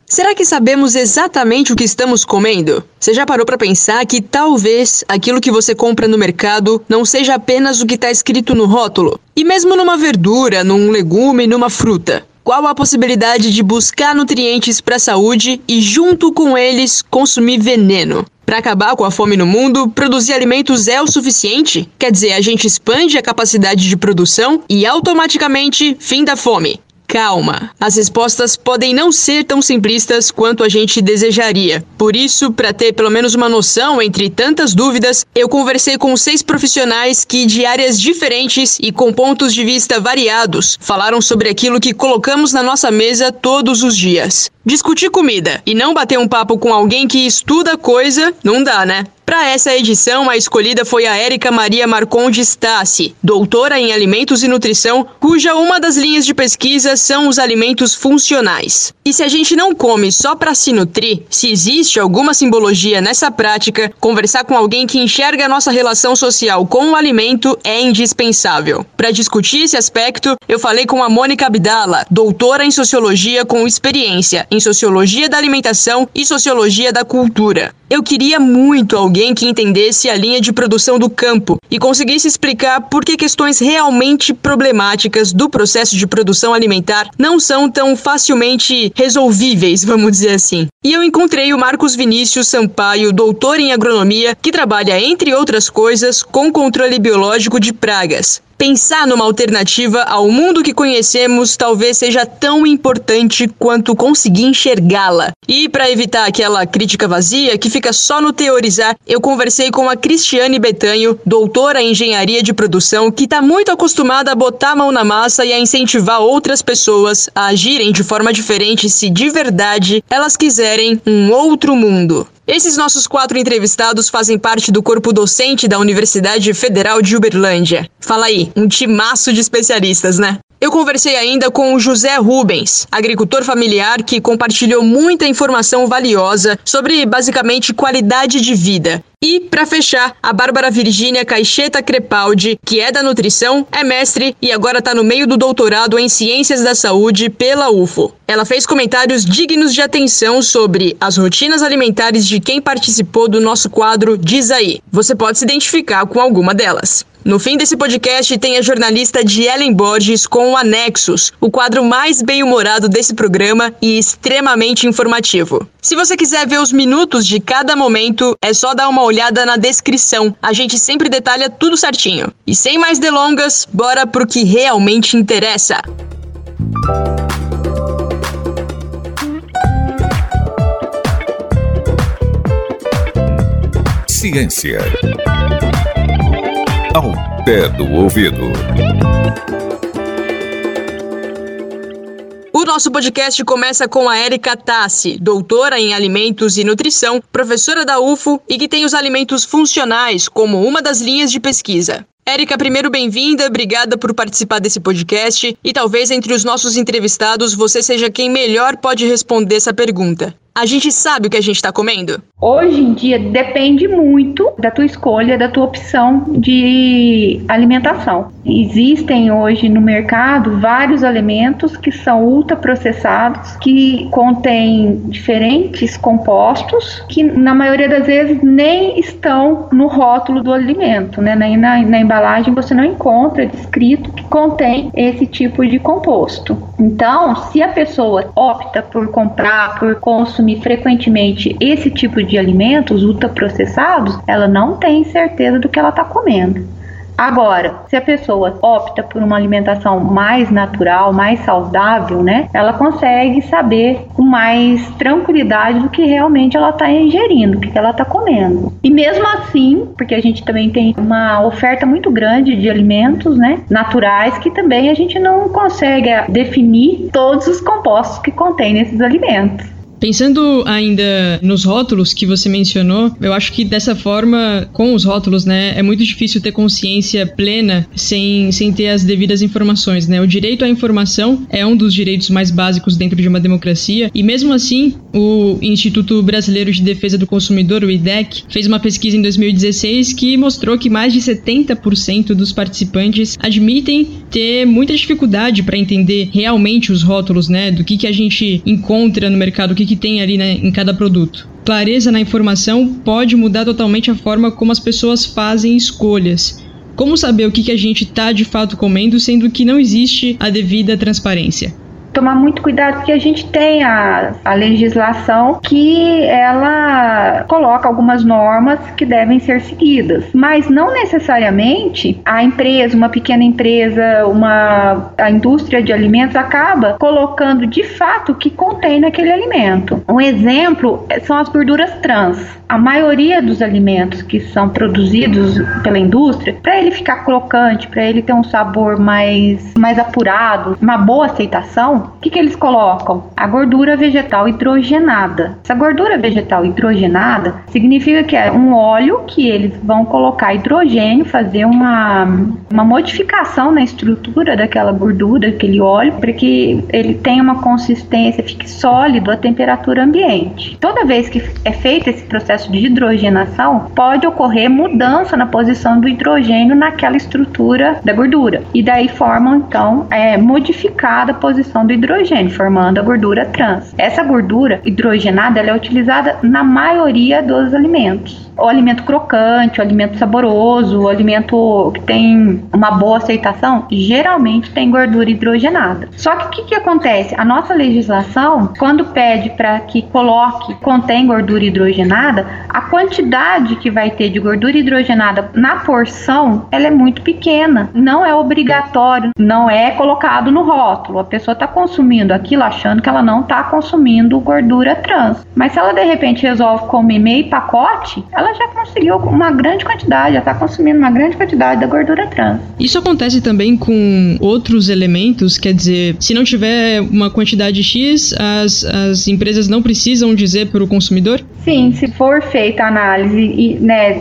Será que sabemos exatamente o que estamos comendo? Você já parou para pensar que talvez aquilo que você compra no mercado não seja apenas o que está escrito no rótulo? E mesmo numa verdura, num legume, numa fruta? Qual a possibilidade de buscar nutrientes para a saúde e, junto com eles, consumir veneno? Para acabar com a fome no mundo, produzir alimentos é o suficiente? Quer dizer, a gente expande a capacidade de produção e automaticamente fim da fome. Calma, as respostas podem não ser tão simplistas quanto a gente desejaria. Por isso, para ter pelo menos uma noção entre tantas dúvidas, eu conversei com 6 profissionais que, de áreas diferentes e com pontos de vista variados, falaram sobre aquilo que colocamos na nossa mesa todos os dias. Discutir comida e não bater um papo com alguém que estuda coisa, não dá, né? Para essa edição, a escolhida foi a Érica Maria Marcondes Stassi, doutora em Alimentos e Nutrição, cuja uma das linhas de pesquisa são os alimentos funcionais. E se a gente não come só para se nutrir, se existe alguma simbologia nessa prática, conversar com alguém que enxerga a nossa relação social com o alimento é indispensável. Para discutir esse aspecto, eu falei com a Mônica Abdala, doutora em Sociologia com experiência em Sociologia da Alimentação e Sociologia da Cultura. Eu queria muito alguém que entendesse a linha de produção do campo e conseguisse explicar por que questões realmente problemáticas do processo de produção alimentar não são tão facilmente resolvíveis, vamos dizer assim. E eu encontrei o Marcos Vinícius Sampaio, doutor em agronomia, que trabalha, entre outras coisas, com controle biológico de pragas. Pensar numa alternativa ao mundo que conhecemos talvez seja tão importante quanto conseguir enxergá-la. E para evitar aquela crítica vazia que fica só no teorizar, eu conversei com a Cristiane Betanho, doutora em engenharia de produção, que está muito acostumada a botar a mão na massa e a incentivar outras pessoas a agirem de forma diferente se de verdade elas quiserem um outro mundo. Esses nossos 4 entrevistados fazem parte do corpo docente da Universidade Federal de Uberlândia. Fala aí, um timaço de especialistas, né? Eu conversei ainda com o José Rubens, agricultor familiar que compartilhou muita informação valiosa sobre, basicamente, qualidade de vida. E, para fechar, a Bárbara Virgínia Caixeta Crepaldi, que é da nutrição, é mestre e agora está no meio do doutorado em Ciências da Saúde pela UFO. Ela fez comentários dignos de atenção sobre as rotinas alimentares de quem participou do nosso quadro Diz Aí. Você pode se identificar com alguma delas. No fim desse podcast tem a jornalista Dielen Borges com o Anexos, o quadro mais bem-humorado desse programa e extremamente informativo. Se você quiser ver os minutos de cada momento, é só dar uma olhada na descrição. A gente sempre detalha tudo certinho. E sem mais delongas, bora pro que realmente interessa. Ciência ao pé do ouvido. O nosso podcast começa com a Érica Tassi, doutora em Alimentos e Nutrição, professora da UFO e que tem os alimentos funcionais como uma das linhas de pesquisa. Érica, primeiro bem-vinda, obrigada por participar desse podcast e talvez entre os nossos entrevistados você seja quem melhor pode responder essa pergunta. A gente sabe o que a gente está comendo? Hoje em dia depende muito da tua escolha, da tua opção de alimentação. Existem hoje no mercado vários alimentos que são ultraprocessados, que contêm diferentes compostos, que na maioria das vezes nem estão no rótulo do alimento, né? Na embalagem você não encontra descrito que contém esse tipo de composto. Então, se a pessoa opta por comprar, por consumir frequentemente esse tipo de alimentos ultraprocessados, ela não tem certeza do que ela está comendo. Agora, se a pessoa opta por uma alimentação mais natural, mais saudável, né, ela consegue saber com mais tranquilidade do que realmente ela está ingerindo, o que ela está comendo. E mesmo assim, porque a gente também tem uma oferta muito grande de alimentos, né, naturais, que também a gente não consegue definir todos os compostos que contém nesses alimentos. Pensando ainda nos rótulos que você mencionou, eu acho que dessa forma, com os rótulos, né, é muito difícil ter consciência plena sem ter as devidas informações, né? O direito à informação é um dos direitos mais básicos dentro de uma democracia e mesmo assim, o Instituto Brasileiro de Defesa do Consumidor, o IDEC, fez uma pesquisa em 2016 que mostrou que mais de 70% dos participantes admitem ter muita dificuldade para entender realmente os rótulos, né, do que a gente encontra no mercado, o que que tem ali, né, em cada produto. Clareza na informação pode mudar totalmente a forma como as pessoas fazem escolhas. Como saber o que a gente está de fato comendo, sendo que não existe a devida transparência? Tomar muito cuidado, porque a gente tem a legislação que ela coloca algumas normas que devem ser seguidas, mas não necessariamente a empresa, uma pequena empresa, a indústria de alimentos acaba colocando de fato o que contém naquele alimento. Um exemplo são as gorduras trans. A maioria dos alimentos que são produzidos pela indústria, para ele ficar crocante, para ele ter um sabor mais apurado, uma boa aceitação, o que eles colocam? A gordura vegetal hidrogenada. Essa gordura vegetal hidrogenada significa que é um óleo que eles vão colocar hidrogênio, fazer uma modificação na estrutura daquela gordura, daquele óleo, para que ele tenha uma consistência, fique sólido à temperatura ambiente. Toda vez que é feito esse processo de hidrogenação, pode ocorrer mudança na posição do hidrogênio naquela estrutura da gordura. E daí formam, então, modificada a posição do hidrogênio, formando a gordura trans. Essa gordura hidrogenada ela é utilizada na maioria dos alimentos. O alimento crocante, o alimento saboroso, o alimento que tem uma boa aceitação, geralmente tem gordura hidrogenada. Só que o que acontece? A nossa legislação, quando pede para que contém gordura hidrogenada, a quantidade que vai ter de gordura hidrogenada na porção, ela é muito pequena. Não é obrigatório, não é colocado no rótulo. A pessoa está consumindo aquilo achando que ela não está consumindo gordura trans. Mas se ela de repente resolve comer meio pacote, ela já conseguiu uma grande quantidade, já está consumindo uma grande quantidade da gordura trans. Isso acontece também com outros elementos, quer dizer, se não tiver uma quantidade X, as empresas não precisam dizer para o consumidor? Sim, se for feita a análise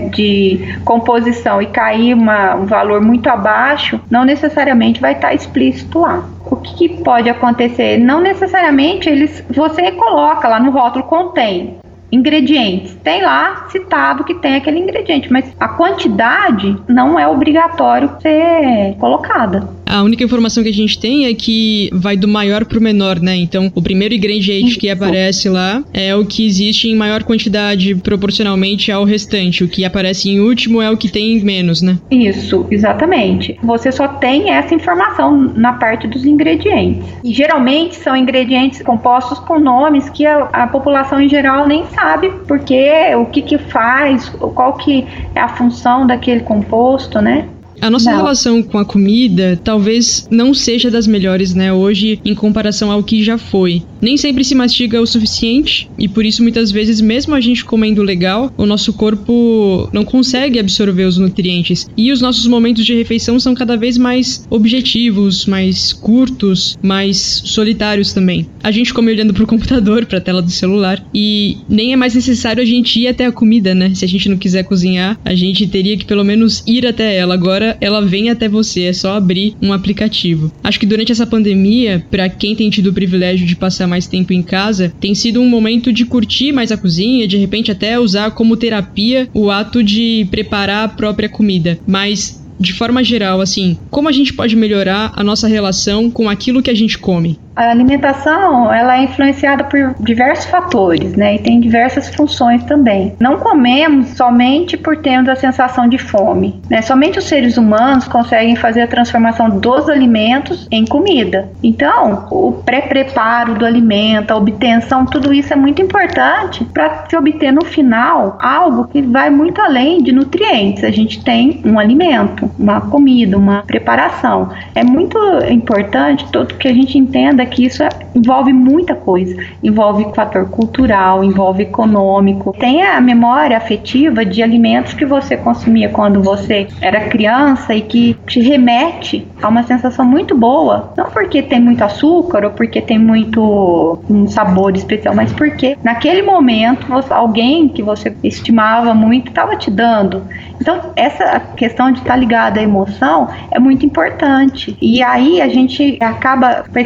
de composição e cair um valor muito abaixo, não necessariamente vai estar explícito lá. O que pode acontecer? Não necessariamente você coloca lá no rótulo, contém ingredientes. Tem lá citado que tem aquele ingrediente, mas a quantidade não é obrigatório ser colocada. A única informação que a gente tem é que vai do maior pro menor, né? Então, o primeiro ingrediente que aparece lá é o que existe em maior quantidade proporcionalmente ao restante. O que aparece em último é o que tem menos, né? Isso, exatamente. Você só tem essa informação na parte dos ingredientes. E geralmente são ingredientes compostos com nomes que a população em geral nem sabe porque o que faz, qual que é a função daquele composto, né? A nossa relação com a comida talvez não seja das melhores, né, hoje, em comparação ao que já foi. Nem sempre se mastiga o suficiente e por isso muitas vezes, mesmo a gente comendo legal, o nosso corpo não consegue absorver os nutrientes. E os nossos momentos de refeição são cada vez mais objetivos, mais curtos, mais solitários também. A gente come olhando pro computador, pra tela do celular, e nem é mais necessário a gente ir até a comida, né? Se a gente não quiser cozinhar, a gente teria que pelo menos ir até ela. Agora ela vem até você, é só abrir um aplicativo. Acho que durante essa pandemia, pra quem tem tido o privilégio de passar mais tempo em casa, tem sido um momento de curtir mais a cozinha, de repente até usar como terapia o ato de preparar a própria comida. Mas, de forma geral, assim, como a gente pode melhorar a nossa relação com aquilo que a gente come? A alimentação, ela é influenciada por diversos fatores, né? E tem diversas funções também. Não comemos somente por termos a sensação de fome, né? Somente os seres humanos conseguem fazer a transformação dos alimentos em comida. Então, o pré-preparo do alimento, a obtenção, tudo isso é muito importante para se obter no final algo que vai muito além de nutrientes. A gente tem um alimento, uma comida, uma preparação. É muito importante todo que a gente entenda que isso envolve muita coisa, envolve fator cultural, envolve econômico, tem a memória afetiva de alimentos que você consumia quando você era criança e que te remete a uma sensação muito boa, não porque tem muito açúcar ou porque tem muito um sabor especial, mas porque naquele momento alguém que você estimava muito estava te dando. Então essa questão de estar ligada à emoção é muito importante, e aí a gente acaba com esse momento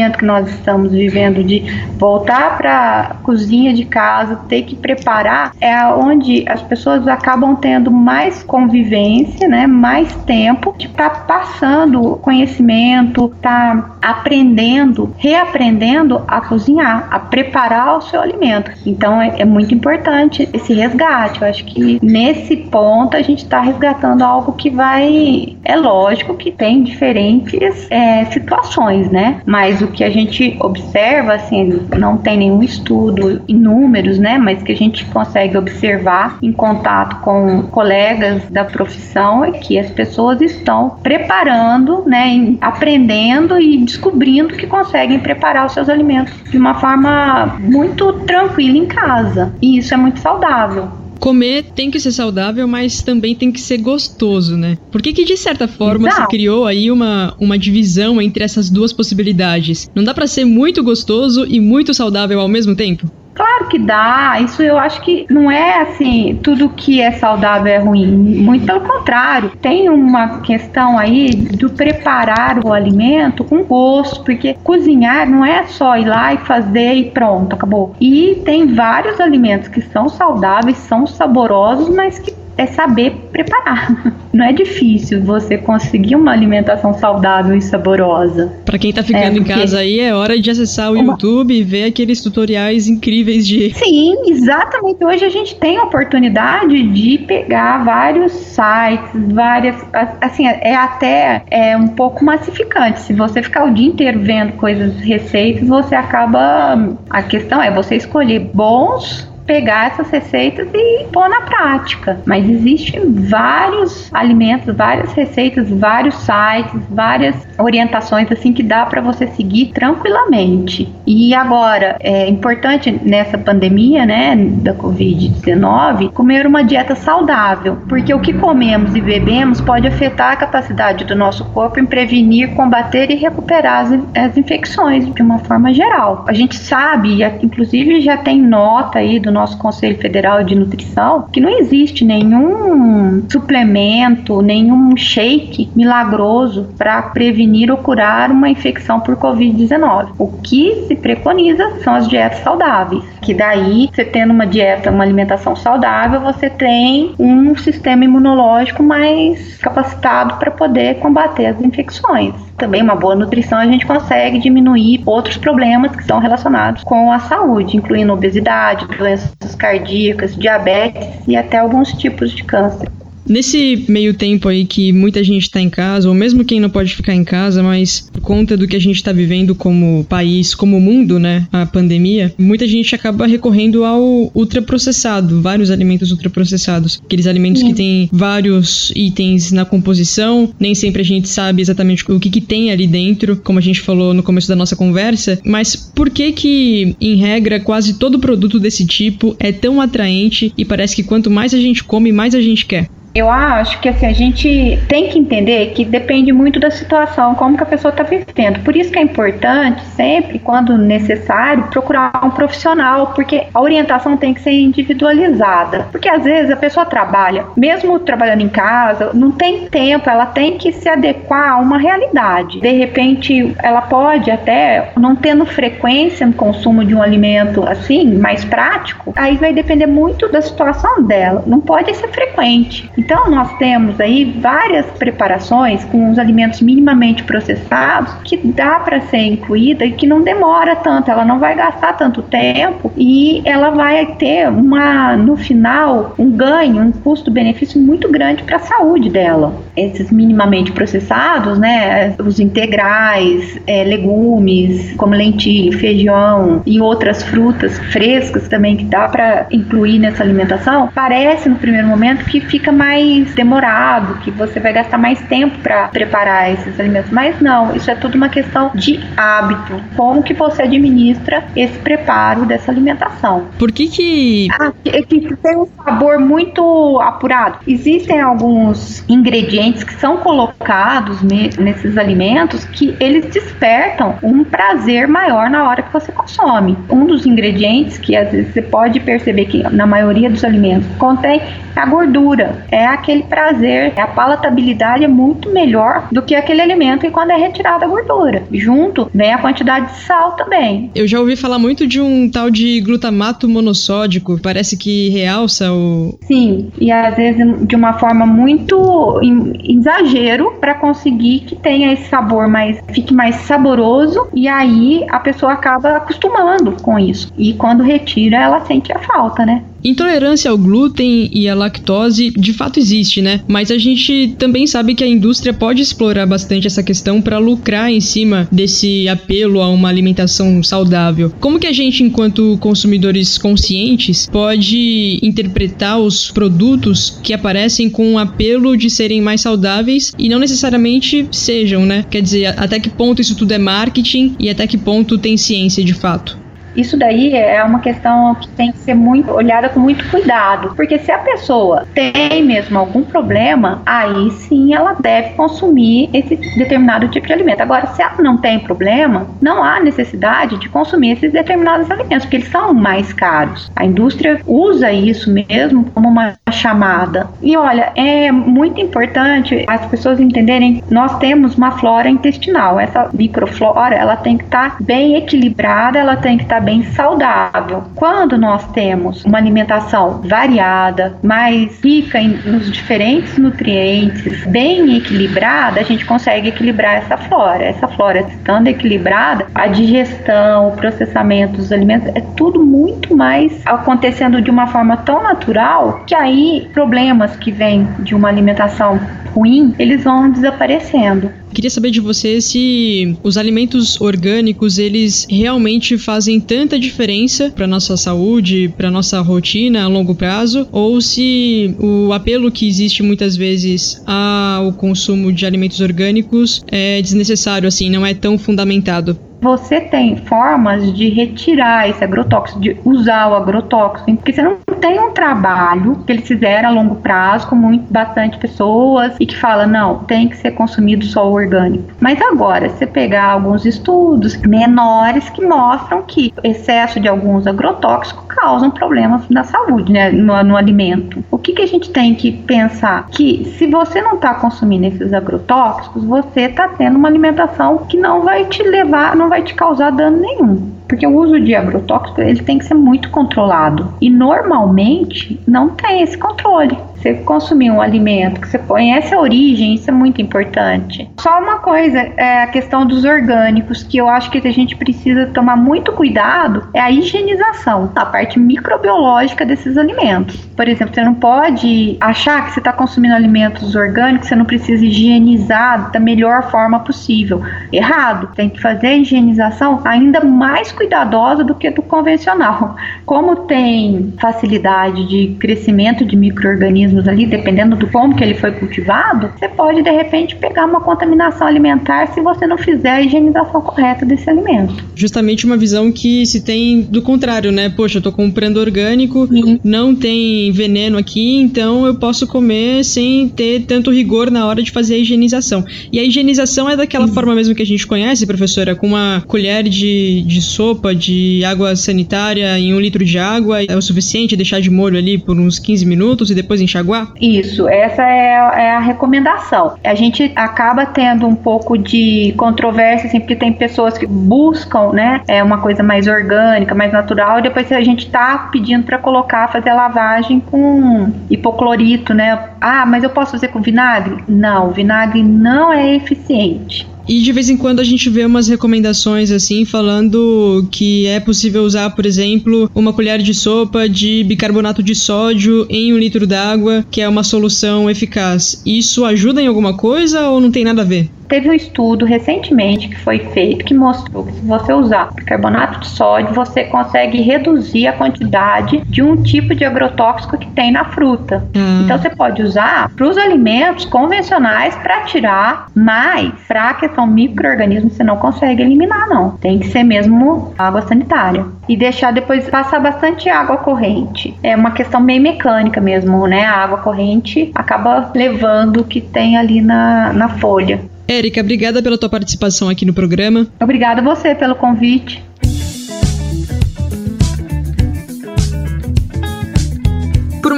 momento que nós estamos vivendo de voltar para a cozinha de casa, ter que preparar, é onde as pessoas acabam tendo mais convivência, né, mais tempo de estar passando conhecimento, estar aprendendo, reaprendendo a cozinhar, a preparar o seu alimento. Então é muito importante esse resgate. Eu acho que nesse ponto a gente está resgatando algo que vai... É lógico que tem diferentes situações, né? Mas o que a gente observa, assim, não tem nenhum estudo em números, né? Mas que a gente consegue observar em contato com colegas da profissão é que as pessoas estão preparando, né? Aprendendo e descobrindo que conseguem preparar os seus alimentos de uma forma muito tranquila em casa. E isso é muito saudável. Comer tem que ser saudável, mas também tem que ser gostoso, né? Por que de certa forma se criou aí uma divisão entre essas duas possibilidades? Não dá pra ser muito gostoso e muito saudável ao mesmo tempo? Claro que dá, isso eu acho que não é assim, tudo que é saudável é ruim, muito pelo contrário, tem uma questão aí do preparar o alimento com gosto, porque cozinhar não é só ir lá e fazer e pronto, acabou. E tem vários alimentos que são saudáveis, são saborosos, mas que é saber preparar. Não é difícil você conseguir uma alimentação saudável e saborosa. Pra quem tá ficando em casa aí, é hora de acessar o YouTube e ver aqueles tutoriais incríveis de... Sim, exatamente. Hoje a gente tem a oportunidade de pegar vários sites, assim, até um pouco massificante. Se você ficar o dia inteiro vendo receitas, você acaba... A questão é você escolher bons, pegar essas receitas e pôr na prática. Mas existem vários alimentos, várias receitas, vários sites, várias orientações assim que dá para você seguir tranquilamente. E agora, é importante nessa pandemia, né, da Covid-19, comer uma dieta saudável, porque o que comemos e bebemos pode afetar a capacidade do nosso corpo em prevenir, combater e recuperar as infecções de uma forma geral. A gente sabe, inclusive já tem nota aí do nosso Conselho Federal de Nutrição, que não existe nenhum suplemento, nenhum shake milagroso para prevenir ou curar uma infecção por Covid-19. O que se preconiza são as dietas saudáveis, que daí, você tendo uma dieta, uma alimentação saudável, você tem um sistema imunológico mais capacitado para poder combater as infecções. Também uma boa nutrição a gente consegue diminuir outros problemas que estão relacionados com a saúde, incluindo obesidade, doenças cardíacas, diabetes e até alguns tipos de câncer. Nesse meio tempo aí que muita gente está em casa, ou mesmo quem não pode ficar em casa, mas por conta do que a gente está vivendo como país, como mundo, né, a pandemia, muita gente acaba recorrendo ao ultraprocessado, vários alimentos ultraprocessados. Aqueles alimentos que têm vários itens na composição, nem sempre a gente sabe exatamente o que tem ali dentro, como a gente falou no começo da nossa conversa, mas por que, em regra, quase todo produto desse tipo é tão atraente e parece que quanto mais a gente come, mais a gente quer? Eu acho que assim, a gente tem que entender que depende muito da situação, como que a pessoa está vivendo. Por isso que é importante sempre, quando necessário, procurar um profissional, porque a orientação tem que ser individualizada. Porque às vezes a pessoa trabalha, mesmo trabalhando em casa, não tem tempo, ela tem que se adequar a uma realidade. De repente, ela pode até, não tendo frequência no consumo de um alimento assim, mais prático, aí vai depender muito da situação dela. Não pode ser frequente. Então, nós temos aí várias preparações com os alimentos minimamente processados que dá para ser incluída e que não demora tanto, ela não vai gastar tanto tempo e ela vai ter no final, um ganho, um custo-benefício muito grande para a saúde dela. Esses minimamente processados, né, os integrais, legumes, como lentilha, feijão e outras frutas frescas também que dá para incluir nessa alimentação, parece no primeiro momento que fica mais demorado, que você vai gastar mais tempo para preparar esses alimentos, mas não, isso é tudo uma questão de hábito, como que você administra esse preparo dessa alimentação. Por que que tem um sabor muito apurado? Existem alguns ingredientes que são colocados nesses alimentos que eles despertam um prazer maior na hora que você consome. Um dos ingredientes que às vezes você pode perceber que na maioria dos alimentos contém a gordura. é aquele prazer, a palatabilidade é muito melhor do que aquele alimento e quando é retirada a gordura. Junto vem a quantidade de sal também. Eu já ouvi falar muito de um tal de glutamato monossódico, parece que realça o... Sim, e às vezes de uma forma muito exagero para conseguir que tenha esse sabor fique mais saboroso, e aí a pessoa acaba acostumando com isso. E quando retira, ela sente a falta, né? Intolerância ao glúten e à lactose de fato existe, né? Mas a gente também sabe que a indústria pode explorar bastante essa questão para lucrar em cima desse apelo a uma alimentação saudável. Como que a gente, enquanto consumidores conscientes, pode interpretar os produtos que aparecem com o apelo de serem mais saudáveis e não necessariamente sejam, né? Quer dizer, até que ponto isso tudo é marketing e até que ponto tem ciência de fato? Isso daí é uma questão que tem que ser olhada com muito cuidado, porque se a pessoa tem mesmo algum problema, aí sim ela deve consumir esse determinado tipo de alimento. Agora, se ela não tem problema, não há necessidade de consumir esses determinados alimentos, porque eles são mais caros. A indústria usa isso mesmo como uma chamada. E olha, é muito importante as pessoas entenderem que nós temos uma flora intestinal. Essa microflora, ela tem que estar bem equilibrada, ela tem que estar bem saudável. Quando nós temos uma alimentação variada, mais rica nos diferentes nutrientes, bem equilibrada, a gente consegue equilibrar essa flora. Essa flora estando equilibrada, a digestão, o processamento dos alimentos, é tudo muito mais acontecendo de uma forma tão natural que aí problemas que vêm de uma alimentação ruim, eles vão desaparecendo. Queria saber de você se os alimentos orgânicos, eles realmente fazem tanta diferença para nossa saúde, para nossa rotina a longo prazo, ou se o apelo que existe muitas vezes ao consumo de alimentos orgânicos é desnecessário, assim, não é tão fundamentado. Você tem formas de retirar esse agrotóxico, de usar o agrotóxico, porque você não tem um trabalho que eles fizeram a longo prazo com bastante pessoas e que fala, não, tem que ser consumido só o orgânico. Mas agora, você pegar alguns estudos menores que mostram que o excesso de alguns agrotóxicos causam problemas na saúde, né, no alimento. O que a gente tem que pensar? Que se você não está consumindo esses agrotóxicos, você está tendo uma alimentação que não vai te levar, não vai te causar dano nenhum. Porque o uso de agrotóxico, ele tem que ser muito controlado. E normalmente não tem esse controle. Você consumir um alimento que você conhece a origem, isso é muito importante. Só uma coisa, é a questão dos orgânicos, que eu acho que a gente precisa tomar muito cuidado, é a higienização, a parte microbiológica desses alimentos. Por exemplo, você não pode achar que você está consumindo alimentos orgânicos, você não precisa higienizar da melhor forma possível. Errado. Tem que fazer a higienização ainda mais cuidadosa do que do convencional. Como tem facilidade de crescimento de micro-organismos ali, dependendo do como que ele foi cultivado, você pode de repente pegar uma contaminação alimentar se você não fizer a higienização correta desse alimento. Justamente uma visão que se tem do contrário, né? Poxa, eu tô comprando orgânico, não tem veneno aqui, então eu posso comer sem ter tanto rigor na hora de fazer a higienização. E a higienização é daquela forma mesmo que a gente conhece, professora, com uma colher de sopa de água sanitária em 1 litro de água, é o suficiente deixar de molho ali por uns 15 minutos e depois enxaguar? Isso, essa é a recomendação. A gente acaba tendo um pouco de controvérsia, assim, porque tem pessoas que buscam, né, uma coisa mais orgânica, mais natural, e depois a gente tá pedindo para fazer a lavagem com hipoclorito, né? Ah, mas eu posso fazer com vinagre? Não, vinagre não é eficiente. E de vez em quando a gente vê umas recomendações assim, falando que é possível usar, por exemplo, uma colher de sopa de bicarbonato de sódio em 1 litro d'água, que é uma solução eficaz. Isso ajuda em alguma coisa ou não tem nada a ver? Teve um estudo recentemente que foi feito que mostrou que se você usar bicarbonato de sódio, você consegue reduzir a quantidade de um tipo de agrotóxico que tem na fruta. Então você pode usar para os alimentos convencionais para tirar, mas para a questão micro-organismos você não consegue eliminar, não. Tem que ser mesmo água sanitária. E deixar depois passar bastante água corrente. É uma questão meio mecânica mesmo, né? A água corrente acaba levando o que tem ali na folha. Érica, obrigada pela tua participação aqui no programa. Obrigada a você pelo convite. Por mais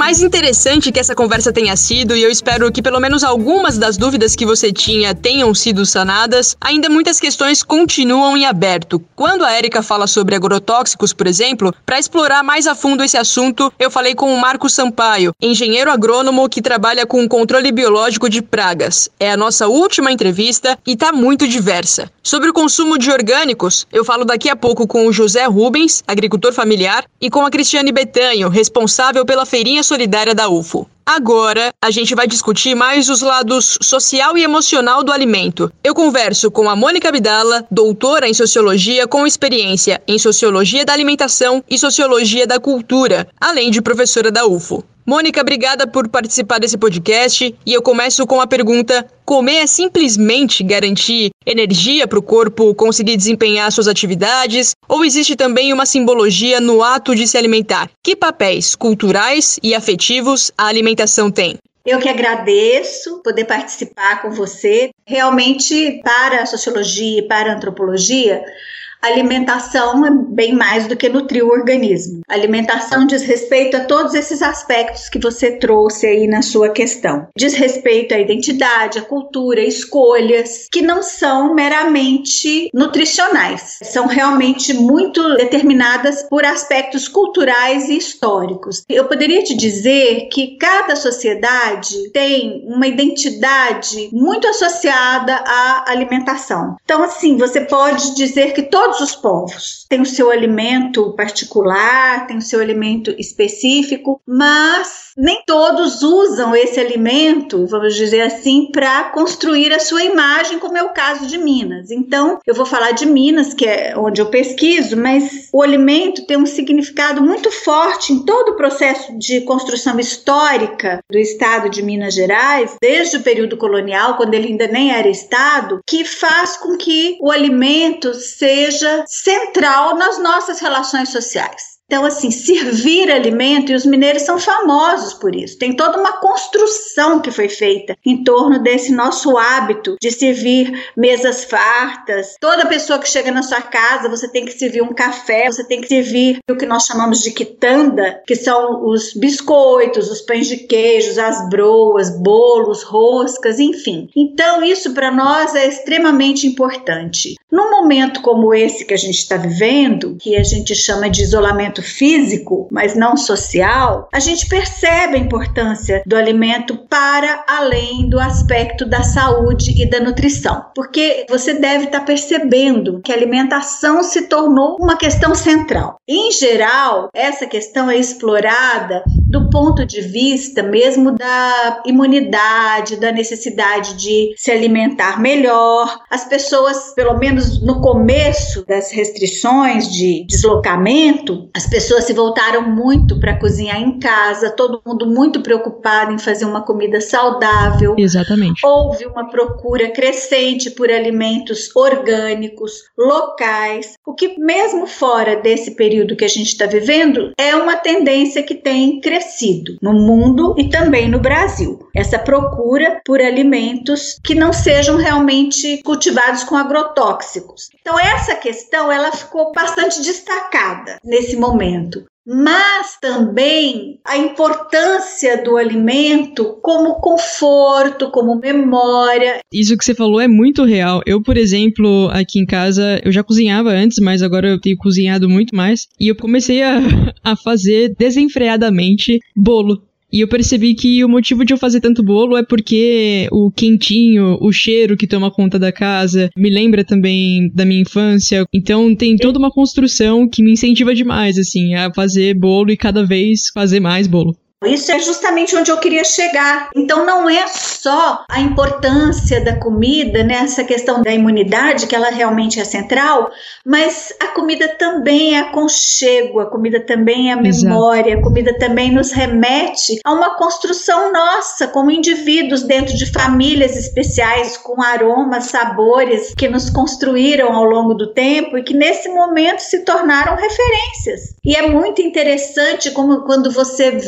mais interessante que essa conversa tenha sido, e eu espero que pelo menos algumas das dúvidas que você tinha tenham sido sanadas, ainda muitas questões continuam em aberto. Quando a Érica fala sobre agrotóxicos, por exemplo, para explorar mais a fundo esse assunto, eu falei com o Marcos Sampaio, engenheiro agrônomo que trabalha com controle biológico de pragas. É a nossa última entrevista e tá muito diversa. Sobre o consumo de orgânicos, eu falo daqui a pouco com o José Rubens, agricultor familiar, e com a Cristiane Betanho, responsável pela feirinha solidária da UFO. Agora, a gente vai discutir mais os lados social e emocional do alimento. Eu converso com a Mônica Abdala, doutora em Sociologia com experiência em Sociologia da Alimentação e Sociologia da Cultura, além de professora da UFO. Mônica, obrigada por participar desse podcast e eu começo com a pergunta: comer é simplesmente garantir energia para o corpo conseguir desempenhar suas atividades ou existe também uma simbologia no ato de se alimentar? Que papéis culturais e afetivos a alimentação tem? Eu que agradeço poder participar com você. Realmente, para a sociologia e para a antropologia, a alimentação é bem mais do que nutrir o organismo. A alimentação diz respeito a todos esses aspectos que você trouxe aí na sua questão. Diz respeito à identidade, à cultura, escolhas que não são meramente nutricionais. São realmente muito determinadas por aspectos culturais e históricos. Eu poderia te dizer que cada sociedade tem uma identidade muito associada à alimentação. Então, assim, você pode dizer que todos os povos têm o seu alimento particular, têm o seu alimento específico, mas nem todos usam esse alimento, vamos dizer assim, para construir a sua imagem, como é o caso de Minas. Então, eu vou falar de Minas, que é onde eu pesquiso, mas o alimento tem um significado muito forte em todo o processo de construção histórica do estado de Minas Gerais, desde o período colonial, quando ele ainda nem era estado, que faz com que o alimento seja central nas nossas relações sociais. Então, assim, servir alimento, e os mineiros são famosos por isso. Tem toda uma construção que foi feita em torno desse nosso hábito de servir mesas fartas. Toda pessoa que chega na sua casa, você tem que servir um café, você tem que servir o que nós chamamos de quitanda, que são os biscoitos, os pães de queijos, as broas, bolos, roscas, enfim. Então, isso para nós é extremamente importante. Num momento como esse que a gente está vivendo, que a gente chama de isolamento físico, mas não social, a gente percebe a importância do alimento para além do aspecto da saúde e da nutrição. Porque você deve estar percebendo que a alimentação se tornou uma questão central. Em geral, essa questão é explorada do ponto de vista mesmo da imunidade, da necessidade de se alimentar melhor. As pessoas, pelo menos no começo das restrições de deslocamento, as pessoas se voltaram muito para cozinhar em casa, todo mundo muito preocupado em fazer uma comida saudável. Exatamente. Houve uma procura crescente por alimentos orgânicos, locais, o que mesmo fora desse período que a gente está vivendo, é uma tendência que tem crescido no mundo e também no Brasil. Essa procura por alimentos que não sejam realmente cultivados com agrotóxicos. Então essa questão ela ficou bastante destacada nesse momento. Mas também a importância do alimento como conforto, como memória. Isso que você falou é muito real. Eu, por exemplo, aqui em casa, eu já cozinhava antes, mas agora eu tenho cozinhado muito mais. E eu comecei a fazer desenfreadamente bolo. E eu percebi que o motivo de eu fazer tanto bolo é porque o quentinho, o cheiro que toma conta da casa, me lembra também da minha infância. Então tem toda uma construção que me incentiva demais, assim, a fazer bolo e cada vez fazer mais bolo. Isso é justamente onde eu queria chegar. Então não é só a importância da comida, né, essa questão da imunidade, que ela realmente é central, mas a comida também é aconchego, a comida também é a memória, a comida também nos remete a uma construção nossa como indivíduos dentro de famílias especiais, com aromas, sabores que nos construíram ao longo do tempo e que nesse momento se tornaram referências. E é muito interessante como quando você vê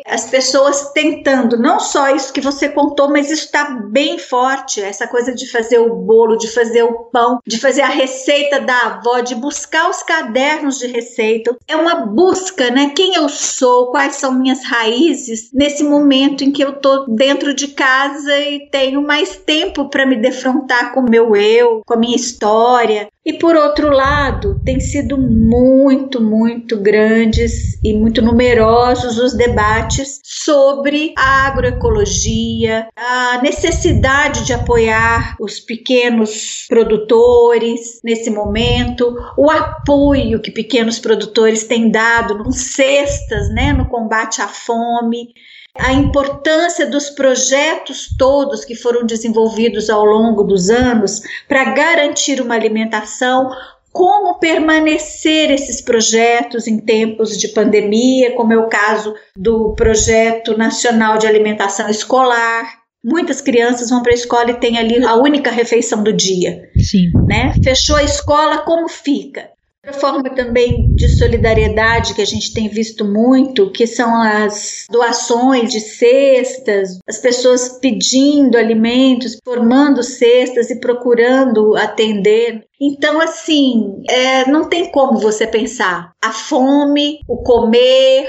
as pessoas tentando, não só isso que você contou, mas isso está bem forte, essa coisa de fazer o bolo, de fazer o pão, de fazer a receita da avó, de buscar os cadernos de receita. É uma busca, né? Quem eu sou, quais são minhas raízes, nesse momento em que eu estou dentro de casa e tenho mais tempo para me defrontar com o meu eu, com a minha história. E, por outro lado, tem sido muito, muito grandes e muito numerosos os debates sobre a agroecologia, a necessidade de apoiar os pequenos produtores nesse momento, o apoio que pequenos produtores têm dado com cestas, né, no combate à fome, a importância dos projetos todos que foram desenvolvidos ao longo dos anos para garantir uma alimentação, como permanecer esses projetos em tempos de pandemia, como é o caso do Projeto Nacional de Alimentação Escolar. Muitas crianças vão para a escola e têm ali a única refeição do dia. Sim. Né? Fechou a escola, como fica? Outra forma também de solidariedade que a gente tem visto muito, que são as doações de cestas, as pessoas pedindo alimentos, formando cestas e procurando atender. Então, assim, não tem como você pensar a fome, o comer,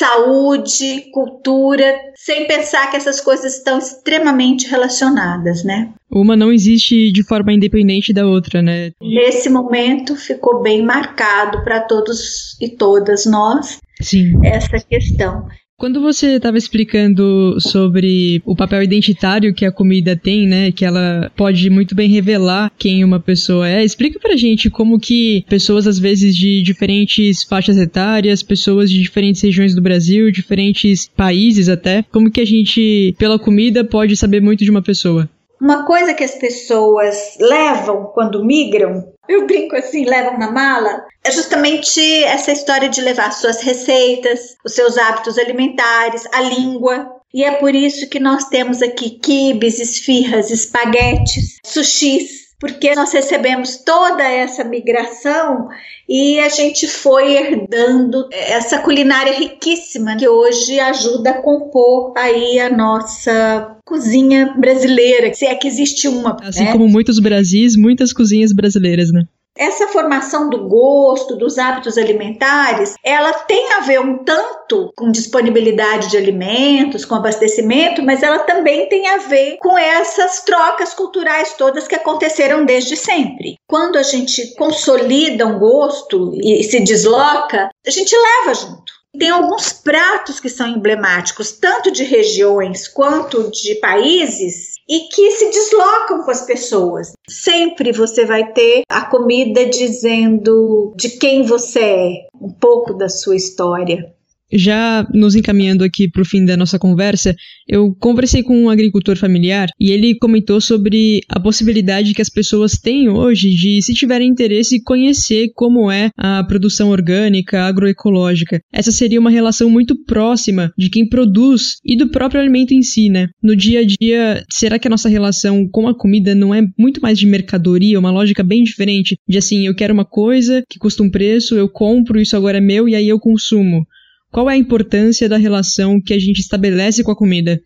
saúde, cultura, sem pensar que essas coisas estão extremamente relacionadas, né? Uma não existe de forma independente da outra, né? Nesse momento ficou bem marcado para todos e todas nós. Sim. Essa questão. Quando você estava explicando sobre o papel identitário que a comida tem, né, que ela pode muito bem revelar quem uma pessoa é, explica pra gente como que pessoas, às vezes, de diferentes faixas etárias, pessoas de diferentes regiões do Brasil, diferentes países até, como que a gente, pela comida, pode saber muito de uma pessoa. Uma coisa que as pessoas levam quando migram, eu brinco assim, levam na mala, é justamente essa história de levar suas receitas, os seus hábitos alimentares, a língua. E é por isso que nós temos aqui quibes, esfirras, espaguetes, sushis, porque nós recebemos toda essa migração e a gente foi herdando essa culinária riquíssima que hoje ajuda a compor aí a nossa cozinha brasileira, se é que existe uma. Assim, né? Como muitos Brasis, muitas cozinhas brasileiras, né? Essa formação do gosto, dos hábitos alimentares, ela tem a ver um tanto com disponibilidade de alimentos, com abastecimento, mas ela também tem a ver com essas trocas culturais todas que aconteceram desde sempre. Quando a gente consolida um gosto e se desloca, a gente leva junto. Tem alguns pratos que são emblemáticos, tanto de regiões quanto de países, e que se deslocam com as pessoas. Sempre você vai ter a comida dizendo de quem você é, um pouco da sua história. Já nos encaminhando aqui para o fim da nossa conversa, eu conversei com um agricultor familiar e ele comentou sobre a possibilidade que as pessoas têm hoje de, se tiverem interesse, conhecer como é a produção orgânica, agroecológica. Essa seria uma relação muito próxima de quem produz e do próprio alimento em si, né? No dia a dia, será que a nossa relação com a comida não é muito mais de mercadoria, uma lógica bem diferente de assim, eu quero uma coisa que custa um preço, eu compro, isso agora é meu e aí eu consumo? Qual é a importância da relação que a gente estabelece com a comida?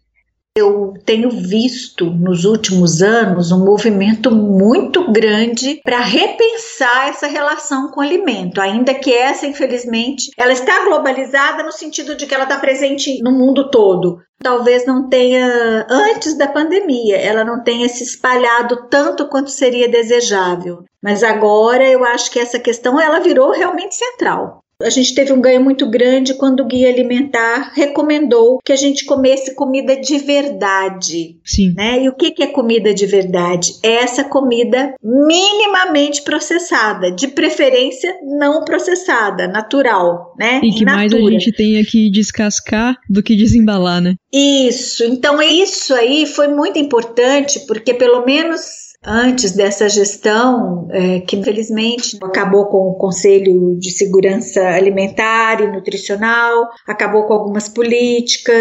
Eu tenho visto nos últimos anos um movimento muito grande para repensar essa relação com o alimento, ainda que essa, infelizmente, ela está globalizada no sentido de que ela está presente no mundo todo. Talvez não tenha, antes da pandemia, ela não tenha se espalhado tanto quanto seria desejável. Mas agora eu acho que essa questão ela virou realmente central. A gente teve um ganho muito grande quando o Guia Alimentar recomendou que a gente comesse comida de verdade. Sim. Né? E o que é comida de verdade? É essa comida minimamente processada, de preferência não processada, natural, né? E que mais a gente tenha que descascar do que desembalar, né? Isso. Então, isso aí foi muito importante, porque pelo menos antes dessa gestão, que infelizmente acabou com o Conselho de Segurança Alimentar e Nutricional, acabou com algumas políticas,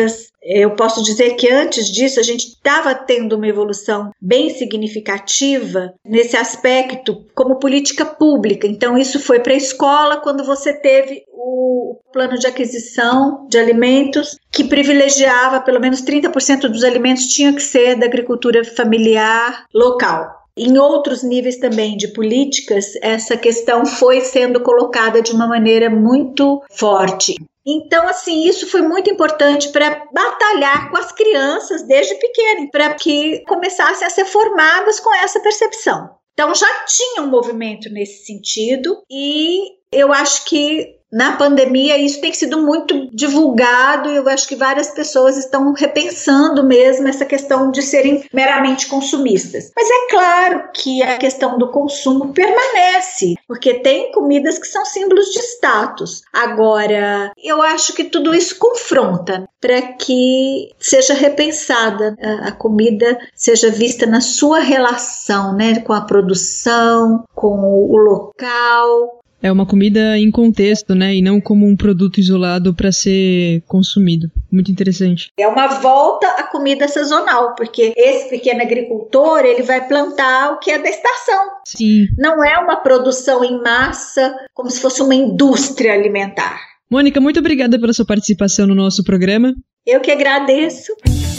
Eu posso dizer que antes disso a gente estava tendo uma evolução bem significativa nesse aspecto como política pública. Então isso foi para a escola quando você teve o plano de aquisição de alimentos que privilegiava pelo menos 30% dos alimentos tinha que ser da agricultura familiar local. Em outros níveis também de políticas, essa questão foi sendo colocada de uma maneira muito forte. Então, assim, isso foi muito importante para batalhar com as crianças desde pequenas, para que começassem a ser formadas com essa percepção. Então, já tinha um movimento nesse sentido e eu acho que na pandemia isso tem sido muito divulgado e eu acho que várias pessoas estão repensando mesmo essa questão de serem meramente consumistas. Mas é claro que a questão do consumo permanece, porque tem comidas que são símbolos de status. Agora, eu acho que tudo isso confronta para que seja repensada a comida, seja vista na sua relação, né, com a produção, com o local. É uma comida em contexto, né? E não como um produto isolado para ser consumido. Muito interessante. É uma volta à comida sazonal, porque esse pequeno agricultor, ele vai plantar o que é da estação. Sim. Não é uma produção em massa, como se fosse uma indústria alimentar. Mônica, muito obrigada pela sua participação no nosso programa. Eu que agradeço.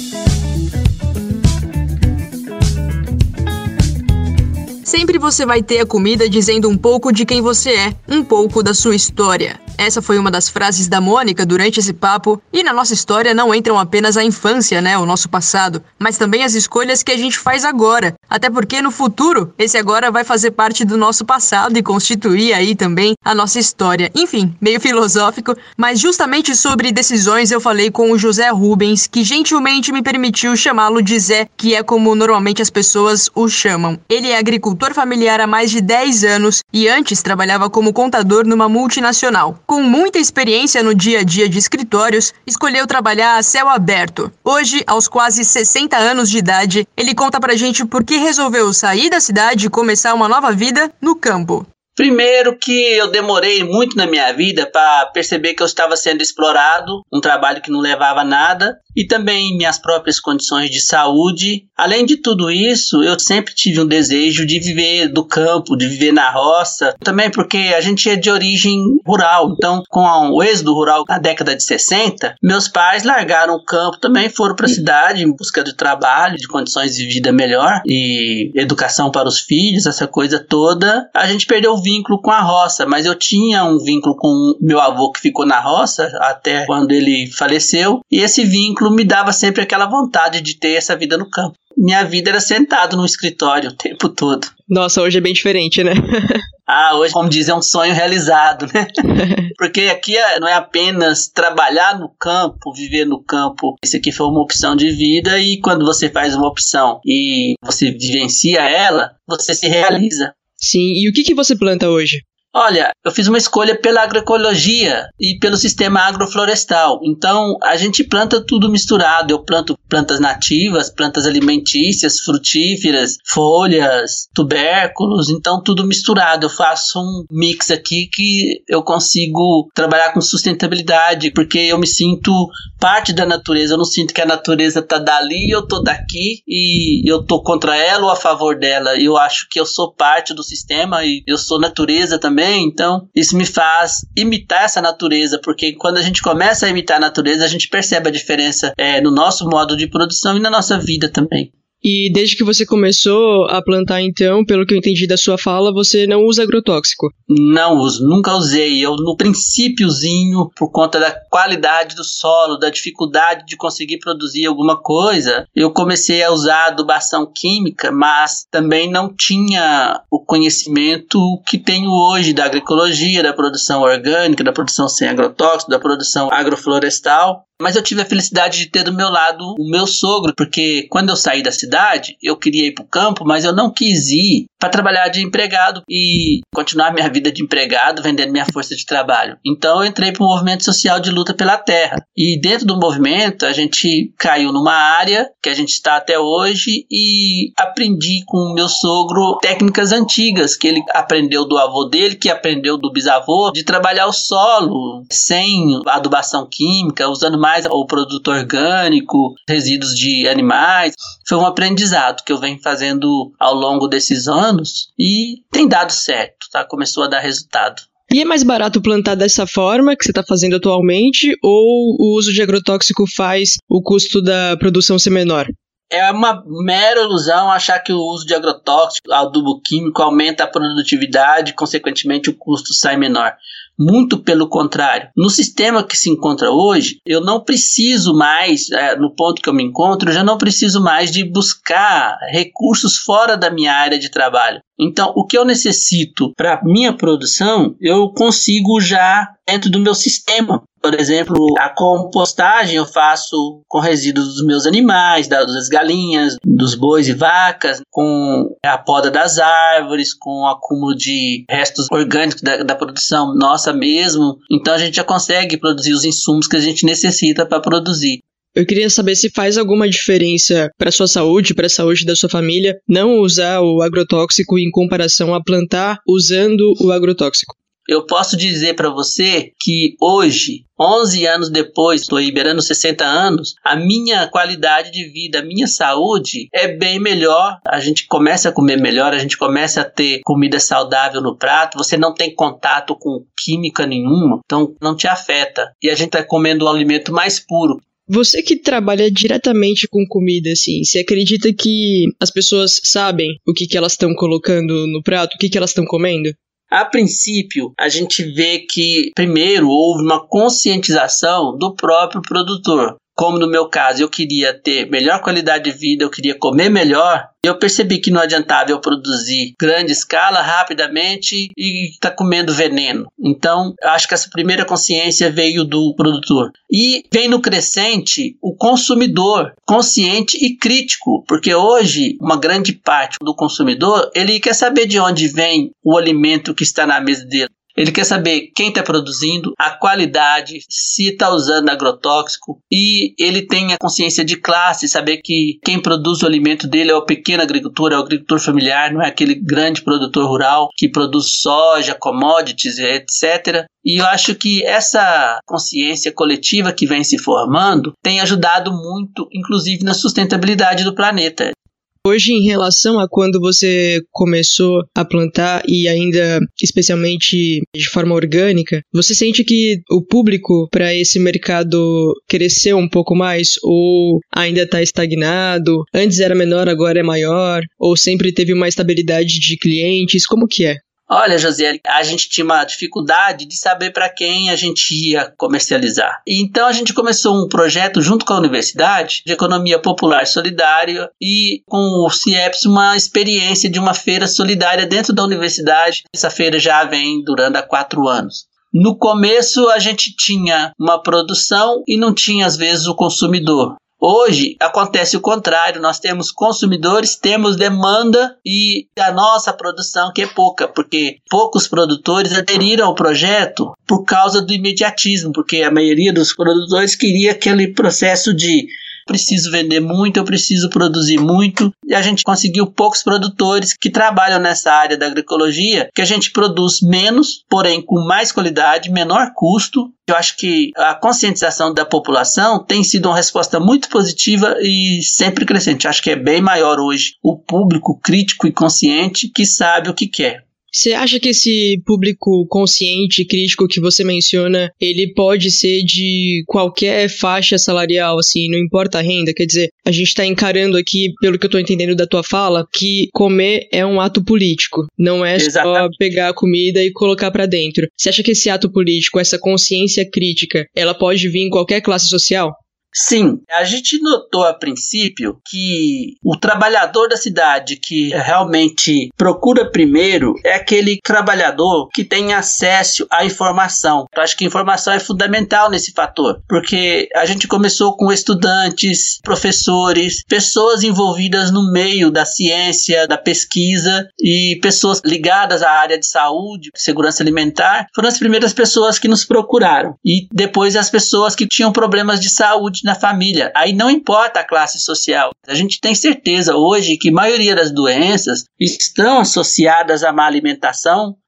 Sempre você vai ter a comida dizendo um pouco de quem você é, um pouco da sua história. Essa foi uma das frases da Mônica durante esse papo, e na nossa história não entram apenas a infância, né, o nosso passado, mas também as escolhas que a gente faz agora. Até porque no futuro, esse agora vai fazer parte do nosso passado e constituir aí também a nossa história. Enfim, meio filosófico, mas justamente sobre decisões eu falei com o José Rubens, que gentilmente me permitiu chamá-lo de Zé, que é como normalmente as pessoas o chamam. Ele é agricultor familiar há mais de 10 anos e antes trabalhava como contador numa multinacional. Com muita experiência no dia a dia de escritórios, escolheu trabalhar a céu aberto. Hoje, aos quase 60 anos de idade, ele conta pra gente por que resolveu sair da cidade e começar uma nova vida no campo. Primeiro que eu demorei muito na minha vida para perceber que eu estava sendo explorado, um trabalho que não levava a nada, e também minhas próprias condições de saúde. Além de tudo isso, eu sempre tive um desejo de viver do campo, de viver na roça, também porque a gente é de origem rural, então com o êxodo rural na década de 60, meus pais largaram o campo, também foram para a cidade em busca de trabalho, de condições de vida melhor e educação para os filhos, essa coisa toda. A gente perdeu o vínculo com a roça, mas eu tinha um vínculo com meu avô que ficou na roça até quando ele faleceu, e esse vínculo me dava sempre aquela vontade de ter essa vida no campo. Minha vida era sentado no escritório o tempo todo. Nossa, hoje é bem diferente, né? Hoje, como diz, é um sonho realizado, né? Porque aqui não é apenas trabalhar no campo, viver no campo. Isso aqui foi uma opção de vida e quando você faz uma opção e você vivencia ela, você se realiza. Sim, e o que você planta hoje? Olha, eu fiz uma escolha pela agroecologia e pelo sistema agroflorestal. Então, a gente planta tudo misturado. Eu planto plantas nativas, plantas alimentícias, frutíferas, folhas, tubérculos. Então, tudo misturado. Eu faço um mix aqui que eu consigo trabalhar com sustentabilidade, porque eu me sinto parte da natureza. Eu não sinto que a natureza está dali e eu estou daqui e eu estou contra ela ou a favor dela. Eu acho que eu sou parte do sistema e eu sou natureza também. Então, isso me faz imitar essa natureza, porque quando a gente começa a imitar a natureza, a gente percebe a diferença no nosso modo de produção e na nossa vida também. E desde que você começou a plantar, então, pelo que eu entendi da sua fala, você não usa agrotóxico? Não uso, nunca usei. Eu, no princípiozinho, por conta da qualidade do solo, da dificuldade de conseguir produzir alguma coisa, eu comecei a usar adubação química, mas também não tinha o conhecimento que tenho hoje da agroecologia, da produção orgânica, da produção sem agrotóxico, da produção agroflorestal. Mas eu tive a felicidade de ter do meu lado o meu sogro, porque quando eu saí da cidade, eu queria ir para o campo, mas eu não quis ir para trabalhar de empregado e continuar minha vida de empregado, vendendo minha força de trabalho. Então eu entrei para um movimento social de luta pela terra. E dentro do movimento, a gente caiu numa área que a gente está até hoje e aprendi com o meu sogro técnicas antigas, que ele aprendeu do avô dele, que aprendeu do bisavô, de trabalhar o solo sem adubação química, usando mais mais o produto orgânico, resíduos de animais. Foi um aprendizado que eu venho fazendo ao longo desses anos e tem dado certo, tá? Começou a dar resultado. E é mais barato plantar dessa forma que você está fazendo atualmente, ou o uso de agrotóxico faz o custo da produção ser menor? É uma mera ilusão achar que o uso de agrotóxico, adubo químico, aumenta a produtividade, consequentemente o custo sai menor. Muito pelo contrário. No sistema que se encontra hoje, eu não preciso mais, no ponto que eu me encontro, eu já não preciso mais de buscar recursos fora da minha área de trabalho. Então, o que eu necessito para minha produção, eu consigo já dentro do meu sistema. Por exemplo, a compostagem eu faço com resíduos dos meus animais, das galinhas, dos bois e vacas, com a poda das árvores, com o acúmulo de restos orgânicos da produção nossa mesmo. Então a gente já consegue produzir os insumos que a gente necessita para produzir. Eu queria saber se faz alguma diferença para a sua saúde, para a saúde da sua família, não usar o agrotóxico em comparação a plantar usando o agrotóxico. Eu posso dizer para você que hoje, 11 anos depois, estou liberando 60 anos, a minha qualidade de vida, a minha saúde é bem melhor. A gente começa a comer melhor, a gente começa a ter comida saudável no prato, você não tem contato com química nenhuma, então não te afeta. E a gente está comendo um alimento mais puro. Você que trabalha diretamente com comida, assim, você acredita que as pessoas sabem o que elas estão colocando no prato, o que elas estão comendo? A princípio, a gente vê que, primeiro, houve uma conscientização do próprio produtor. Como no meu caso, eu queria ter melhor qualidade de vida, eu queria comer melhor, eu percebi que não adiantava eu produzir grande escala, rapidamente, e estar comendo veneno. Então, acho que essa primeira consciência veio do produtor. E vem no crescente o consumidor, consciente e crítico, porque hoje, uma grande parte do consumidor, ele quer saber de onde vem o alimento que está na mesa dele. Ele quer saber quem está produzindo, a qualidade, se está usando agrotóxico, e ele tem a consciência de classe, saber que quem produz o alimento dele é o pequeno agricultor, é o agricultor familiar, não é aquele grande produtor rural que produz soja, commodities, etc. E eu acho que essa consciência coletiva que vem se formando tem ajudado muito, inclusive na sustentabilidade do planeta. Hoje, em relação a quando você começou a plantar e ainda especialmente de forma orgânica, você sente que o público para esse mercado cresceu um pouco mais ou ainda está estagnado? Antes era menor, agora é maior? Ou sempre teve uma estabilidade de clientes? Como que é? Olha, Josiele, a gente tinha uma dificuldade de saber para quem a gente ia comercializar. Então a gente começou um projeto junto com a universidade de economia popular solidária e com o CIEPS uma experiência de uma feira solidária dentro da universidade. Essa feira já vem durando há 4 anos. No começo a gente tinha uma produção e não tinha às vezes o consumidor. Hoje acontece o contrário, nós temos consumidores, temos demanda e a nossa produção que é pouca, porque poucos produtores aderiram ao projeto por causa do imediatismo, porque a maioria dos produtores queria aquele processo de preciso vender muito, eu preciso produzir muito, e a gente conseguiu poucos produtores que trabalham nessa área da agroecologia, que a gente produz menos, porém com mais qualidade, menor custo. Eu acho que a conscientização da população tem sido uma resposta muito positiva e sempre crescente. Eu acho que é bem maior hoje o público crítico e consciente que sabe o que quer. Você acha que esse público consciente e crítico que você menciona, ele pode ser de qualquer faixa salarial, assim, não importa a renda? Quer dizer, a gente está encarando aqui, pelo que eu estou entendendo da tua fala, que comer é um ato político, não é só pegar a comida e colocar para dentro. Você acha que esse ato político, essa consciência crítica, ela pode vir em qualquer classe social? Sim, a gente notou a princípio que o trabalhador da cidade que realmente procura primeiro é aquele trabalhador que tem acesso à informação. Eu acho que a informação é fundamental nesse fator, porque a gente começou com estudantes, professores, pessoas envolvidas no meio da ciência, da pesquisa e pessoas ligadas à área de saúde, segurança alimentar, foram as primeiras pessoas que nos procuraram. E depois as pessoas que tinham problemas de saúde na família. Aí não importa a classe social. A gente tem certeza hoje que a maioria das doenças estão associadas à má alimentação,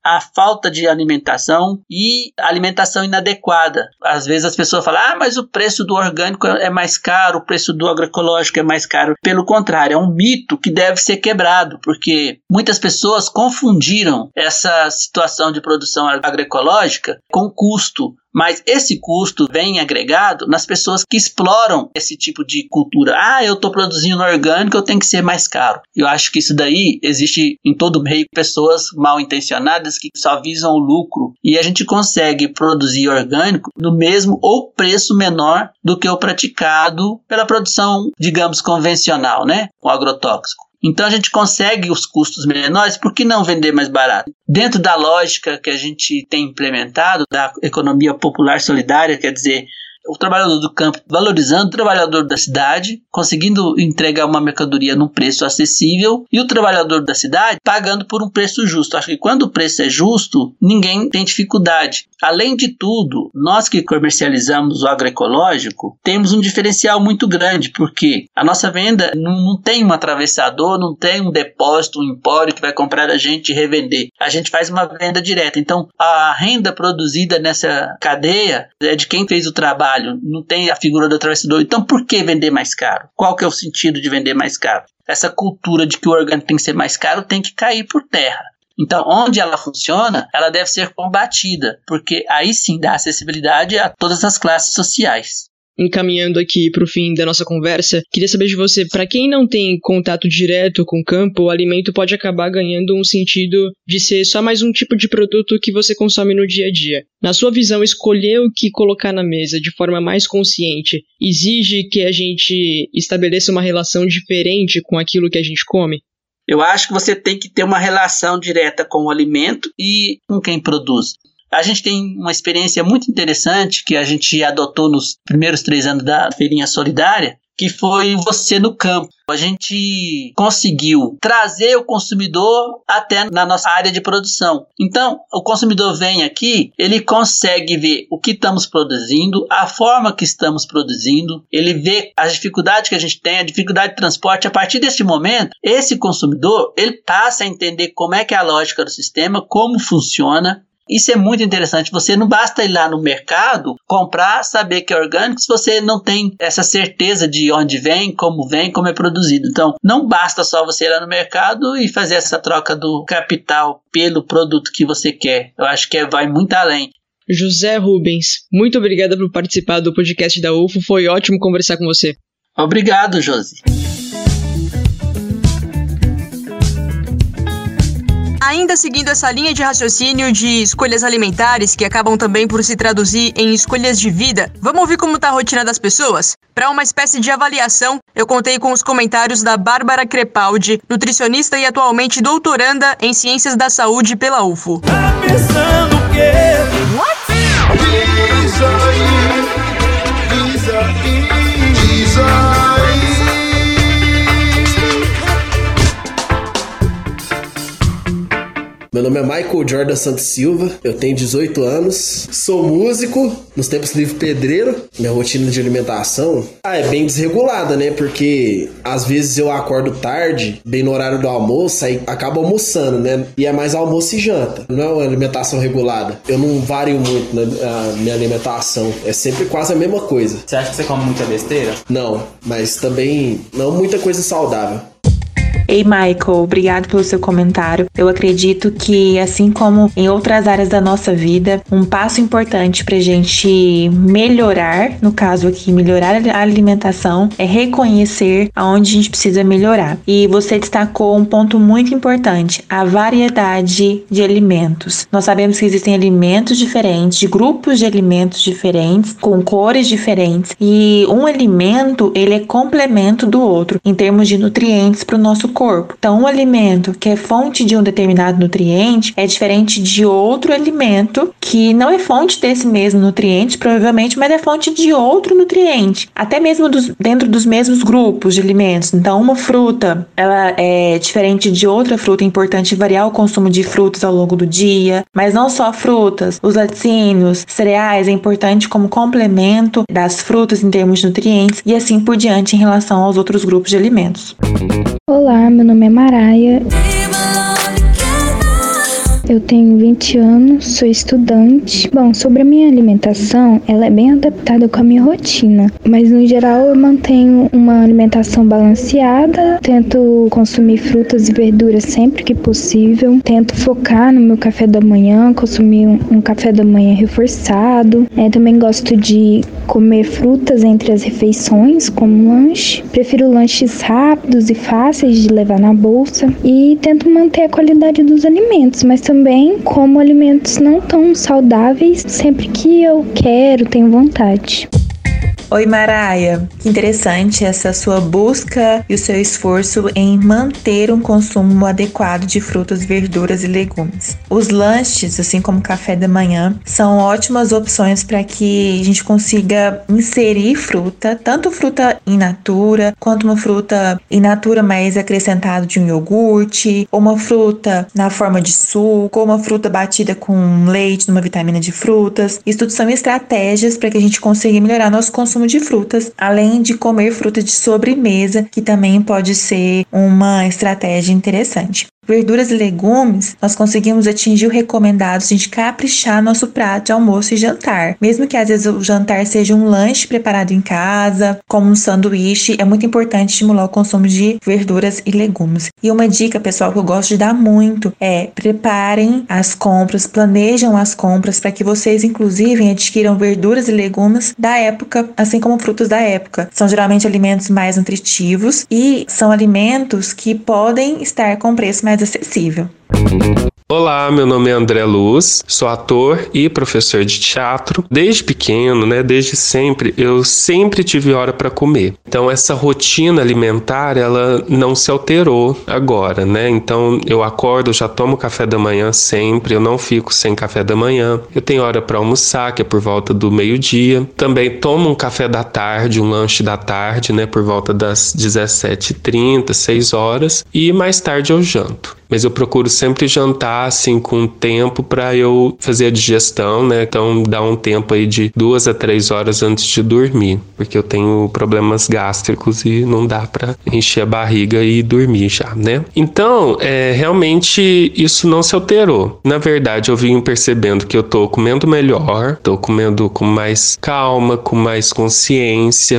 a falta de alimentação e alimentação inadequada. Às vezes as pessoas falam, mas o preço do orgânico é mais caro, o preço do agroecológico é mais caro. Pelo contrário, é um mito que deve ser quebrado, porque muitas pessoas confundiram essa situação de produção agroecológica com custo. Mas esse custo vem agregado nas pessoas que exploram esse tipo de cultura. Eu estou produzindo orgânico, eu tenho que ser mais caro. Eu acho que isso daí existe em todo meio, pessoas mal intencionadas que só visam o lucro. E a gente consegue produzir orgânico no mesmo ou preço menor do que o praticado pela produção, digamos, convencional, né? O agrotóxico. Então a gente consegue os custos menores, por que não vender mais barato? Dentro da lógica que a gente tem implementado da economia popular solidária, quer dizer, o trabalhador do campo valorizando o trabalhador da cidade, conseguindo entregar uma mercadoria num preço acessível, e o trabalhador da cidade pagando por um preço justo. Acho que quando o preço é justo, ninguém tem dificuldade. Além de tudo, nós que comercializamos o agroecológico, temos um diferencial muito grande, porque a nossa venda não tem um atravessador, não tem um depósito, um empório que vai comprar a gente e revender. A gente faz uma venda direta. Então, a renda produzida nessa cadeia é de quem fez o trabalho. Não tem a figura do atravessador. Então, por que vender mais caro? Qual que é o sentido de vender mais caro? Essa cultura de que o orgânico tem que ser mais caro tem que cair por terra. Então, onde ela funciona, ela deve ser combatida, porque aí sim dá acessibilidade a todas as classes sociais. Encaminhando aqui para o fim da nossa conversa, queria saber de você, para quem não tem contato direto com o campo, o alimento pode acabar ganhando um sentido de ser só mais um tipo de produto que você consome no dia a dia. Na sua visão, escolher o que colocar na mesa de forma mais consciente exige que a gente estabeleça uma relação diferente com aquilo que a gente come? Eu acho que você tem que ter uma relação direta com o alimento e com quem produz. A gente tem uma experiência muito interessante que a gente adotou nos primeiros 3 anos da Feirinha Solidária, que foi você no campo. A gente conseguiu trazer o consumidor até na nossa área de produção. Então, o consumidor vem aqui, ele consegue ver o que estamos produzindo, a forma que estamos produzindo, ele vê as dificuldades que a gente tem, a dificuldade de transporte. A partir desse momento, esse consumidor, ele passa a entender como é que é a lógica do sistema, como funciona. Isso é muito interessante. Você não basta ir lá no mercado, comprar, saber que é orgânico, se você não tem essa certeza de onde vem, como é produzido. Então, não basta só você ir lá no mercado e fazer essa troca do capital pelo produto que você quer. Eu acho que vai muito além. José Rubens, muito obrigada por participar do podcast da UFO. Foi ótimo conversar com você. Obrigado, Josi. Ainda seguindo essa linha de raciocínio de escolhas alimentares que acabam também por se traduzir em escolhas de vida, vamos ouvir como está a rotina das pessoas? Para uma espécie de avaliação, eu contei com os comentários da Bárbara Crepaldi, nutricionista e atualmente doutoranda em Ciências da Saúde pela UFO. Tá pensando o quê? What? Diz aí. Meu nome é Michael Jordan Santos Silva, eu tenho 18 anos, sou músico, nos tempos livres pedreiro. Minha rotina de alimentação é bem desregulada, né? Porque às vezes eu acordo tarde, bem no horário do almoço, aí acabo almoçando, né? E é mais almoço e janta, não é uma alimentação regulada. Eu não vario muito na minha alimentação, é sempre quase a mesma coisa. Você acha que você come muita besteira? Não, mas também não muita coisa saudável. Ei, Michael, obrigado pelo seu comentário. Eu acredito que, assim como em outras áreas da nossa vida, um passo importante pra gente melhorar, no caso aqui, melhorar a alimentação, é reconhecer aonde a gente precisa melhorar. E você destacou um ponto muito importante, a variedade de alimentos. Nós sabemos que existem alimentos diferentes, de grupos de alimentos diferentes, com cores diferentes, e um alimento, ele é complemento do outro, em termos de nutrientes para o nosso corpo. Então, um alimento que é fonte de um determinado nutriente é diferente de outro alimento que não é fonte desse mesmo nutriente, provavelmente, mas é fonte de outro nutriente, até mesmo dentro dos mesmos grupos de alimentos. Então, uma fruta, ela é diferente de outra fruta. É importante variar o consumo de frutas ao longo do dia, mas não só frutas, os laticínios, cereais, é importante como complemento das frutas em termos de nutrientes e assim por diante em relação aos outros grupos de alimentos. Olá, meu nome é Maraia. Eu tenho 20 anos, sou estudante. Bom, sobre a minha alimentação, ela é bem adaptada com a minha rotina, mas no geral eu mantenho uma alimentação balanceada, tento consumir frutas e verduras sempre que possível, tento focar no meu café da manhã, consumir um café da manhã reforçado. Também gosto de comer frutas entre as refeições, como lanche. Prefiro lanches rápidos e fáceis de levar na bolsa e tento manter a qualidade dos alimentos, mas também como alimentos não tão saudáveis sempre que eu quero, tenho vontade. Oi, Maraia. Que interessante essa sua busca e o seu esforço em manter um consumo adequado de frutas, verduras e legumes. Os lanches, assim como o café da manhã, são ótimas opções para que a gente consiga inserir fruta, tanto fruta in natura, quanto uma fruta in natura mais acrescentado de um iogurte, ou uma fruta na forma de suco, ou uma fruta batida com leite, numa vitamina de frutas. Isso tudo são estratégias para que a gente consiga melhorar nosso consumo de frutas, além de comer frutas de sobremesa, que também pode ser uma estratégia interessante. Verduras e legumes, nós conseguimos atingir o recomendado de a gente caprichar nosso prato de almoço e jantar. Mesmo que às vezes o jantar seja um lanche preparado em casa, como um sanduíche, é muito importante estimular o consumo de verduras e legumes. E uma dica, pessoal, que eu gosto de dar muito é: preparem as compras, planejam as compras para que vocês, inclusive, adquiram verduras e legumes da época, assim como frutas da época. São geralmente alimentos mais nutritivos e são alimentos que podem estar com preço mais acessível. Olá, meu nome é André Luz, sou ator e professor de teatro. Desde pequeno, desde sempre, eu sempre tive hora para comer. Então essa rotina alimentar, ela não se alterou agora, Então eu acordo, já tomo café da manhã sempre, eu não fico sem café da manhã. Eu tenho hora para almoçar, que é por volta do meio-dia. Também tomo um café da tarde, um lanche da tarde, por volta das 17h30, 6 horas. E mais tarde eu janto. Mas eu procuro sempre jantar assim com tempo para eu fazer a digestão, Então dá um tempo aí de 2 a 3 horas antes de dormir, porque eu tenho problemas gástricos e não dá para encher a barriga e dormir já, Então, realmente isso não se alterou. Na verdade, eu vim percebendo que eu tô comendo melhor, tô comendo com mais calma, com mais consciência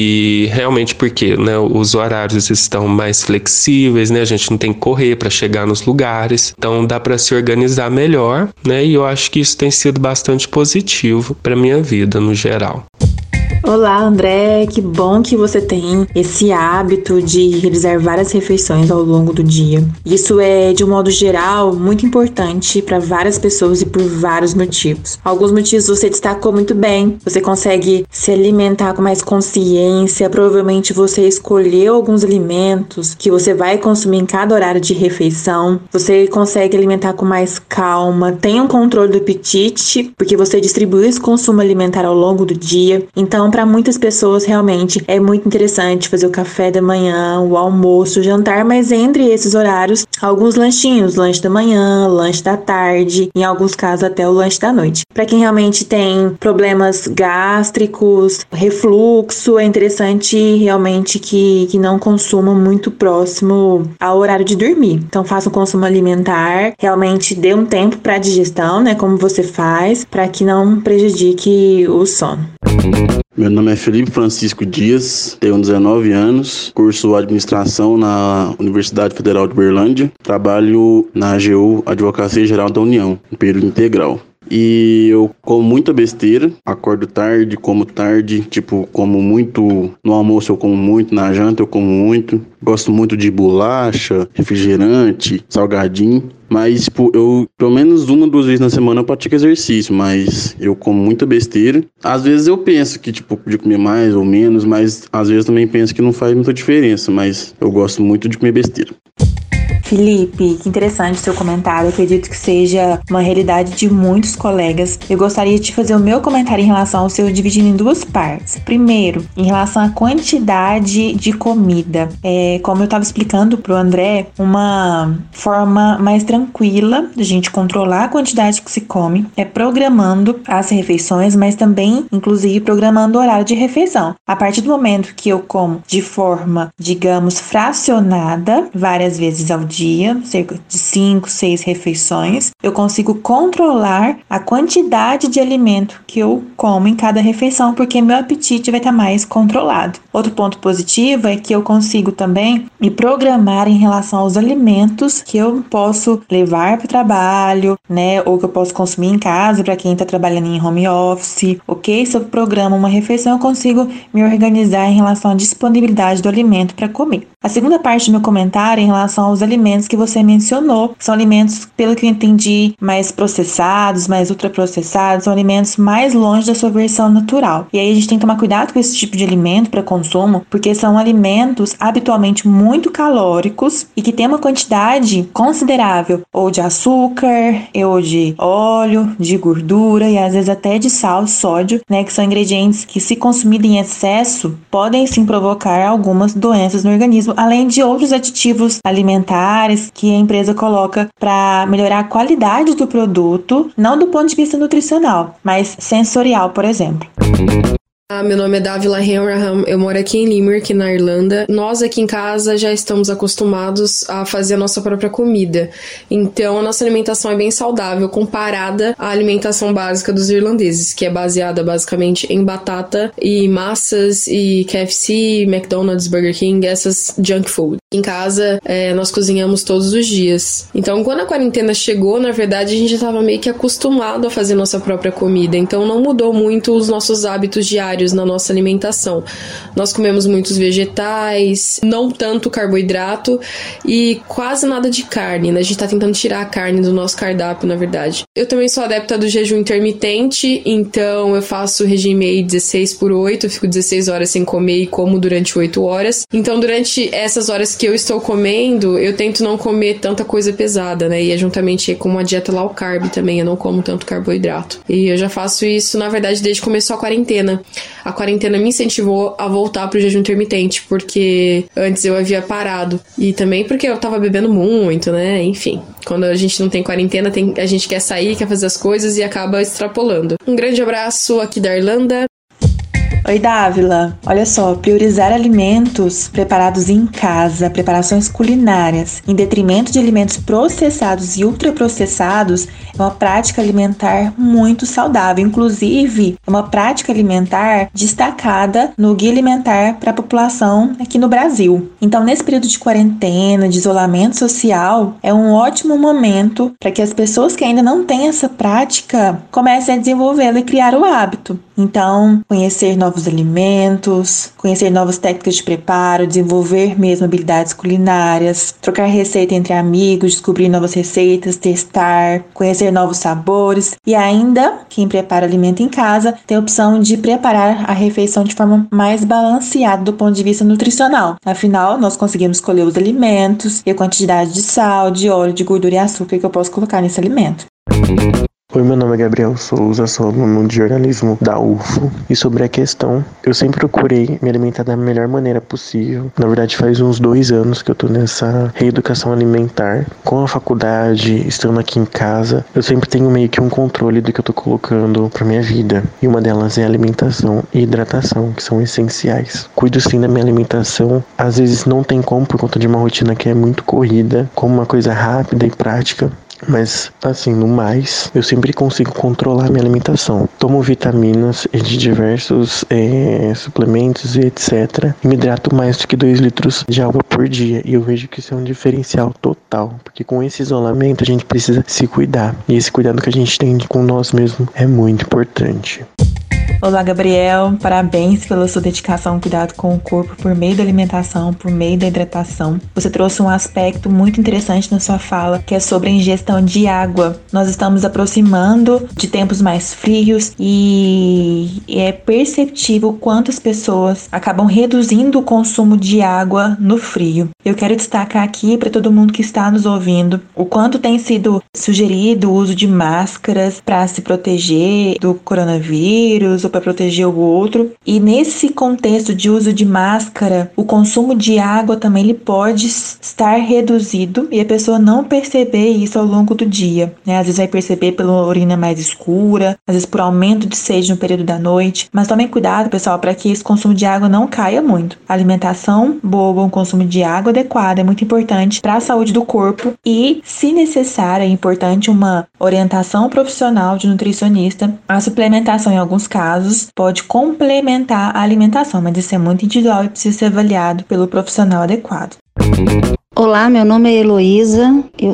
e realmente porque, os horários estão mais flexíveis, A gente não tem que correr para chegar nos lugares, então dá para se organizar melhor, E eu acho que isso tem sido bastante positivo para minha vida no geral. Olá, André, que bom que você tem esse hábito de realizar várias refeições ao longo do dia. Isso é, de um modo geral, muito importante para várias pessoas e por vários motivos. Alguns motivos você destacou muito bem, você consegue se alimentar com mais consciência, provavelmente você escolheu alguns alimentos que você vai consumir em cada horário de refeição, você consegue alimentar com mais calma, tem um controle do apetite, porque você distribui esse consumo alimentar ao longo do dia. Então, para muitas pessoas, realmente, é muito interessante fazer o café da manhã, o almoço, o jantar, mas entre esses horários, alguns lanchinhos, lanche da manhã, lanche da tarde, em alguns casos até o lanche da noite. Para quem realmente tem problemas gástricos, refluxo, é interessante realmente que não consuma muito próximo ao horário de dormir. Então, faça um consumo alimentar, realmente dê um tempo para a digestão, como você faz, para que não prejudique o sono. Meu nome é Felipe Francisco Dias, tenho 19 anos, curso administração na Universidade Federal de Uberlândia, trabalho na AGU, Advocacia Geral da União, em período integral. E eu como muita besteira, acordo tarde, como tarde, como muito no almoço, eu como muito, na janta eu como muito, gosto muito de bolacha, refrigerante, salgadinho. Mas, eu, pelo menos 1 ou 2 vezes na semana eu pratico exercício, mas eu como muita besteira. Às vezes eu penso que, podia comer mais ou menos, mas às vezes também penso que não faz muita diferença, mas eu gosto muito de comer besteira. Felipe, que interessante o seu comentário. Eu acredito que seja uma realidade de muitos colegas. Eu gostaria de fazer o meu comentário em relação ao seu, dividindo em 2 partes. Primeiro, em relação à quantidade de comida. Como eu estava explicando pro André, uma forma mais tranquila de a gente controlar a quantidade que se come é programando as refeições, mas também, inclusive, programando o horário de refeição. A partir do momento que eu como de forma, digamos, fracionada, várias vezes ao dia, dia, cerca de 5, 6 refeições, eu consigo controlar a quantidade de alimento que eu como em cada refeição, porque meu apetite vai estar mais controlado. Outro ponto positivo é que eu consigo também me programar em relação aos alimentos que eu posso levar para o trabalho, né, ou que eu posso consumir em casa para quem está trabalhando em home office, ok? Se eu programo uma refeição, eu consigo me organizar em relação à disponibilidade do alimento para comer. A segunda parte do meu comentário é em relação aos alimentos que você mencionou. São alimentos, pelo que eu entendi, mais processados, mais ultraprocessados, são alimentos mais longe da sua versão natural. E aí a gente tem que tomar cuidado com esse tipo de alimento para consumo, porque são alimentos habitualmente muito calóricos e que tem uma quantidade considerável ou de açúcar, ou de óleo, de gordura e às vezes até de sal, sódio, né, que são ingredientes que, se consumidos em excesso, podem sim provocar algumas doenças no organismo, além de outros aditivos alimentares que a empresa coloca para melhorar a qualidade do produto, não do ponto de vista nutricional, mas sensorial, por exemplo. Meu nome é Davila Hamraham, eu moro aqui em Limerick, na Irlanda. Nós aqui em casa já estamos acostumados a fazer a nossa própria comida, então a nossa alimentação é bem saudável comparada à alimentação básica dos irlandeses, que é baseada basicamente em batata e massas e KFC, McDonald's, Burger King, essas junk food. Em casa, nós cozinhamos todos os dias. Então, quando a quarentena chegou, na verdade, a gente já estava meio que acostumado a fazer nossa própria comida, então não mudou muito os nossos hábitos diários na nossa alimentação. Nós comemos muitos vegetais, não tanto carboidrato e quase nada de carne, né? A gente tá tentando tirar a carne do nosso cardápio, na verdade. Eu também sou adepta do jejum intermitente, então eu faço regime aí 16/8, eu fico 16 horas sem comer e como durante 8 horas. Então, durante essas horas que eu estou comendo, eu tento não comer tanta coisa pesada, né? E é juntamente com uma dieta low carb também, eu não como tanto carboidrato. E eu já faço isso, na verdade, desde que começou a quarentena. A quarentena me incentivou a voltar pro jejum intermitente, porque antes eu havia parado. E também porque eu tava bebendo muito, né? Enfim, quando a gente não tem quarentena, a gente quer sair, quer fazer as coisas e acaba extrapolando. Um grande abraço aqui da Irlanda. Oi, Dávila. Olha só, priorizar alimentos preparados em casa, preparações culinárias, em detrimento de alimentos processados e ultraprocessados, é uma prática alimentar muito saudável. Inclusive, é uma prática alimentar destacada no Guia Alimentar para a População aqui no Brasil. Então, nesse período de quarentena, de isolamento social, é um ótimo momento para que as pessoas que ainda não têm essa prática comecem a desenvolvê-la e criar o hábito. Então, conhecer novos alimentos, conhecer novas técnicas de preparo, desenvolver mesmo habilidades culinárias, trocar receita entre amigos, descobrir novas receitas, testar, conhecer novos sabores. E ainda, quem prepara alimento em casa tem a opção de preparar a refeição de forma mais balanceada do ponto de vista nutricional. Afinal, nós conseguimos escolher os alimentos e a quantidade de sal, de óleo, de gordura e açúcar que eu posso colocar nesse alimento. Oi, meu nome é Gabriel Souza, sou aluno de jornalismo da UFO e sobre a questão, eu sempre procurei me alimentar da melhor maneira possível. Na verdade, faz uns 2 anos que eu tô nessa reeducação alimentar. Com a faculdade, estando aqui em casa, eu sempre tenho meio que um controle do que eu tô colocando pra minha vida. E uma delas é alimentação e hidratação, que são essenciais. Cuido sim da minha alimentação, às vezes não tem como por conta de uma rotina que é muito corrida, como uma coisa rápida e prática. Mas, assim, no mais, eu sempre consigo controlar minha alimentação. Tomo vitaminas de diversos suplementos e etc. E me hidrato mais do que 2 litros de água por dia. E eu vejo que isso é um diferencial total. Porque com esse isolamento, a gente precisa se cuidar. E esse cuidado que a gente tem com nós mesmos é muito importante. Olá, Gabriel. Parabéns pela sua dedicação ao cuidado com o corpo por meio da alimentação, por meio da hidratação. Você trouxe um aspecto muito interessante na sua fala, que é sobre a ingestão de água. Nós estamos aproximando de tempos mais frios e é perceptível quantas pessoas acabam reduzindo o consumo de água no frio. Eu quero destacar aqui para todo mundo que está nos ouvindo o quanto tem sido sugerido o uso de máscaras para se proteger do coronavírus ou para proteger o outro. E nesse contexto de uso de máscara, o consumo de água também ele pode estar reduzido e a pessoa não perceber isso ao longo do dia, né? Às vezes vai perceber pela urina mais escura, às vezes por aumento de sede no período da noite. Mas tomem cuidado, pessoal, para que esse consumo de água não caia muito. A alimentação boa, um consumo de água adequado é muito importante para a saúde do corpo e, se necessário, é importante uma orientação profissional de nutricionista. A suplementação, em alguns casos, pode complementar a alimentação, mas isso é muito individual e precisa ser avaliado pelo profissional adequado. Olá, meu nome é Heloísa, eu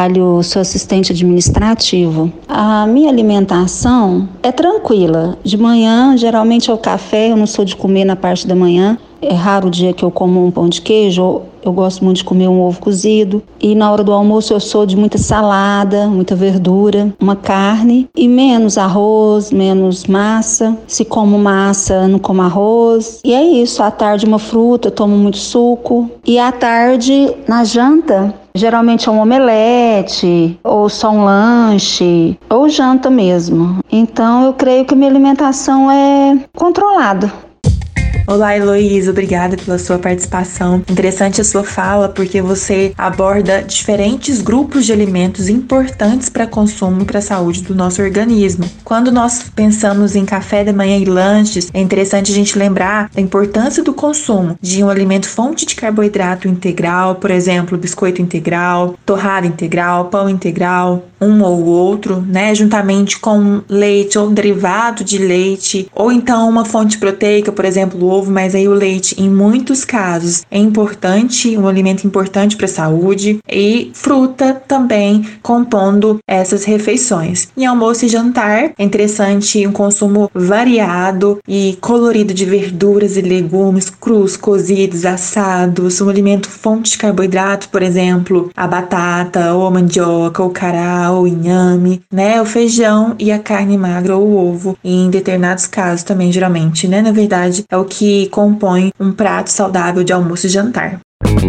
sou assistente administrativo. A minha alimentação é tranquila. De manhã, geralmente é o café, eu não sou de comer na parte da manhã. É raro o dia que eu como um pão de queijo, eu gosto muito de comer um ovo cozido. E na hora do almoço eu sou de muita salada, muita verdura, uma carne e menos arroz, menos massa. Se como massa, não como arroz. E é isso, à tarde uma fruta, eu tomo muito suco. E à tarde, na janta, geralmente é um omelete, ou só um lanche, ou janta mesmo. Então eu creio que minha alimentação é controlada. Olá, Heloísa, obrigada pela sua participação. Interessante a sua fala, porque você aborda diferentes grupos de alimentos importantes para consumo e para a saúde do nosso organismo. Quando nós pensamos em café da manhã e lanches, é interessante a gente lembrar da importância do consumo de um alimento fonte de carboidrato integral, por exemplo, biscoito integral, torrada integral, pão integral, um ou outro, né, juntamente com leite ou um derivado de leite, ou então uma fonte proteica, por exemplo, o ovo, mas aí o leite, em muitos casos, é importante, um alimento importante para a saúde, e fruta também compondo essas refeições. Em almoço e jantar, é interessante um consumo variado e colorido de verduras e legumes crus, cozidos, assados, um alimento fonte de carboidrato, por exemplo, a batata, ou a mandioca, ou o cará, ou o inhame, né, o feijão e a carne magra ou o ovo, e em determinados casos também, geralmente, né, na verdade, é o que compõe um prato saudável de almoço e jantar.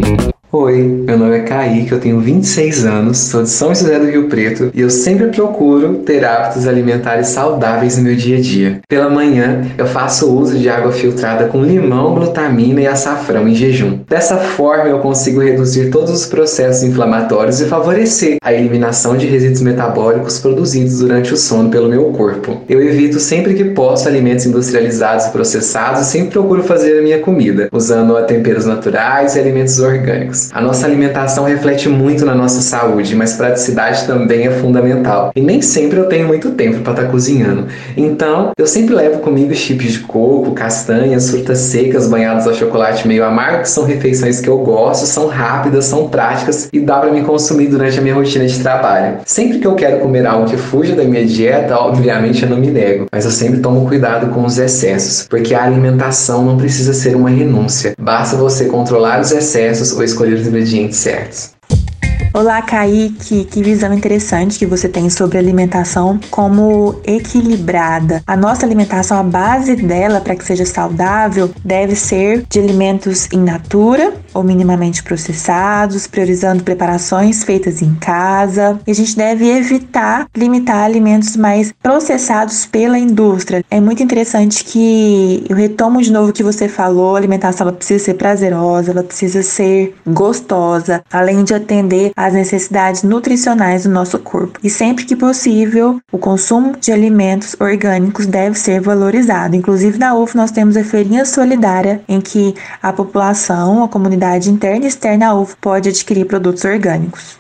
Oi, meu nome é Kaique, eu tenho 26 anos, sou de São José do Rio Preto e eu sempre procuro ter hábitos alimentares saudáveis no meu dia a dia. Pela manhã, eu faço uso de água filtrada com limão, glutamina e açafrão em jejum. Dessa forma, eu consigo reduzir todos os processos inflamatórios e favorecer a eliminação de resíduos metabólicos produzidos durante o sono pelo meu corpo. Eu evito sempre que posso alimentos industrializados e processados e sempre procuro fazer a minha comida, usando temperos naturais e alimentos orgânicos. A nossa alimentação reflete muito na nossa saúde, mas praticidade também é fundamental. E nem sempre eu tenho muito tempo para estar cozinhando. Então, eu sempre levo comigo chips de coco, castanhas, frutas secas banhadas ao chocolate meio amargo, que são refeições que eu gosto, são rápidas, são práticas e dá para me consumir durante a minha rotina de trabalho. Sempre que eu quero comer algo que fuja da minha dieta, obviamente eu não me nego, mas eu sempre tomo cuidado com os excessos, porque a alimentação não precisa ser uma renúncia. Basta você controlar os excessos ou escolher os ingredientes certos. Olá, Kaique, que visão interessante que você tem sobre alimentação como equilibrada. A nossa alimentação, a base dela para que seja saudável, deve ser de alimentos in natura ou minimamente processados, priorizando preparações feitas em casa. E a gente deve evitar limitar alimentos mais processados pela indústria. É muito interessante que eu retomo de novo o que você falou, a alimentação ela precisa ser prazerosa, ela precisa ser gostosa, além de atender às necessidades nutricionais do nosso corpo. E sempre que possível, o consumo de alimentos orgânicos deve ser valorizado. Inclusive, na UF, nós temos a feirinha solidária, em que a população, a comunidade interna e externa à UF pode adquirir produtos orgânicos.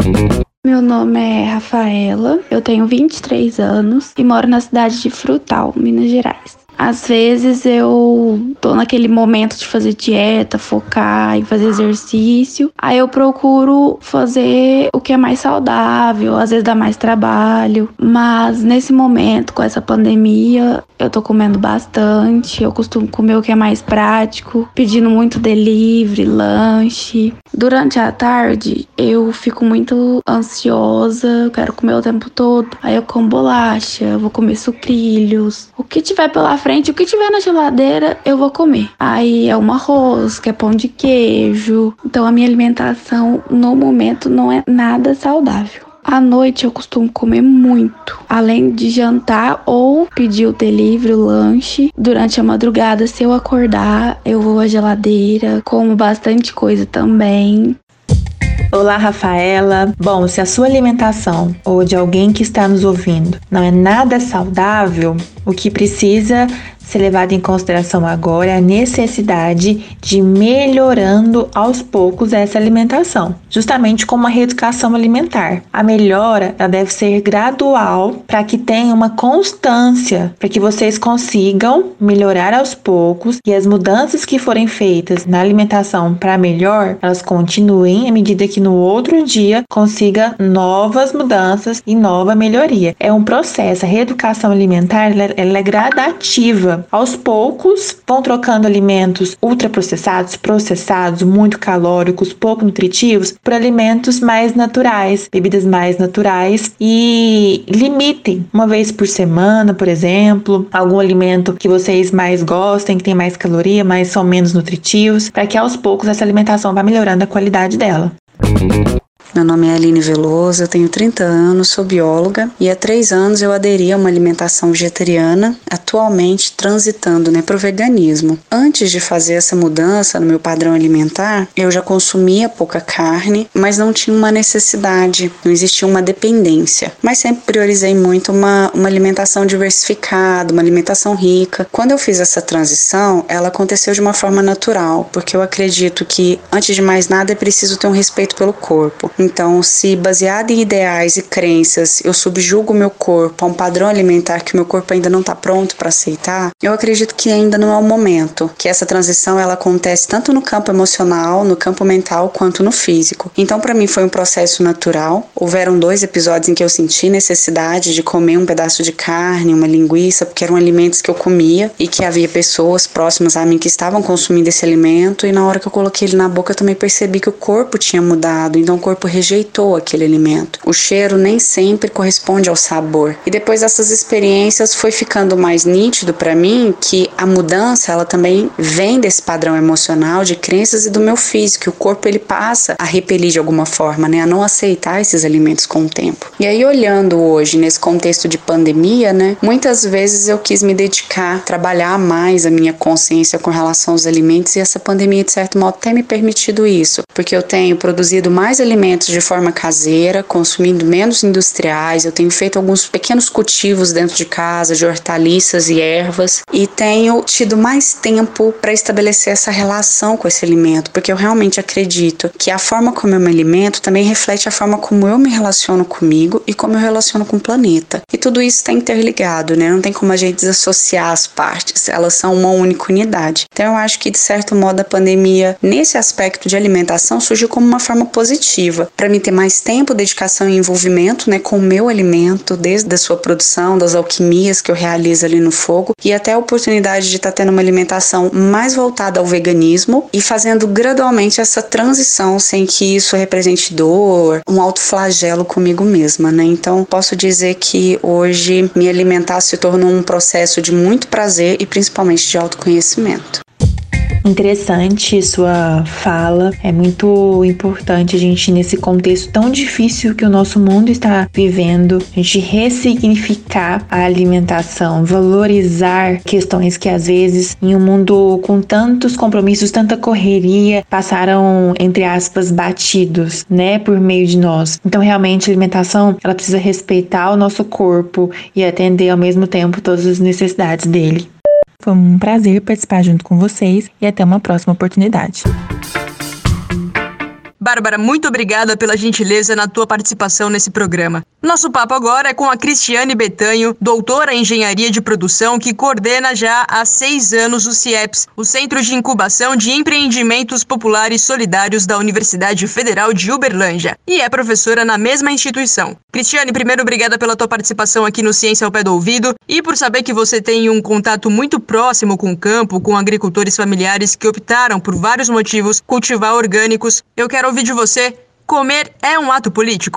Meu nome é Rafaela, eu tenho 23 anos e moro na cidade de Frutal, Minas Gerais. Às vezes eu tô naquele momento de fazer dieta, focar em fazer exercício. Aí eu procuro fazer o que é mais saudável, às vezes dá mais trabalho. Mas nesse momento, com essa pandemia, eu tô comendo bastante. Eu costumo comer o que é mais prático, pedindo muito delivery, lanche. Durante a tarde, eu fico muito ansiosa, eu quero comer o tempo todo. Aí eu como bolacha, eu vou comer sucrilhos. O que tiver pela frente, o que tiver na geladeira, eu vou comer. Aí é uma rosca, é pão de queijo. Então a minha alimentação, no momento, não é nada saudável. À noite eu costumo comer muito, além de jantar ou pedir o delivery, o lanche. Durante a madrugada, se eu acordar, eu vou à geladeira, como bastante coisa também. Olá, Rafaela. Bom, se a sua alimentação ou de alguém que está nos ouvindo não é nada saudável, o que precisa ser levado em consideração agora é a necessidade de ir melhorando aos poucos essa alimentação, justamente como a reeducação alimentar. A melhora ela deve ser gradual para que tenha uma constância, para que vocês consigam melhorar aos poucos e as mudanças que forem feitas na alimentação para melhor, elas continuem à medida que no outro dia consiga novas mudanças e nova melhoria. É um processo, a reeducação alimentar ela é gradativa. Aos poucos, vão trocando alimentos ultraprocessados, processados, muito calóricos, pouco nutritivos, por alimentos mais naturais, bebidas mais naturais e limitem uma vez por semana, por exemplo, algum alimento que vocês mais gostem, que tem mais caloria, mas são menos nutritivos, para que aos poucos essa alimentação vá melhorando a qualidade dela. Meu nome é Aline Veloso, eu tenho 30 anos, sou bióloga e há 3 anos eu aderi a uma alimentação vegetariana, atualmente transitando para o veganismo. Antes de fazer essa mudança no meu padrão alimentar, eu já consumia pouca carne, mas não tinha uma necessidade, não existia uma dependência. Mas sempre priorizei muito uma alimentação diversificada, uma alimentação rica. Quando eu fiz essa transição, ela aconteceu de uma forma natural, porque eu acredito que, antes de mais nada, é preciso ter um respeito pelo corpo. Então, se baseado em ideais e crenças, eu subjugo o meu corpo a um padrão alimentar que o meu corpo ainda não está pronto para aceitar, eu acredito que ainda não é o momento, que essa transição ela acontece tanto no campo emocional, no campo mental, quanto no físico. Então, para mim foi um processo natural. Houveram 2 episódios em que eu senti necessidade de comer um pedaço de carne, uma linguiça, porque eram alimentos que eu comia e que havia pessoas próximas a mim que estavam consumindo esse alimento, e na hora que eu coloquei ele na boca eu também percebi que o corpo tinha mudado, então o corpo rejeitou aquele alimento. O cheiro nem sempre corresponde ao sabor. E depois dessas experiências foi ficando mais nítido para mim que a mudança ela também vem desse padrão emocional, de crenças e do meu físico. O corpo ele passa a repelir de alguma forma, a não aceitar esses alimentos com o tempo. E aí olhando hoje nesse contexto de pandemia, muitas vezes eu quis me dedicar, trabalhar mais a minha consciência com relação aos alimentos, e essa pandemia de certo modo tem me permitido isso, porque eu tenho produzido mais alimentos de forma caseira, consumindo menos industriais, eu tenho feito alguns pequenos cultivos dentro de casa, de hortaliças e ervas, e tenho tido mais tempo para estabelecer essa relação com esse alimento, porque eu realmente acredito que a forma como eu me alimento também reflete a forma como eu me relaciono comigo e como eu relaciono com o planeta. E tudo isso está interligado, não tem como a gente desassociar as partes, elas são uma única unidade. Então eu acho que de certo modo a pandemia, nesse aspecto de alimentação, surgiu como uma forma positiva, para mim ter mais tempo, dedicação e envolvimento com o meu alimento, desde a sua produção, das alquimias que eu realizo ali no fogo, e até a oportunidade de estar tendo uma alimentação mais voltada ao veganismo e fazendo gradualmente essa transição sem que isso represente dor, um autoflagelo comigo mesma, Então posso dizer que hoje me alimentar se tornou um processo de muito prazer e principalmente de autoconhecimento. Interessante sua fala, é muito importante a gente, nesse contexto tão difícil que o nosso mundo está vivendo, a gente ressignificar a alimentação, valorizar questões que às vezes em um mundo com tantos compromissos, tanta correria, passaram, entre aspas, batidos, por meio de nós. Então realmente a alimentação, ela precisa respeitar o nosso corpo e atender ao mesmo tempo todas as necessidades dele. Foi um prazer participar junto com vocês e até uma próxima oportunidade. Bárbara, muito obrigada pela gentileza na tua participação nesse programa. Nosso papo agora é com a Cristiane Betanho, doutora em Engenharia de Produção, que coordena já há 6 anos o CIEPS, o Centro de Incubação de Empreendimentos Populares Solidários da Universidade Federal de Uberlândia, e é professora na mesma instituição. Cristiane, primeiro, obrigada pela tua participação aqui no Ciência ao Pé do Ouvido e por saber que você tem um contato muito próximo com o campo, com agricultores familiares que optaram, por vários motivos, cultivar orgânicos. Eu quero ouvir de você: comer é um ato político?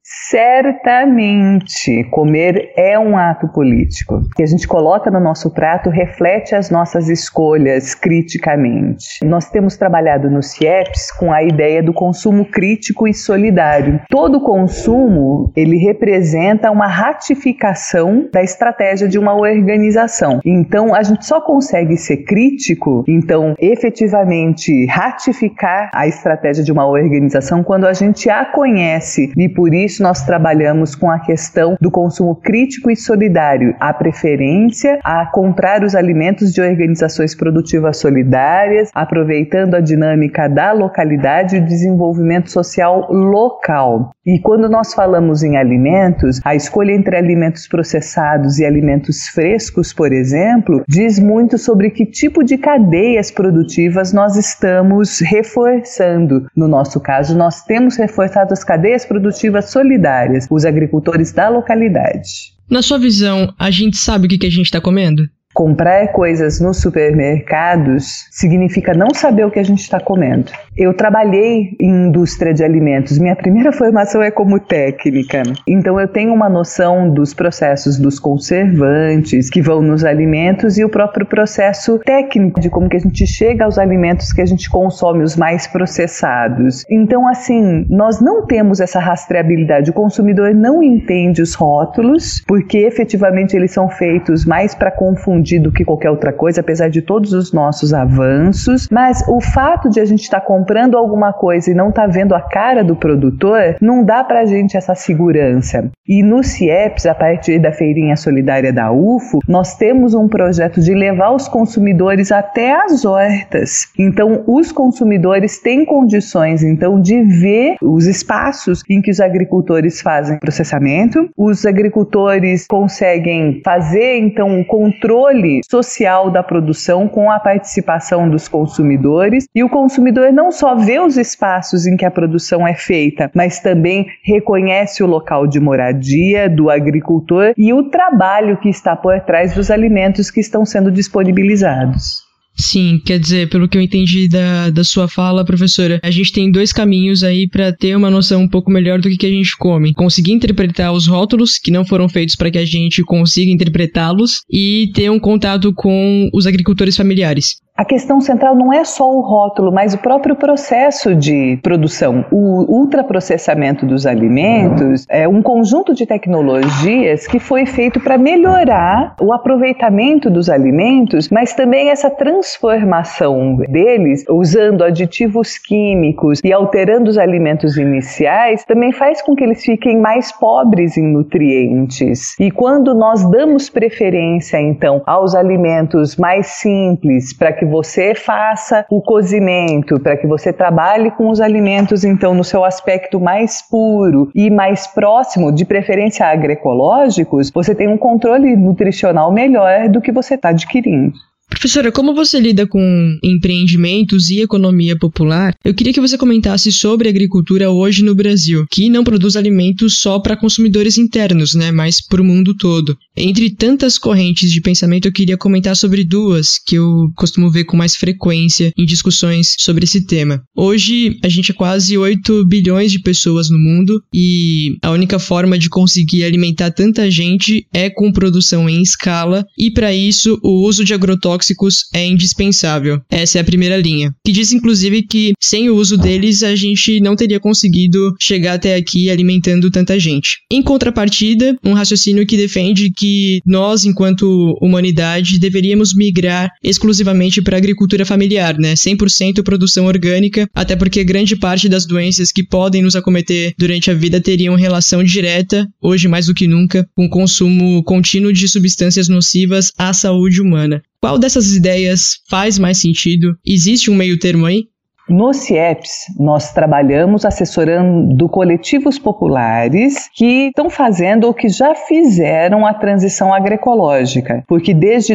Certamente, comer é um ato político. O que a gente coloca no nosso prato reflete as nossas escolhas criticamente. Nós temos trabalhado no CIEPS com a ideia do consumo crítico e solidário. Todo consumo, ele representa uma ratificação da estratégia de uma organização. Então, a gente só consegue ser crítico, então, efetivamente ratificar a estratégia de uma organização quando a gente a conhece, e por isso nós trabalhamos com a questão do consumo crítico e solidário, a preferência a comprar os alimentos de organizações produtivas solidárias, aproveitando a dinâmica da localidade e o desenvolvimento social local. E quando nós falamos em alimentos, a escolha entre alimentos processados e alimentos frescos, por exemplo, diz muito sobre que tipo de cadeias produtivas nós estamos reforçando. No nosso caso, nós temos reforçado as cadeias produtivas solidárias, os agricultores da localidade. Na sua visão, a gente sabe o que a gente está comendo? Comprar coisas nos supermercados significa não saber o que a gente está comendo. Eu trabalhei em indústria de alimentos. Minha primeira formação é como técnica. Então eu tenho uma noção dos processos dos conservantes que vão nos alimentos e o próprio processo técnico de como que a gente chega aos alimentos que a gente consome, os mais processados. Então, assim, nós não temos essa rastreabilidade. O consumidor não entende os rótulos, porque efetivamente eles são feitos mais para confundir do que qualquer outra coisa, apesar de todos os nossos avanços, mas o fato de a gente estar comprando alguma coisa e não estar vendo a cara do produtor, não dá pra gente essa segurança. E no CIEPS, a partir da Feirinha Solidária da UFO, nós temos um projeto de levar os consumidores até as hortas. Então, os consumidores têm condições, então, de ver os espaços em que os agricultores fazem processamento, os agricultores conseguem fazer, então, o controle social da produção com a participação dos consumidores, e o consumidor não só vê os espaços em que a produção é feita, mas também reconhece o local de moradia do agricultor e o trabalho que está por trás dos alimentos que estão sendo disponibilizados. Sim, quer dizer, pelo que eu entendi da sua fala, professora, a gente tem dois caminhos aí para ter uma noção um pouco melhor do que a gente come. Conseguir interpretar os rótulos, que não foram feitos para que a gente consiga interpretá-los, e ter um contato com os agricultores familiares. A questão central não é só o rótulo, mas o próprio processo de produção. O ultraprocessamento dos alimentos é um conjunto de tecnologias que foi feito para melhorar o aproveitamento dos alimentos, mas também essa transformação deles, usando aditivos químicos e alterando os alimentos iniciais, também faz com que eles fiquem mais pobres em nutrientes. E quando nós damos preferência, então, aos alimentos mais simples, para que você faça o cozimento, para que você trabalhe com os alimentos, então, no seu aspecto mais puro e mais próximo, de preferência agroecológicos, você tem um controle nutricional melhor do que você está adquirindo. Professora, como você lida com empreendimentos e economia popular, eu queria que você comentasse sobre a agricultura hoje no Brasil, que não produz alimentos só para consumidores internos, né, mas para o mundo todo. Entre tantas correntes de pensamento, eu queria comentar sobre duas que eu costumo ver com mais frequência em discussões sobre esse tema. Hoje, a gente é quase 8 bilhões de pessoas no mundo e a única forma de conseguir alimentar tanta gente é com produção em escala, e para isso o uso de agrotóxicos é indispensável. Essa é a primeira linha, que diz inclusive que sem o uso deles a gente não teria conseguido chegar até aqui alimentando tanta gente. Em contrapartida, um raciocínio que defende que nós, enquanto humanidade, deveríamos migrar exclusivamente para a agricultura familiar, né? 100% produção orgânica, até porque grande parte das doenças que podem nos acometer durante a vida teriam relação direta, hoje mais do que nunca, com o consumo contínuo de substâncias nocivas à saúde humana. Qual dessas ideias faz mais sentido? Existe um meio termo aí? No CIEPS, nós trabalhamos assessorando coletivos populares que estão fazendo ou que já fizeram a transição agroecológica, porque desde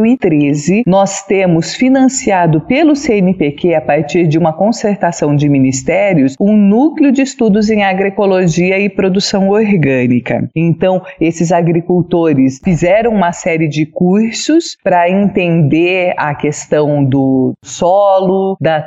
2013 nós temos financiado pelo CNPq, a partir de uma concertação de ministérios, um núcleo de estudos em agroecologia e produção orgânica. Então, esses agricultores fizeram uma série de cursos para entender a questão do solo, da trofobia,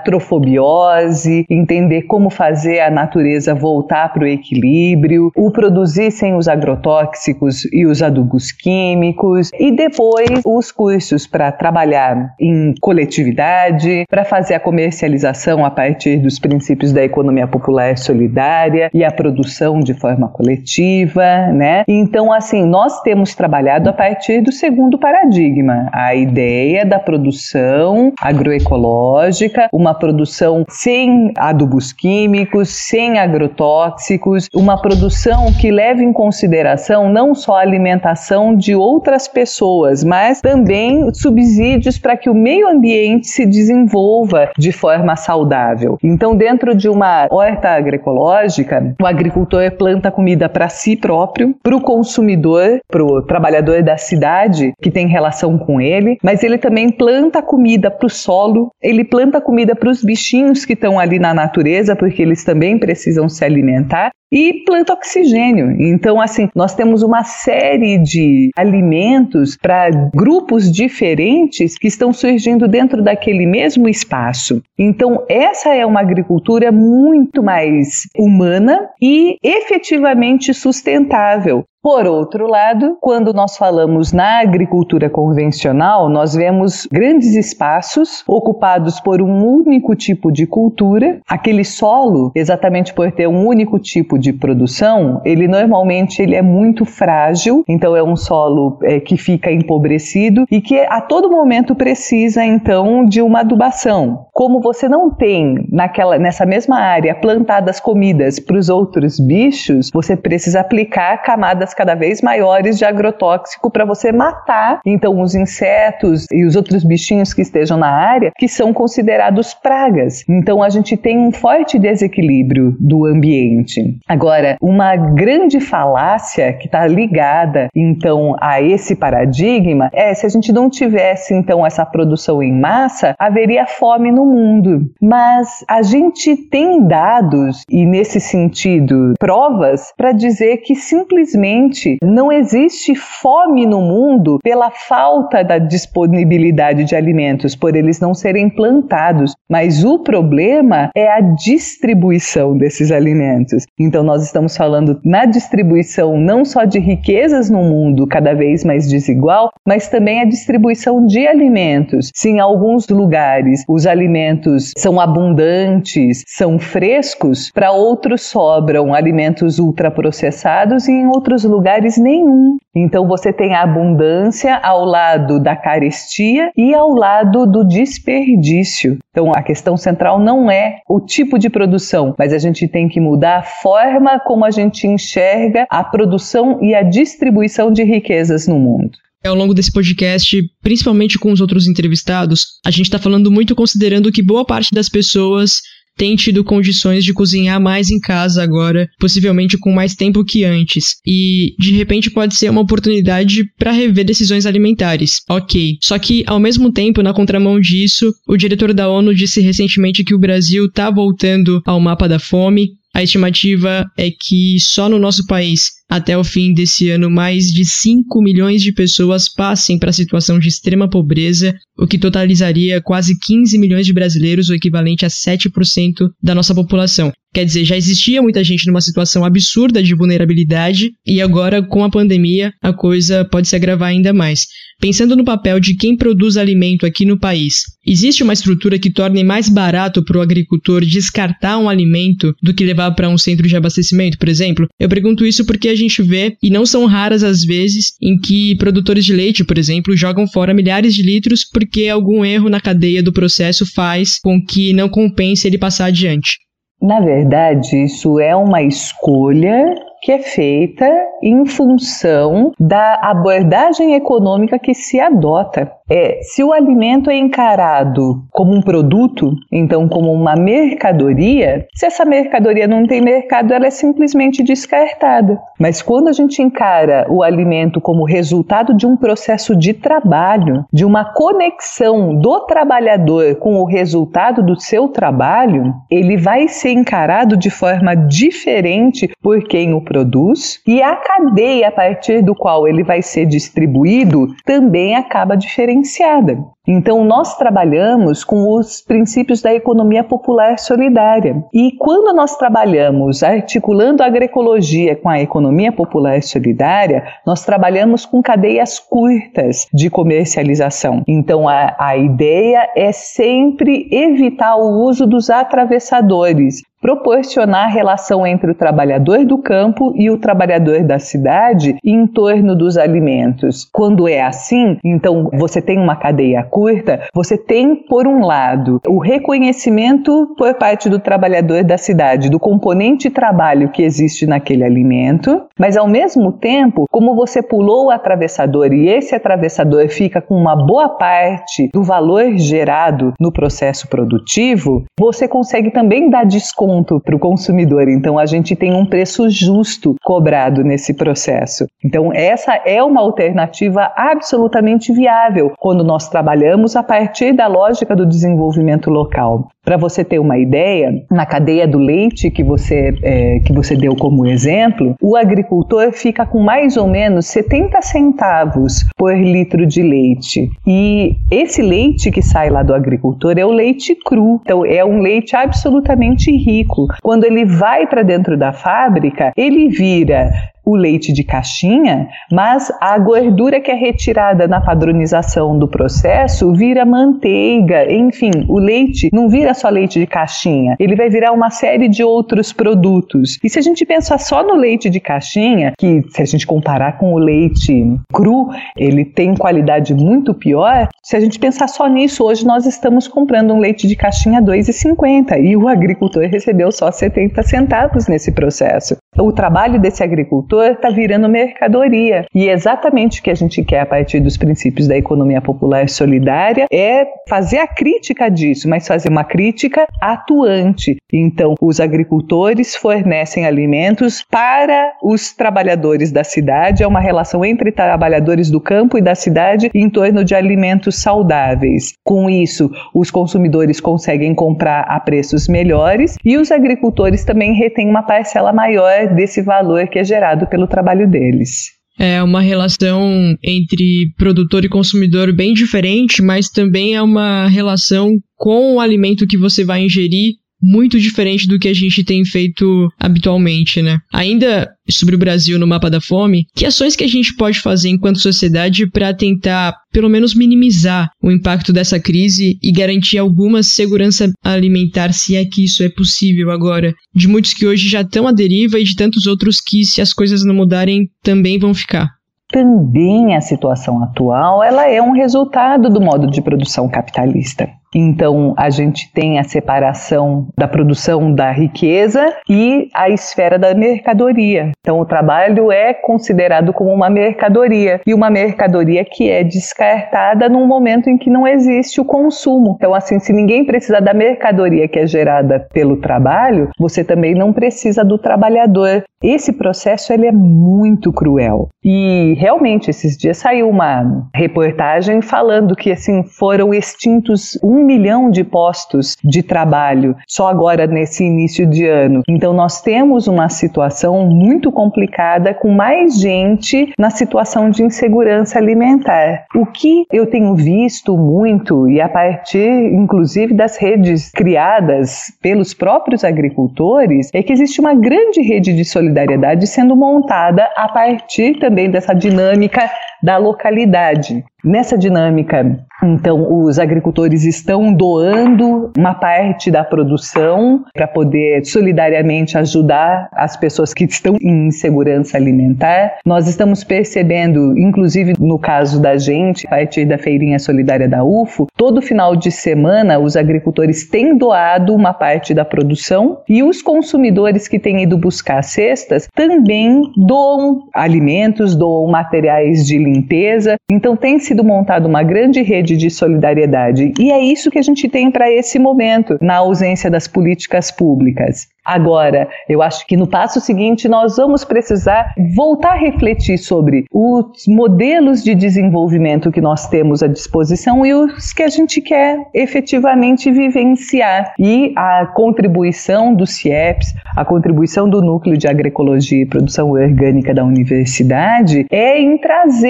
agrobiose, entender como fazer a natureza voltar para o equilíbrio, o produzir sem os agrotóxicos e os adubos químicos, e depois os cursos para trabalhar em coletividade, para fazer a comercialização a partir dos princípios da economia popular solidária e a produção de forma coletiva, né? Então, assim, nós temos trabalhado a partir do segundo paradigma, a ideia da produção agroecológica, uma produção sem adubos químicos, sem agrotóxicos, uma produção que leve em consideração não só a alimentação de outras pessoas, mas também subsídios para que o meio ambiente se desenvolva de forma saudável. Então, dentro de uma horta agroecológica, o agricultor planta comida para si próprio, para o consumidor, para o trabalhador da cidade que tem relação com ele, mas ele também planta comida para o solo, ele planta comida para os bichinhos que estão ali na natureza, porque eles também precisam se alimentar, e planta oxigênio. Então, assim, nós temos uma série de alimentos para grupos diferentes que estão surgindo dentro daquele mesmo espaço. Então, essa é uma agricultura muito mais humana e efetivamente sustentável. Por outro lado, quando nós falamos na agricultura convencional, nós vemos grandes espaços ocupados por um único tipo de cultura. Aquele solo, exatamente por ter um único tipo de produção, ele normalmente é muito frágil, então é um solo que fica empobrecido e que a todo momento precisa, então, de uma adubação. Como você não tem nessa mesma área plantadas comidas para os outros bichos, você precisa aplicar camadas cada vez maiores de agrotóxico para você matar, então, os insetos e os outros bichinhos que estejam na área, que são considerados pragas. Então, a gente tem um forte desequilíbrio do ambiente. Agora, uma grande falácia que está ligada, então, a esse paradigma se a gente não tivesse, então, essa produção em massa, haveria fome no mundo. Mas a gente tem dados, e nesse sentido, provas, para dizer que simplesmente não existe fome no mundo pela falta da disponibilidade de alimentos, por eles não serem plantados. Mas o problema é a distribuição desses alimentos. Então, nós estamos falando na distribuição não só de riquezas no mundo cada vez mais desigual, mas também a distribuição de alimentos. Se em alguns lugares os alimentos são abundantes, são frescos, para outros sobram alimentos ultraprocessados e em outros lugares nenhum. Então você tem a abundância ao lado da carestia e ao lado do desperdício. Então a questão central não é o tipo de produção, mas a gente tem que mudar a forma como a gente enxerga a produção e a distribuição de riquezas no mundo. Ao longo desse podcast, principalmente com os outros entrevistados, a gente está falando muito considerando que boa parte das pessoas tem tido condições de cozinhar mais em casa agora, possivelmente com mais tempo que antes. E, de repente, pode ser uma oportunidade para rever decisões alimentares. Ok. Só que, ao mesmo tempo, na contramão disso, o diretor da ONU disse recentemente que o Brasil está voltando ao mapa da fome. A estimativa é que só no nosso país, até o fim desse ano, mais de 5 milhões de pessoas passem para a situação de extrema pobreza, o que totalizaria quase 15 milhões de brasileiros, o equivalente a 7% da nossa população. Quer dizer, já existia muita gente numa situação absurda de vulnerabilidade e agora, com a pandemia, a coisa pode se agravar ainda mais. Pensando no papel de quem produz alimento aqui no país, existe uma estrutura que torne mais barato para o agricultor descartar um alimento do que levar para um centro de abastecimento, por exemplo? Eu pergunto isso porque a gente vê, e não são raras as vezes, em que produtores de leite, por exemplo, jogam fora milhares de litros porque algum erro na cadeia do processo faz com que não compense ele passar adiante. Na verdade, isso é uma escolha que é feita em função da abordagem econômica que se adota. Se o alimento é encarado como um produto, então como uma mercadoria, se essa mercadoria não tem mercado, ela é simplesmente descartada. Mas quando a gente encara o alimento como resultado de um processo de trabalho, de uma conexão do trabalhador com o resultado do seu trabalho, ele vai ser encarado de forma diferente por quem o produz, e a cadeia a partir do qual ele vai ser distribuído também acaba diferenciando. diferenciada. Então, nós trabalhamos com os princípios da economia popular solidária. E quando nós trabalhamos articulando a agroecologia com a economia popular solidária, nós trabalhamos com cadeias curtas de comercialização. Então, a ideia é sempre evitar o uso dos atravessadores, proporcionar a relação entre o trabalhador do campo e o trabalhador da cidade em torno dos alimentos. Quando é assim, então você tem uma cadeia curta, você tem, por um lado, o reconhecimento por parte do trabalhador da cidade do componente trabalho que existe naquele alimento, mas ao mesmo tempo, como você pulou o atravessador e esse atravessador fica com uma boa parte do valor gerado no processo produtivo, você consegue também dar desconto para o consumidor. Então, a gente tem um preço justo cobrado nesse processo. Então, essa é uma alternativa absolutamente viável quando nós trabalhamos a partir da lógica do desenvolvimento local. Para você ter uma ideia, na cadeia do leite que você deu como exemplo, o agricultor fica com mais ou menos 70 centavos por litro de leite. E esse leite que sai lá do agricultor é o leite cru. Então, é um leite absolutamente rico. Quando ele vai para dentro da fábrica, ele vira o leite de caixinha, mas a gordura que é retirada na padronização do processo vira manteiga, enfim, o leite não vira só leite de caixinha, ele vai virar uma série de outros produtos. E se a gente pensar só no leite de caixinha, que se a gente comparar com o leite cru, ele tem qualidade muito pior, se a gente pensar só nisso, hoje nós estamos comprando um leite de caixinha a R$ 2,50 e o agricultor recebeu só 70 centavos nesse processo. O trabalho desse agricultor está virando mercadoria. E exatamente o que a gente quer a partir dos princípios da economia popular solidária é fazer a crítica disso, mas fazer uma crítica atuante. Então, os agricultores fornecem alimentos para os trabalhadores da cidade, é uma relação entre trabalhadores do campo e da cidade em torno de alimentos saudáveis. Com isso, os consumidores conseguem comprar a preços melhores e os agricultores também retêm uma parcela maior desse valor que é gerado pelo trabalho deles. É uma relação entre produtor e consumidor bem diferente, mas também é uma relação com o alimento que você vai ingerir muito diferente do que a gente tem feito habitualmente, né? Ainda sobre o Brasil no mapa da fome, que ações que a gente pode fazer enquanto sociedade para tentar, pelo menos, minimizar o impacto dessa crise e garantir alguma segurança alimentar, se é que isso é possível agora, de muitos que hoje já estão à deriva e de tantos outros que, se as coisas não mudarem, também vão ficar? Também a situação atual, ela é um resultado do modo de produção capitalista. Então, a gente tem a separação da produção da riqueza e a esfera da mercadoria. Então, o trabalho é considerado como uma mercadoria, e uma mercadoria que é descartada num momento em que não existe o consumo. Então, assim, se ninguém precisa da mercadoria que é gerada pelo trabalho, você também não precisa do trabalhador. Esse processo, ele é muito cruel. E, realmente, esses dias saiu uma reportagem falando que, assim, foram extintos 1 milhão de postos de trabalho só agora nesse início de ano. Então nós temos uma situação muito complicada com mais gente na situação de insegurança alimentar. O que eu tenho visto muito, e a partir inclusive das redes criadas pelos próprios agricultores, é que existe uma grande rede de solidariedade sendo montada a partir também dessa dinâmica da localidade. Nessa dinâmica, então, os agricultores estão doando uma parte da produção para poder solidariamente ajudar as pessoas que estão em insegurança alimentar. Nós estamos percebendo, inclusive no caso da gente, a partir da Feirinha Solidária da UFO, todo final de semana os agricultores têm doado uma parte da produção e os consumidores que têm ido buscar cestas também doam alimentos, doam materiais de limpeza. Então, tem sido montada uma grande rede de solidariedade. E é isso que a gente tem para esse momento, na ausência das políticas públicas. Agora, eu acho que no passo seguinte nós vamos precisar voltar a refletir sobre os modelos de desenvolvimento que nós temos à disposição e os que a gente quer efetivamente vivenciar. E a contribuição do CIEPS, a contribuição do Núcleo de Agroecologia e Produção Orgânica da Universidade é em trazer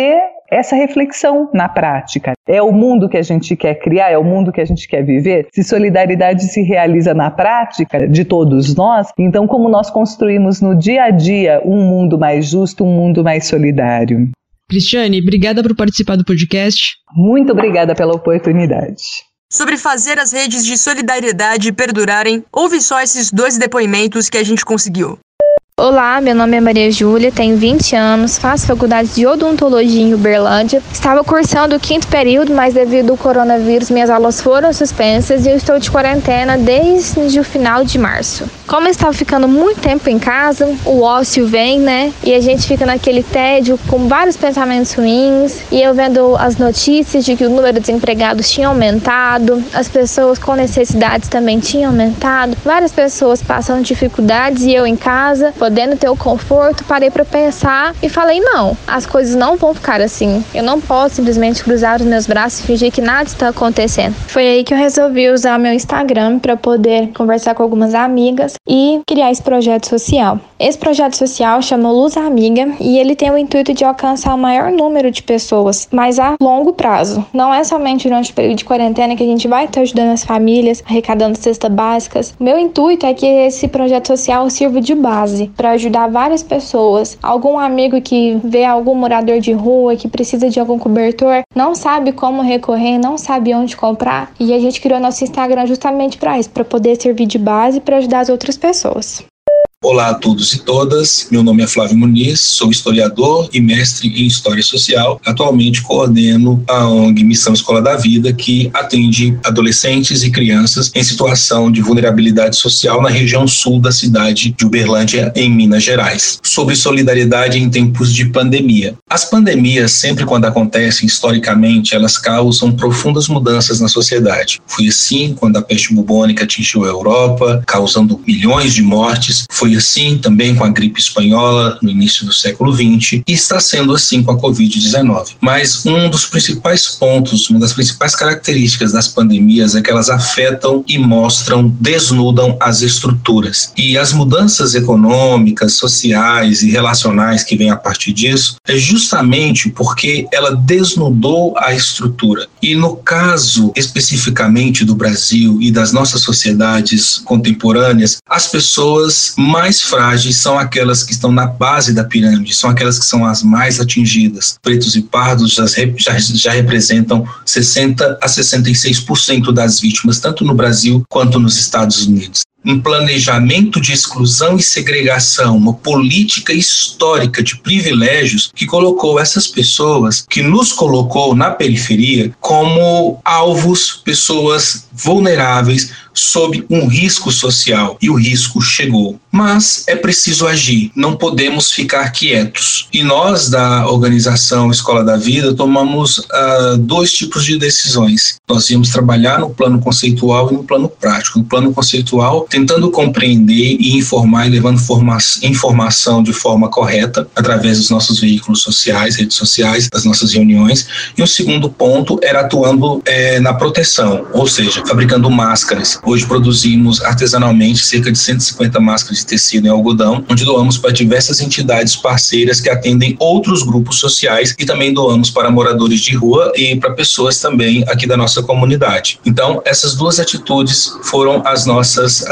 essa reflexão na prática. É o mundo que a gente quer criar, é o mundo que a gente quer viver? Se solidariedade se realiza na prática de todos nós, então como nós construímos no dia a dia um mundo mais justo, um mundo mais solidário? Cristiane, obrigada por participar do podcast. Muito obrigada pela oportunidade. Sobre fazer as redes de solidariedade perdurarem, ouve só esses 2 depoimentos que a gente conseguiu. Olá, meu nome é Maria Júlia, tenho 20 anos, faço faculdade de odontologia em Uberlândia. Estava cursando o 5º período, mas devido ao coronavírus minhas aulas foram suspensas e eu estou de quarentena desde o final de março. Como eu estava ficando muito tempo em casa, o ócio vem, né? E a gente fica naquele tédio com vários pensamentos ruins. E eu vendo as notícias de que o número de desempregados tinha aumentado, as pessoas com necessidades também tinham aumentado, várias pessoas passando dificuldades e eu em casa, podendo ter o conforto, parei para pensar e falei, não, as coisas não vão ficar assim. Eu não posso simplesmente cruzar os meus braços e fingir que nada está acontecendo. Foi aí que eu resolvi usar meu Instagram para poder conversar com algumas amigas e criar esse projeto social. Esse projeto social chama Luz Amiga e ele tem o intuito de alcançar o maior número de pessoas, mas a longo prazo. Não é somente durante o período de quarentena que a gente vai estar ajudando as famílias, arrecadando cestas básicas. O meu intuito é que esse projeto social sirva de base para ajudar várias pessoas. Algum amigo que vê algum morador de rua que precisa de algum cobertor, não sabe como recorrer, não sabe onde comprar, e a gente criou nosso Instagram justamente para isso, para poder servir de base para ajudar as outras pessoas. Olá a todos e todas, meu nome é Flávio Muniz, sou historiador e mestre em História Social. Atualmente coordeno a ONG Missão Escola da Vida, que atende adolescentes e crianças em situação de vulnerabilidade social na região sul da cidade de Uberlândia, em Minas Gerais. Sobre solidariedade em tempos de pandemia. As pandemias, sempre quando acontecem historicamente, elas causam profundas mudanças na sociedade. Foi assim quando a peste bubônica atingiu a Europa, causando milhões de mortes. Foi assim também com a gripe espanhola no início do século XX e está sendo assim com a Covid-19. Mas um dos principais pontos, uma das principais características das pandemias é que elas afetam e mostram, desnudam as estruturas. E as mudanças econômicas, sociais e relacionais que vêm a partir disso é justamente porque ela desnudou a estrutura. E no caso especificamente do Brasil e das nossas sociedades contemporâneas, as pessoas mais frágeis são aquelas que estão na base da pirâmide, são aquelas que são as mais atingidas. Pretos e pardos já representam 60% a 66% das vítimas, tanto no Brasil quanto nos Estados Unidos. Um planejamento de exclusão e segregação, uma política histórica de privilégios que colocou essas pessoas, que nos colocou na periferia como alvos, pessoas vulneráveis, sob um risco social, e o risco chegou. Mas é preciso agir, não podemos ficar quietos. E nós, da organização Escola da Vida, tomamos 2 tipos de decisões. Nós íamos trabalhar no plano conceitual e no plano prático. No plano conceitual, tentando compreender e informar e levando informação de forma correta, através dos nossos veículos sociais, redes sociais, das nossas reuniões. E o segundo ponto era atuando na proteção, ou seja, fabricando máscaras. Hoje produzimos artesanalmente cerca de 150 máscaras de tecido em algodão, onde doamos para diversas entidades parceiras que atendem outros grupos sociais e também doamos para moradores de rua e para pessoas também aqui da nossa comunidade. Então, essas 2 atitudes foram as nossas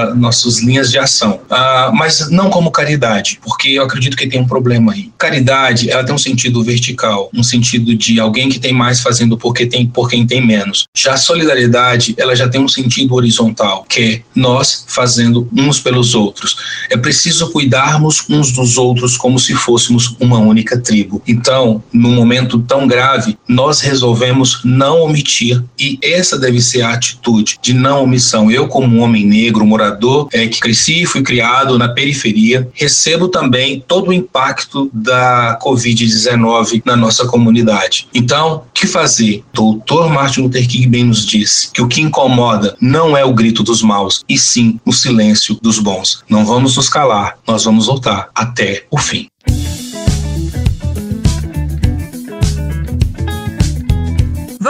linhas de ação. Mas não como caridade, porque eu acredito que tem um problema aí. Caridade, ela tem um sentido vertical, um sentido de alguém que tem mais fazendo por quem tem menos. Já a solidariedade, ela já tem um sentido horizontal, que é nós fazendo uns pelos outros. É preciso cuidarmos uns dos outros como se fôssemos uma única tribo. Então, num momento tão grave, nós resolvemos não omitir, e essa deve ser a atitude de não omissão. Eu, como um homem negro, morador, que cresci e fui criado na periferia, recebo também todo o impacto da Covid-19 na nossa comunidade. Então, o que fazer? Dr. Martin Luther King bem nos disse que o que incomoda não é o grito dos maus, e sim o silêncio dos bons. Não vamos nos calar, nós vamos lutar até o fim.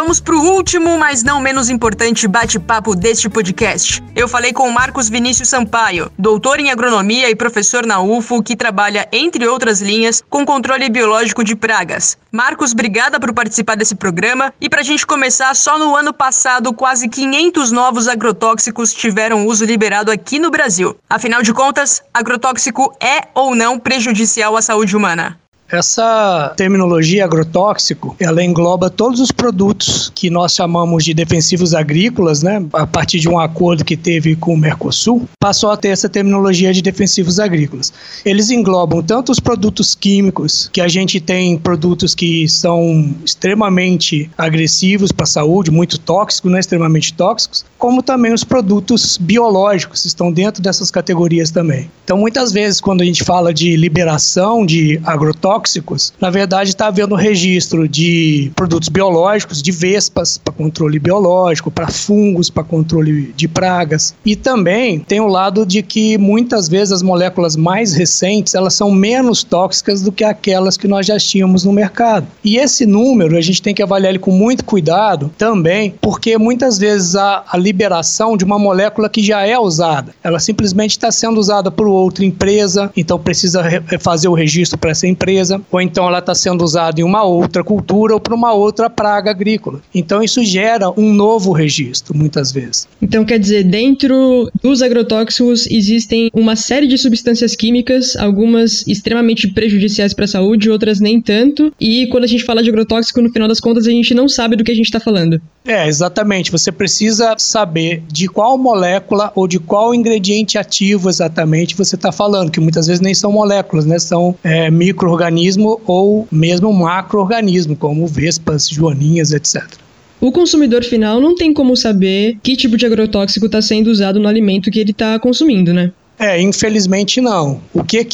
vamos pro último, mas não menos importante bate-papo deste podcast. Eu falei com o Marcos Vinícius Sampaio, doutor em agronomia e professor na UFO, que trabalha, entre outras linhas, com controle biológico de pragas. Marcos, obrigada por participar desse programa. E pra gente começar, só no ano passado, quase 500 novos agrotóxicos tiveram uso liberado aqui no Brasil. Afinal de contas, agrotóxico é ou não prejudicial à saúde humana? Essa terminologia agrotóxico, ela engloba todos os produtos que nós chamamos de defensivos agrícolas, né? A partir de um acordo que teve com o Mercosul, passou a ter essa terminologia de defensivos agrícolas. Eles englobam tanto os produtos químicos, que a gente tem produtos que são extremamente agressivos para a saúde, muito tóxicos, né? Extremamente tóxicos, como também os produtos biológicos, estão dentro dessas categorias também. Então, muitas vezes, quando a gente fala de liberação de agrotóxicos, na verdade está havendo registro de produtos biológicos, de vespas para controle biológico, para fungos para controle de pragas, e também tem o lado de que muitas vezes as moléculas mais recentes elas são menos tóxicas do que aquelas que nós já tínhamos no mercado. E esse número a gente tem que avaliar ele com muito cuidado também, porque muitas vezes a liberação de uma molécula que já é usada, ela simplesmente está sendo usada por outra empresa, então precisa fazer o registro para essa empresa, ou então ela está sendo usada em uma outra cultura ou para uma outra praga agrícola. Então isso gera um novo registro, muitas vezes. Então quer dizer, dentro dos agrotóxicos existem uma série de substâncias químicas, algumas extremamente prejudiciais para a saúde, outras nem tanto, e quando a gente fala de agrotóxico, no final das contas, a gente não sabe do que a gente está falando. Exatamente. Você precisa saber de qual molécula ou de qual ingrediente ativo exatamente você está falando, que muitas vezes nem são moléculas, né? São micro-organismo ou mesmo macro-organismo, como vespas, joaninhas, etc. O consumidor final não tem como saber que tipo de agrotóxico está sendo usado no alimento que ele está consumindo, né? Infelizmente não. O que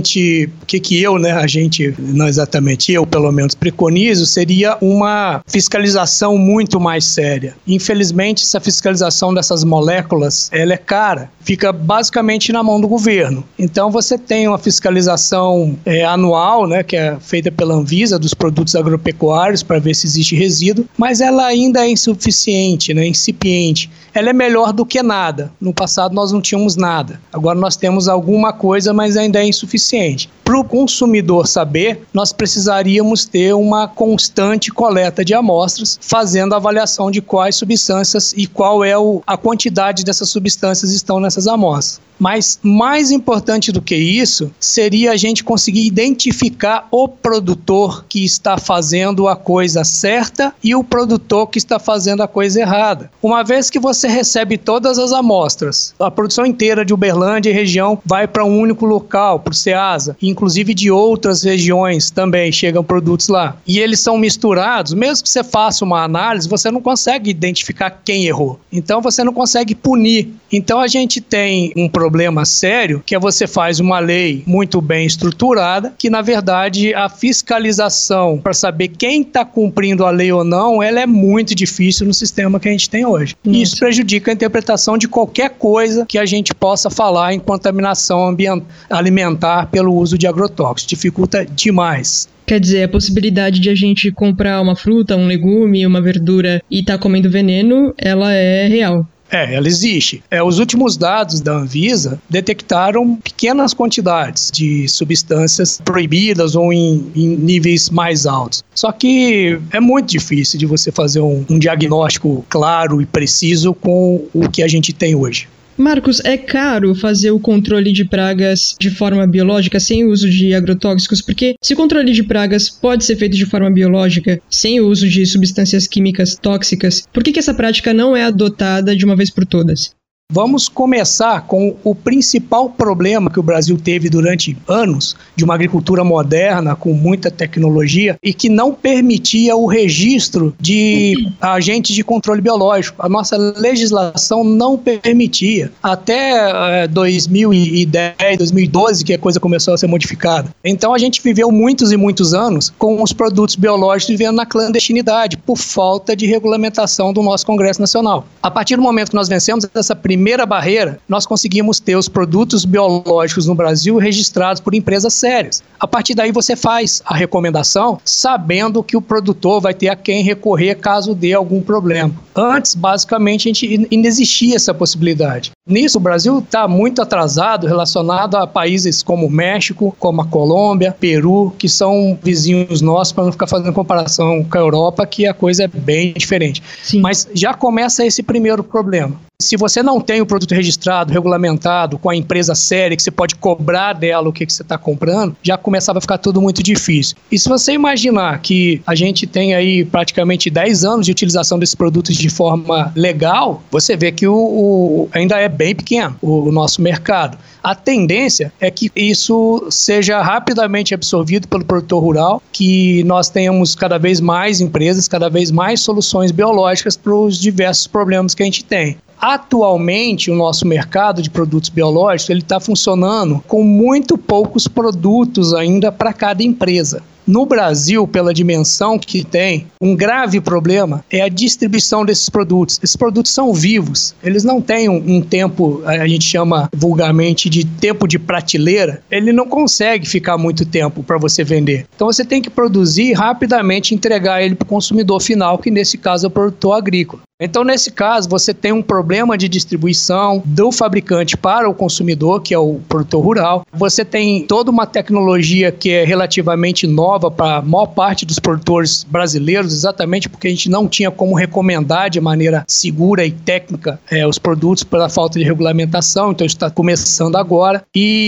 eu, né, não exatamente eu, pelo menos, preconizo, seria uma fiscalização muito mais séria. Infelizmente, essa fiscalização dessas moléculas, ela é cara, fica basicamente na mão do governo. Então, você tem uma fiscalização anual, né, que é feita pela Anvisa, dos produtos agropecuários, para ver se existe resíduo, mas ela ainda é insuficiente, né, incipiente. Ela é melhor do que nada. No passado, nós não tínhamos nada. Agora nós temos alguma coisa, mas ainda é insuficiente. Para o consumidor saber, nós precisaríamos ter uma constante coleta de amostras, fazendo a avaliação de quais substâncias e qual é a quantidade dessas substâncias estão nessas amostras. Mas mais importante do que isso, seria a gente conseguir identificar o produtor que está fazendo a coisa certa e o produtor que está fazendo a coisa errada. Uma vez que você recebe todas as amostras, a produção inteira de Uberlândia e região vai para um único local, para o Ceasa, inclusive de outras regiões também chegam produtos lá. E eles são misturados, mesmo que você faça uma análise, você não consegue identificar quem errou. Então você não consegue punir. Então a gente tem um problema sério, que é você faz uma lei muito bem estruturada, que na verdade a fiscalização para saber quem está cumprindo a lei ou não, ela é muito difícil no sistema que a gente tem hoje. E isso prejudica a interpretação de qualquer coisa que a gente possa falar em contaminação alimentar pelo uso de agrotóxicos. Dificulta demais. Quer dizer, a possibilidade de a gente comprar uma fruta, um legume, uma verdura e estar comendo veneno, ela é real. Ela existe. Os últimos dados da Anvisa detectaram pequenas quantidades de substâncias proibidas ou em níveis mais altos. Só que é muito difícil de você fazer um diagnóstico claro e preciso com o que a gente tem hoje. Marcos, é caro fazer o controle de pragas de forma biológica sem o uso de agrotóxicos? Porque se o controle de pragas pode ser feito de forma biológica sem o uso de substâncias químicas tóxicas, por que essa prática não é adotada de uma vez por todas? Vamos começar com o principal problema que o Brasil teve durante anos, de uma agricultura moderna, com muita tecnologia, e que não permitia o registro de agentes de controle biológico. A nossa legislação não permitia. Até 2010, 2012, que a coisa começou a ser modificada. Então a gente viveu muitos e muitos anos com os produtos biológicos vivendo na clandestinidade, por falta de regulamentação do nosso Congresso Nacional. A partir do momento que nós vencemos essa primeira primeira barreira, nós conseguimos ter os produtos biológicos no Brasil registrados por empresas sérias. A partir daí você faz a recomendação sabendo que o produtor vai ter a quem recorrer caso dê algum problema. Antes, basicamente, ainda existia essa possibilidade. Nisso, o Brasil está muito atrasado relacionado a países como o México, como a Colômbia, Peru, que são vizinhos nossos, para não ficar fazendo comparação com a Europa, que a coisa é bem diferente. Sim. Mas já começa esse primeiro problema. Se você não tem o produto registrado, regulamentado, com a empresa séria, que você pode cobrar dela o que você está comprando, já começava a ficar tudo muito difícil. E se você imaginar que a gente tem aí praticamente 10 anos de utilização desses produtos de forma legal, você vê que ainda é bem pequeno o nosso mercado. A tendência é que isso seja rapidamente absorvido pelo produtor rural, que nós tenhamos cada vez mais empresas, cada vez mais soluções biológicas para os diversos problemas que a gente tem. Atualmente, o nosso mercado de produtos biológicos ele está funcionando com muito poucos produtos ainda para cada empresa. No Brasil, pela dimensão que tem, um grave problema é a distribuição desses produtos. Esses produtos são vivos, eles não têm um tempo, a gente chama vulgarmente de tempo de prateleira, ele não consegue ficar muito tempo para você vender. Então você tem que produzir rapidamente e entregar ele para o consumidor final, que nesse caso é o produtor agrícola. Então, nesse caso, você tem um problema de distribuição do fabricante para o consumidor, que é o produtor rural. Você tem toda uma tecnologia que é relativamente nova para a maior parte dos produtores brasileiros, exatamente porque a gente não tinha como recomendar de maneira segura e técnica os produtos pela falta de regulamentação. Então, isso está começando agora.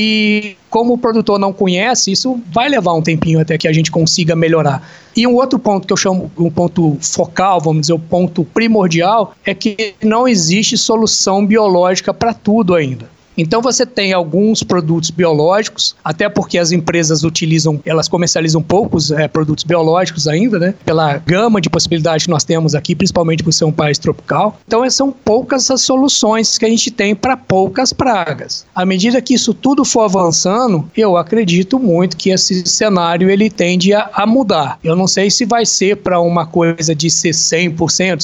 E como o produtor não conhece, isso vai levar um tempinho até que a gente consiga melhorar. E um outro ponto que eu chamo um ponto focal, vamos dizer, o ponto primordial, é que não existe solução biológica para tudo ainda. Então você tem alguns produtos biológicos, até porque as empresas elas comercializam poucos produtos biológicos ainda, né? Pela gama de possibilidades que nós temos aqui, principalmente por ser um país tropical. Então são poucas as soluções que a gente tem para poucas pragas. À medida que isso tudo for avançando, eu acredito muito que esse cenário ele tende a mudar. Eu não sei se vai ser para uma coisa de ser 100%,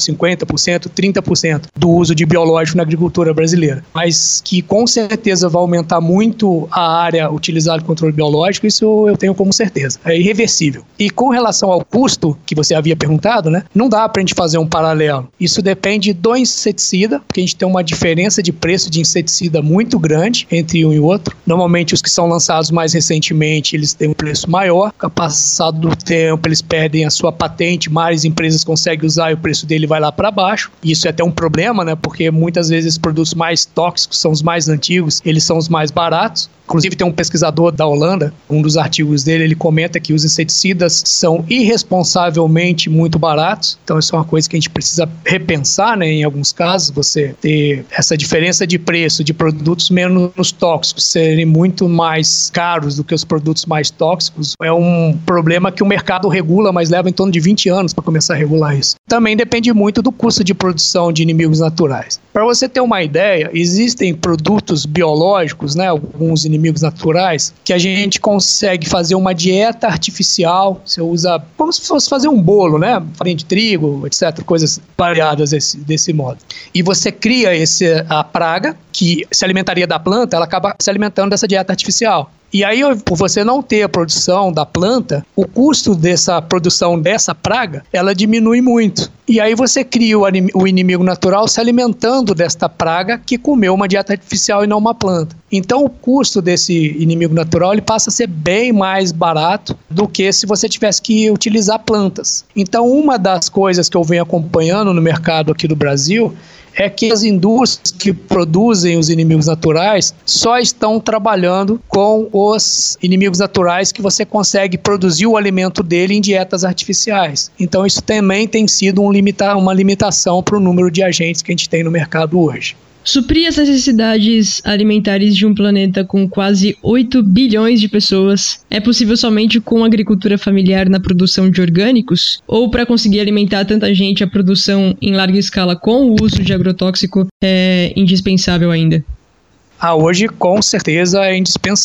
50%, 30% do uso de biológico na agricultura brasileira, mas que com certeza vai aumentar muito a área utilizada de controle biológico, isso eu tenho como certeza. É irreversível. E com relação ao custo, que você havia perguntado, né, não dá para a gente fazer um paralelo. Isso depende do inseticida, porque a gente tem uma diferença de preço de inseticida muito grande entre um e outro. Normalmente os que são lançados mais recentemente, eles têm um preço maior. Com o passado do tempo, eles perdem a sua patente, mais empresas conseguem usar e o preço dele vai lá para baixo. E isso é até um problema, né, porque muitas vezes os produtos mais tóxicos são os mais antigos, eles são os mais baratos. Inclusive tem um pesquisador da Holanda, um dos artigos dele, ele comenta que os inseticidas são irresponsavelmente muito baratos. Então isso é uma coisa que a gente precisa repensar, né? Em alguns casos, você ter essa diferença de preço de produtos menos tóxicos serem muito mais caros do que os produtos mais tóxicos. É um problema que o mercado regula, mas leva em torno de 20 anos para começar a regular isso. Também depende muito do custo de produção de inimigos naturais. Para você ter uma ideia, existem produtos biológicos, né? Alguns inimigos naturais, que a gente consegue fazer uma dieta artificial. Você usa como se fosse fazer um bolo, né? Farinha de trigo, etc. Coisas variadas desse modo. E você cria a praga, que se alimentaria da planta, ela acaba se alimentando dessa dieta artificial. E aí, por você não ter a produção da planta, o custo dessa produção dessa praga, ela diminui muito. E aí você cria o inimigo natural se alimentando desta praga que comeu uma dieta artificial e não uma planta. Então o custo desse inimigo natural ele passa a ser bem mais barato do que se você tivesse que utilizar plantas. Então uma das coisas que eu venho acompanhando no mercado aqui do Brasil é que as indústrias que produzem os inimigos naturais só estão trabalhando com os inimigos naturais que você consegue produzir o alimento dele em dietas artificiais. Então isso também tem sido uma limitação para o número de agentes que a gente tem no mercado hoje. Suprir as necessidades alimentares de um planeta com quase 8 bilhões de pessoas é possível somente com agricultura familiar na produção de orgânicos? Ou para conseguir alimentar tanta gente, a produção em larga escala com o uso de agrotóxico é indispensável ainda? Hoje, com certeza, é indispensável.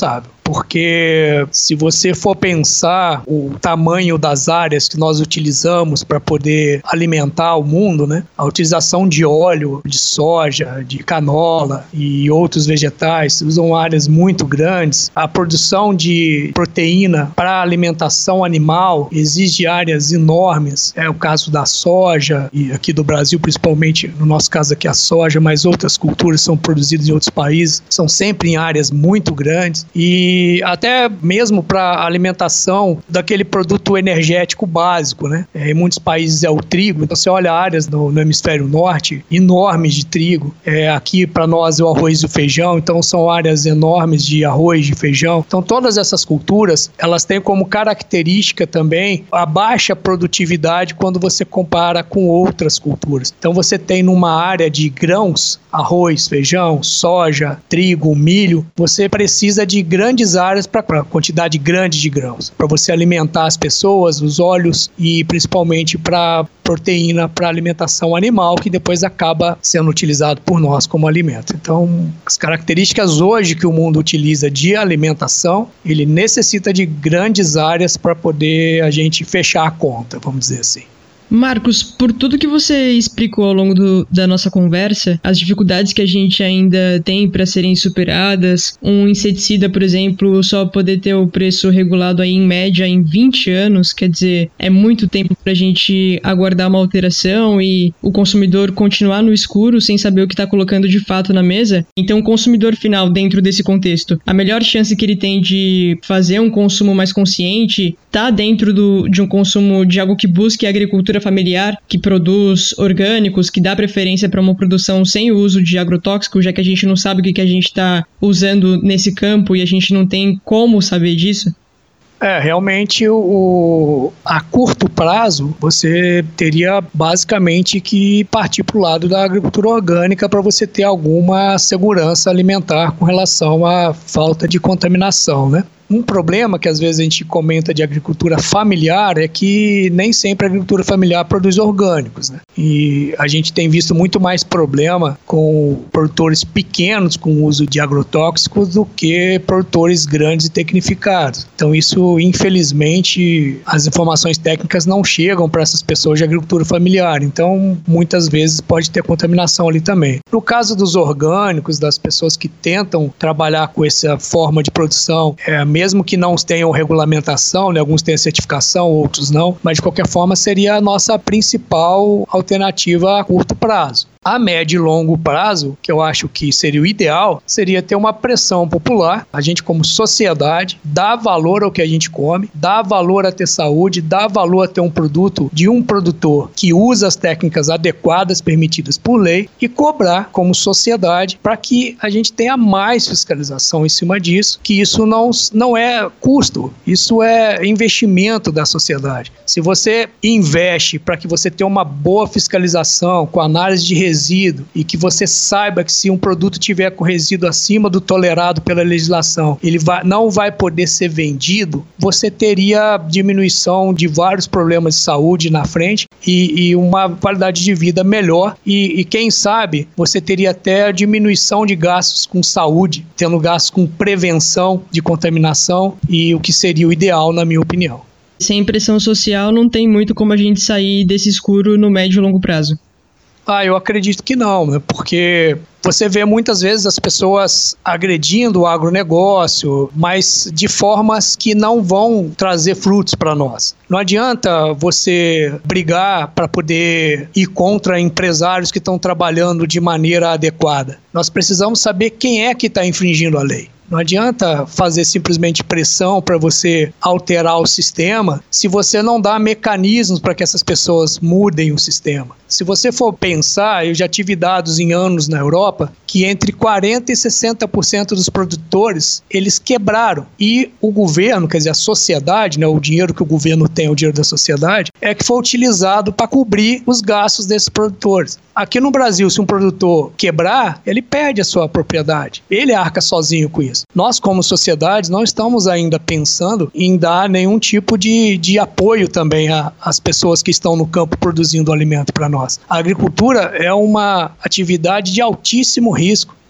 porque se você for pensar o tamanho das áreas que nós utilizamos para poder alimentar o mundo, né? A utilização de óleo, de soja, de canola e outros vegetais usam áreas muito grandes. A produção de proteína para alimentação animal exige áreas enormes. É o caso da soja, e aqui do Brasil, principalmente, no nosso caso aqui a soja, mas outras culturas são produzidas em outros países, são sempre em áreas muito grandes, e até mesmo para alimentação daquele produto energético básico, né? Em muitos países é o trigo, então você olha áreas no hemisfério norte enormes de trigo, aqui para nós é o arroz e o feijão, então são áreas enormes de arroz, de feijão. Então todas essas culturas, elas têm como característica também a baixa produtividade quando você compara com outras culturas. Então você tem numa área de grãos, arroz, feijão, soja, trigo, milho, você precisa de grandes áreas para quantidade grande de grãos, para você alimentar as pessoas, os óleos e principalmente para proteína para alimentação animal, que depois acaba sendo utilizado por nós como alimento. Então, as características hoje que o mundo utiliza de alimentação, ele necessita de grandes áreas para poder a gente fechar a conta, vamos dizer assim. Marcos, por tudo que você explicou ao longo da nossa conversa, as dificuldades que a gente ainda tem para serem superadas, um inseticida, por exemplo, só poder ter o preço regulado aí em média em 20 anos, quer dizer, é muito tempo para a gente aguardar uma alteração e o consumidor continuar no escuro sem saber o que está colocando de fato na mesa. Então, o consumidor final, dentro desse contexto, a melhor chance que ele tem de fazer um consumo mais consciente está dentro de um consumo de algo que busque a agricultura familiar, que produz orgânicos, que dá preferência para uma produção sem o uso de agrotóxico, já que a gente não sabe o que a gente está usando nesse campo e a gente não tem como saber disso? Realmente a curto prazo você teria basicamente que partir para o lado da agricultura orgânica para você ter alguma segurança alimentar com relação à falta de contaminação, né? Um problema que às vezes a gente comenta de agricultura familiar é que nem sempre a agricultura familiar produz orgânicos, né? E a gente tem visto muito mais problema com produtores pequenos com uso de agrotóxicos do que produtores grandes e tecnificados. Então isso, infelizmente, as informações técnicas não chegam para essas pessoas de agricultura familiar. Então, muitas vezes pode ter contaminação ali também. No caso dos orgânicos, das pessoas que tentam trabalhar com essa forma de produção, mesmo que não tenham regulamentação, né, alguns têm certificação, outros não, mas de qualquer forma seria a nossa principal alternativa a curto prazo. A médio e longo prazo, que eu acho que seria o ideal, seria ter uma pressão popular, a gente como sociedade, dá valor ao que a gente come, dá valor a ter saúde, dá valor a ter um produto de um produtor que usa as técnicas adequadas permitidas por lei e cobrar como sociedade para que a gente tenha mais fiscalização em cima disso, que isso não é custo, isso é investimento da sociedade. Se você investe para que você tenha uma boa fiscalização com análise de resíduo e que você saiba que se um produto tiver com resíduo acima do tolerado pela legislação, ele não vai poder ser vendido, você teria diminuição de vários problemas de saúde na frente e uma qualidade de vida melhor e quem sabe você teria até a diminuição de gastos com saúde, tendo gastos com prevenção de contaminação e o que seria o ideal, na minha opinião. Sem pressão social não tem muito como a gente sair desse escuro no médio e longo prazo. Eu acredito que não, né? Porque você vê muitas vezes as pessoas agredindo o agronegócio, mas de formas que não vão trazer frutos para nós. Não adianta você brigar para poder ir contra empresários que estão trabalhando de maneira adequada. Nós precisamos saber quem é que está infringindo a lei. Não adianta fazer simplesmente pressão para você alterar o sistema se você não dá mecanismos para que essas pessoas mudem o sistema. Se você for pensar, eu já tive dados em anos na Europa que entre 40% e 60% dos produtores, eles quebraram. E o governo, quer dizer, a sociedade, né, o dinheiro que o governo tem, o dinheiro da sociedade, é que foi utilizado para cobrir os gastos desses produtores. Aqui no Brasil, se um produtor quebrar, ele perde a sua propriedade. Ele arca sozinho com isso. Nós, como sociedade, não estamos ainda pensando em dar nenhum tipo de apoio também às pessoas que estão no campo produzindo alimento para nós. A agricultura é uma atividade de altíssimo risco.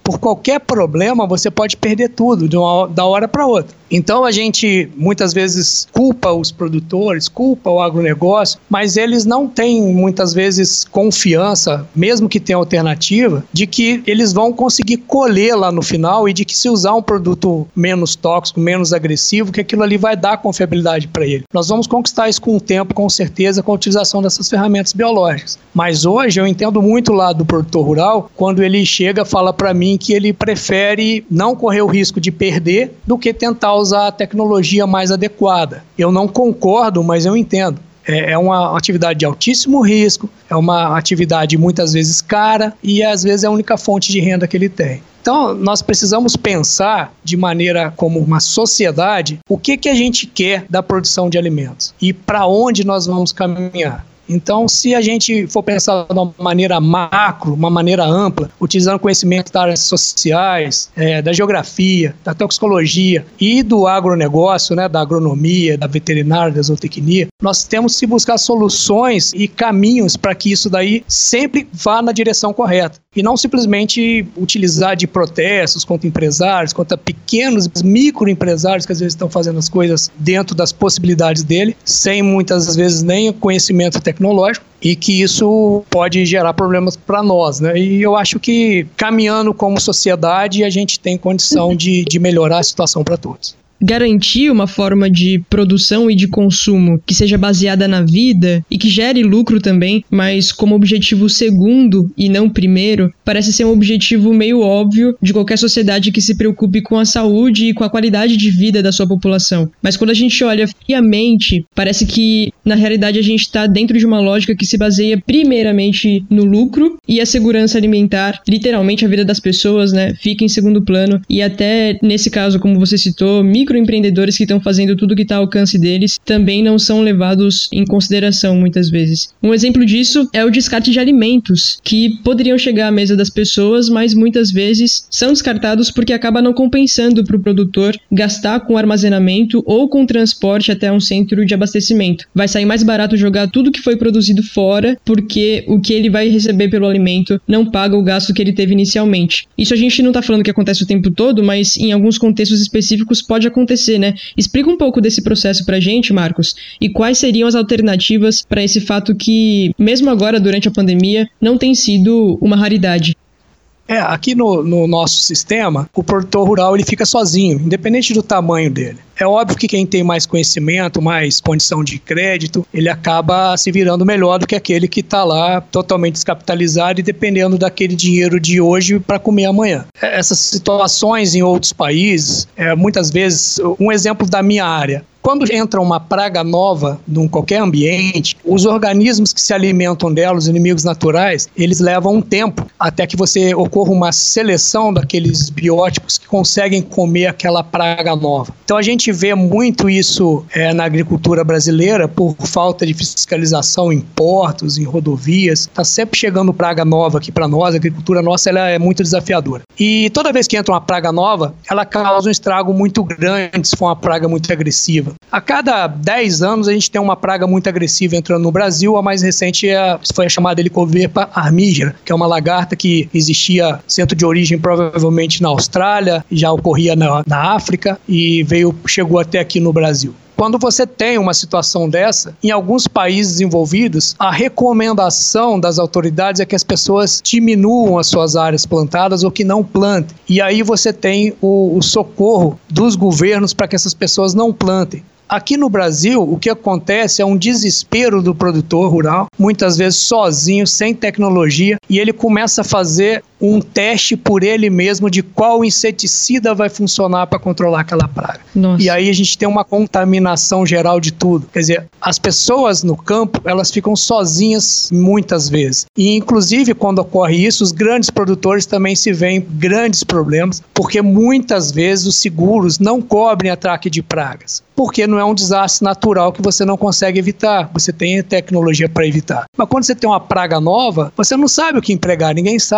por qualquer problema você pode perder tudo da hora para outra. Então a gente muitas vezes culpa os produtores, culpa o agronegócio, mas eles não têm muitas vezes confiança, mesmo que tenha alternativa, de que eles vão conseguir colher lá no final e de que se usar um produto menos tóxico, menos agressivo, que aquilo ali vai dar confiabilidade para ele. Nós vamos conquistar isso com o tempo, com certeza, com a utilização dessas ferramentas biológicas. Mas hoje eu entendo muito o lado do produtor rural, quando ele chega e fala para mim que ele prefere não correr o risco de perder do que tentar usar a tecnologia mais adequada. Eu não concordo, mas eu entendo. É uma atividade de altíssimo risco, é uma atividade muitas vezes cara e às vezes é a única fonte de renda que ele tem. Então, nós precisamos pensar de maneira como uma sociedade o que a gente quer da produção de alimentos e para onde nós vamos caminhar. Então, se a gente for pensar de uma maneira macro, uma maneira ampla, utilizando conhecimento das áreas sociais, da geografia, da toxicologia e do agronegócio, né, da agronomia, da veterinária, da zootecnia, nós temos que buscar soluções e caminhos para que isso daí sempre vá na direção correta. E não simplesmente utilizar de protestos contra empresários, contra pequenos microempresários que às vezes estão fazendo as coisas dentro das possibilidades dele, sem muitas vezes nem conhecimento tecnológico, e que isso pode gerar problemas para nós, né? E eu acho que caminhando como sociedade a gente tem condição de melhorar a situação para todos. Garantir uma forma de produção e de consumo que seja baseada na vida e que gere lucro também, mas como objetivo segundo e não primeiro, parece ser um objetivo meio óbvio de qualquer sociedade que se preocupe com a saúde e com a qualidade de vida da sua população. Mas quando a gente olha friamente, parece que na realidade a gente está dentro de uma lógica que se baseia primeiramente no lucro e a segurança alimentar, literalmente a vida das pessoas, né, fica em segundo plano e até nesse caso, como você citou, microempreendedores que estão fazendo tudo que está ao alcance deles também não são levados em consideração muitas vezes. Um exemplo disso é o descarte de alimentos, que poderiam chegar à mesa das pessoas, mas muitas vezes são descartados porque acaba não compensando para o produtor gastar com armazenamento ou com transporte até um centro de abastecimento. Vai sair mais barato jogar tudo que foi produzido fora, porque o que ele vai receber pelo alimento não paga o gasto que ele teve inicialmente. Isso a gente não está falando que acontece o tempo todo, mas em alguns contextos específicos pode acontecer, né? Explica um pouco desse processo pra gente, Marcos, e quais seriam as alternativas para esse fato que, mesmo agora, durante a pandemia, não tem sido uma raridade. Aqui no nosso sistema, o produtor rural ele fica sozinho, independente do tamanho dele. É óbvio que quem tem mais conhecimento, mais condição de crédito, ele acaba se virando melhor do que aquele que está lá totalmente descapitalizado e dependendo daquele dinheiro de hoje para comer amanhã. Essas situações em outros países, muitas vezes, um exemplo da minha área, quando entra uma praga nova em qualquer ambiente, os organismos que se alimentam dela, os inimigos naturais, eles levam um tempo até que você ocorra uma seleção daqueles biótipos que conseguem comer aquela praga nova. Então a gente vê muito isso na agricultura brasileira por falta de fiscalização em portos, em rodovias. Está sempre chegando praga nova aqui para nós, a agricultura nossa ela é muito desafiadora. E toda vez que entra uma praga nova, ela causa um estrago muito grande se for uma praga muito agressiva. A cada 10 anos a gente tem uma praga muito agressiva entrando no Brasil. A mais recente foi a chamada Helicoverpa armígera, que é uma lagarta que existia centro de origem provavelmente na Austrália, já ocorria na África e chegou até aqui no Brasil. Quando você tem uma situação dessa, em alguns países desenvolvidos, a recomendação das autoridades é que as pessoas diminuam as suas áreas plantadas ou que não plantem. E aí você tem o socorro dos governos para que essas pessoas não plantem. Aqui no Brasil, o que acontece é um desespero do produtor rural, muitas vezes sozinho, sem tecnologia, e ele começa a fazer um teste por ele mesmo de qual inseticida vai funcionar para controlar aquela praga. Nossa. E aí a gente tem uma contaminação geral de tudo. Quer dizer, as pessoas no campo, elas ficam sozinhas muitas vezes. E inclusive quando ocorre isso, os grandes produtores também se veem grandes problemas, porque muitas vezes os seguros não cobrem ataque de pragas. Porque não é um desastre natural que você não consegue evitar. Você tem tecnologia para evitar. Mas quando você tem uma praga nova, você não sabe o que empregar, ninguém sabe. E aí o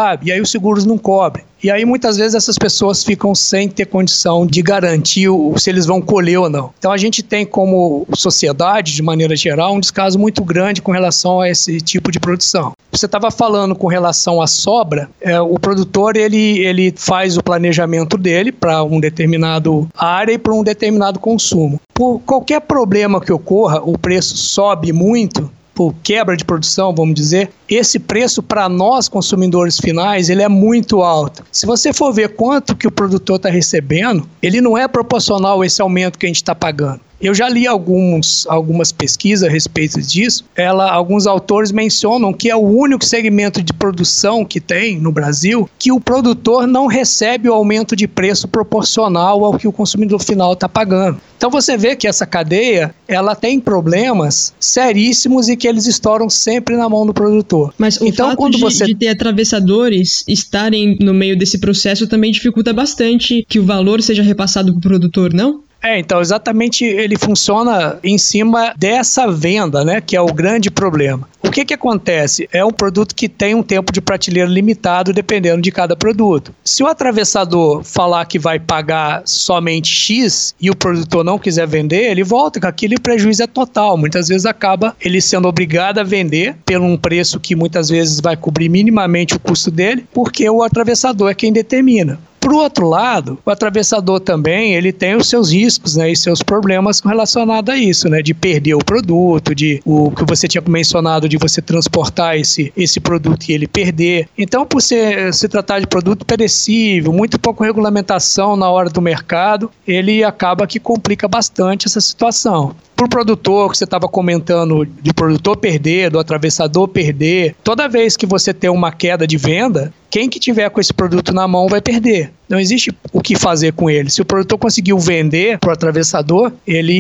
os seguros não cobrem. E aí muitas vezes essas pessoas ficam sem ter condição de garantir se eles vão colher ou não. Então a gente tem como sociedade, de maneira geral, um descaso muito grande com relação a esse tipo de produção. Você estava falando com relação à sobra, o produtor ele faz o planejamento dele para um determinado área e para um determinado consumo. Por qualquer problema que ocorra, o preço sobe muito, por quebra de produção, vamos dizer, esse preço para nós consumidores finais ele é muito alto. Se você for ver quanto que o produtor está recebendo, ele não é proporcional a esse aumento que a gente está pagando. Eu já li algumas pesquisas a respeito disso. Alguns autores mencionam que é o único segmento de produção que tem no Brasil que o produtor não recebe o aumento de preço proporcional ao que o consumidor final está pagando. Então você vê que essa cadeia ela tem problemas seríssimos e que eles estouram sempre na mão do produtor. Mas o fato de ter atravessadores estarem no meio desse processo também dificulta bastante que o valor seja repassado para o produtor, não? Então exatamente ele funciona em cima dessa venda, né, que é o grande problema. O que acontece? É um produto que tem um tempo de prateleira limitado dependendo de cada produto. Se o atravessador falar que vai pagar somente X e o produtor não quiser vender, ele volta com aquilo e o prejuízo é total. Muitas vezes acaba ele sendo obrigado a vender por um preço que muitas vezes vai cobrir minimamente o custo dele, porque o atravessador é quem determina. Por outro lado, o atravessador também ele tem os seus riscos, né, e seus problemas relacionados a isso, né, de perder o produto, o que você tinha mencionado de você transportar esse produto e ele perder. Então, por se tratar de produto perecível, muito pouca regulamentação na hora do mercado, ele acaba que complica bastante essa situação. Para o produtor, que você estava comentando, de produtor perder, do atravessador perder, toda vez que você tem uma queda de venda, quem que tiver com esse produto na mão vai perder. Não existe o que fazer com ele. Se o produtor conseguiu vender para o atravessador,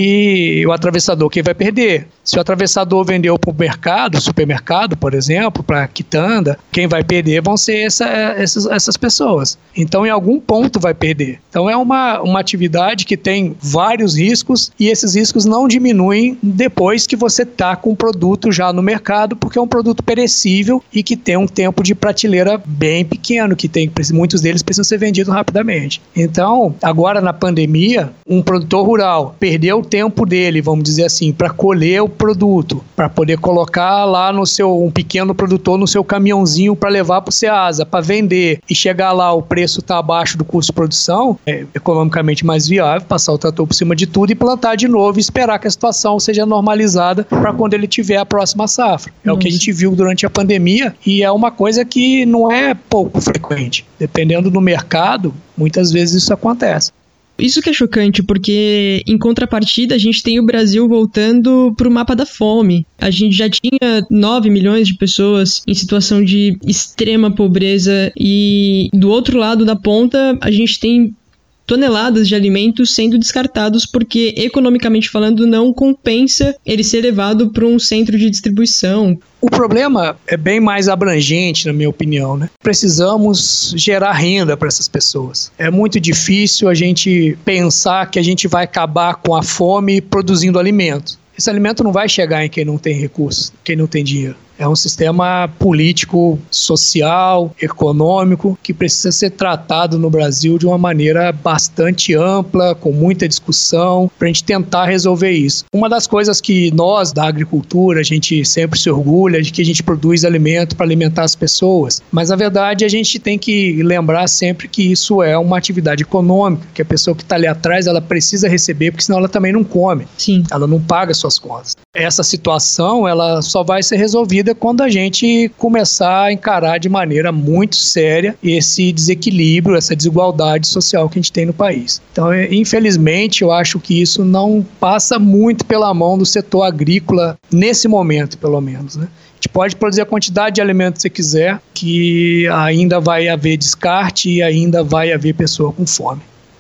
o atravessador quem vai perder. Se o atravessador vendeu para o mercado, supermercado, por exemplo, para a quitanda, quem vai perder vão ser essas pessoas. Então, em algum ponto vai perder. Então, é uma atividade que tem vários riscos e esses riscos não diminuem depois que você está com o produto já no mercado, porque é um produto perecível e que tem um tempo de prateleira bem pequeno, que muitos deles precisam ser vendidos rapidamente. Então, agora na pandemia, um produtor rural perdeu o tempo dele, vamos dizer assim, para colher o produto, para poder colocar lá um pequeno produtor no seu caminhãozinho para levar para o Ceasa, para vender, e chegar lá o preço está abaixo do custo de produção, é economicamente mais viável passar o trator por cima de tudo e plantar de novo e esperar que a situação seja normalizada para quando ele tiver a próxima safra. É o que a gente viu durante a pandemia e é uma coisa que não é pouco frequente. Dependendo do mercado, muitas vezes isso acontece. Isso que é chocante, porque em contrapartida a gente tem o Brasil voltando para o mapa da fome. A gente já tinha 9 milhões de pessoas em situação de extrema pobreza e do outro lado da ponta a gente tem toneladas de alimentos sendo descartados porque, economicamente falando, não compensa ele ser levado para um centro de distribuição. O problema é bem mais abrangente, na minha opinião, né? Precisamos gerar renda para essas pessoas. É muito difícil a gente pensar que a gente vai acabar com a fome produzindo alimento. Esse alimento não vai chegar em quem não tem recursos, quem não tem dinheiro. É um sistema político, social, econômico, que precisa ser tratado no Brasil de uma maneira bastante ampla, com muita discussão, para a gente tentar resolver isso. Uma das coisas que nós, da agricultura, a gente sempre se orgulha de que a gente produz alimento para alimentar as pessoas, mas, na verdade, a gente tem que lembrar sempre que isso é uma atividade econômica, que a pessoa que está ali atrás, ela precisa receber, porque senão ela também não come. Sim. Ela não paga suas contas. Essa situação, ela só vai ser resolvida quando a gente começar a encarar de maneira muito séria esse desequilíbrio, essa desigualdade social que a gente tem no país. Então, infelizmente, eu acho que isso não passa muito pela mão do setor agrícola, nesse momento, pelo menos, né? A gente pode produzir a quantidade de alimentos que você quiser, que ainda vai haver descarte e ainda vai haver pessoa com fome.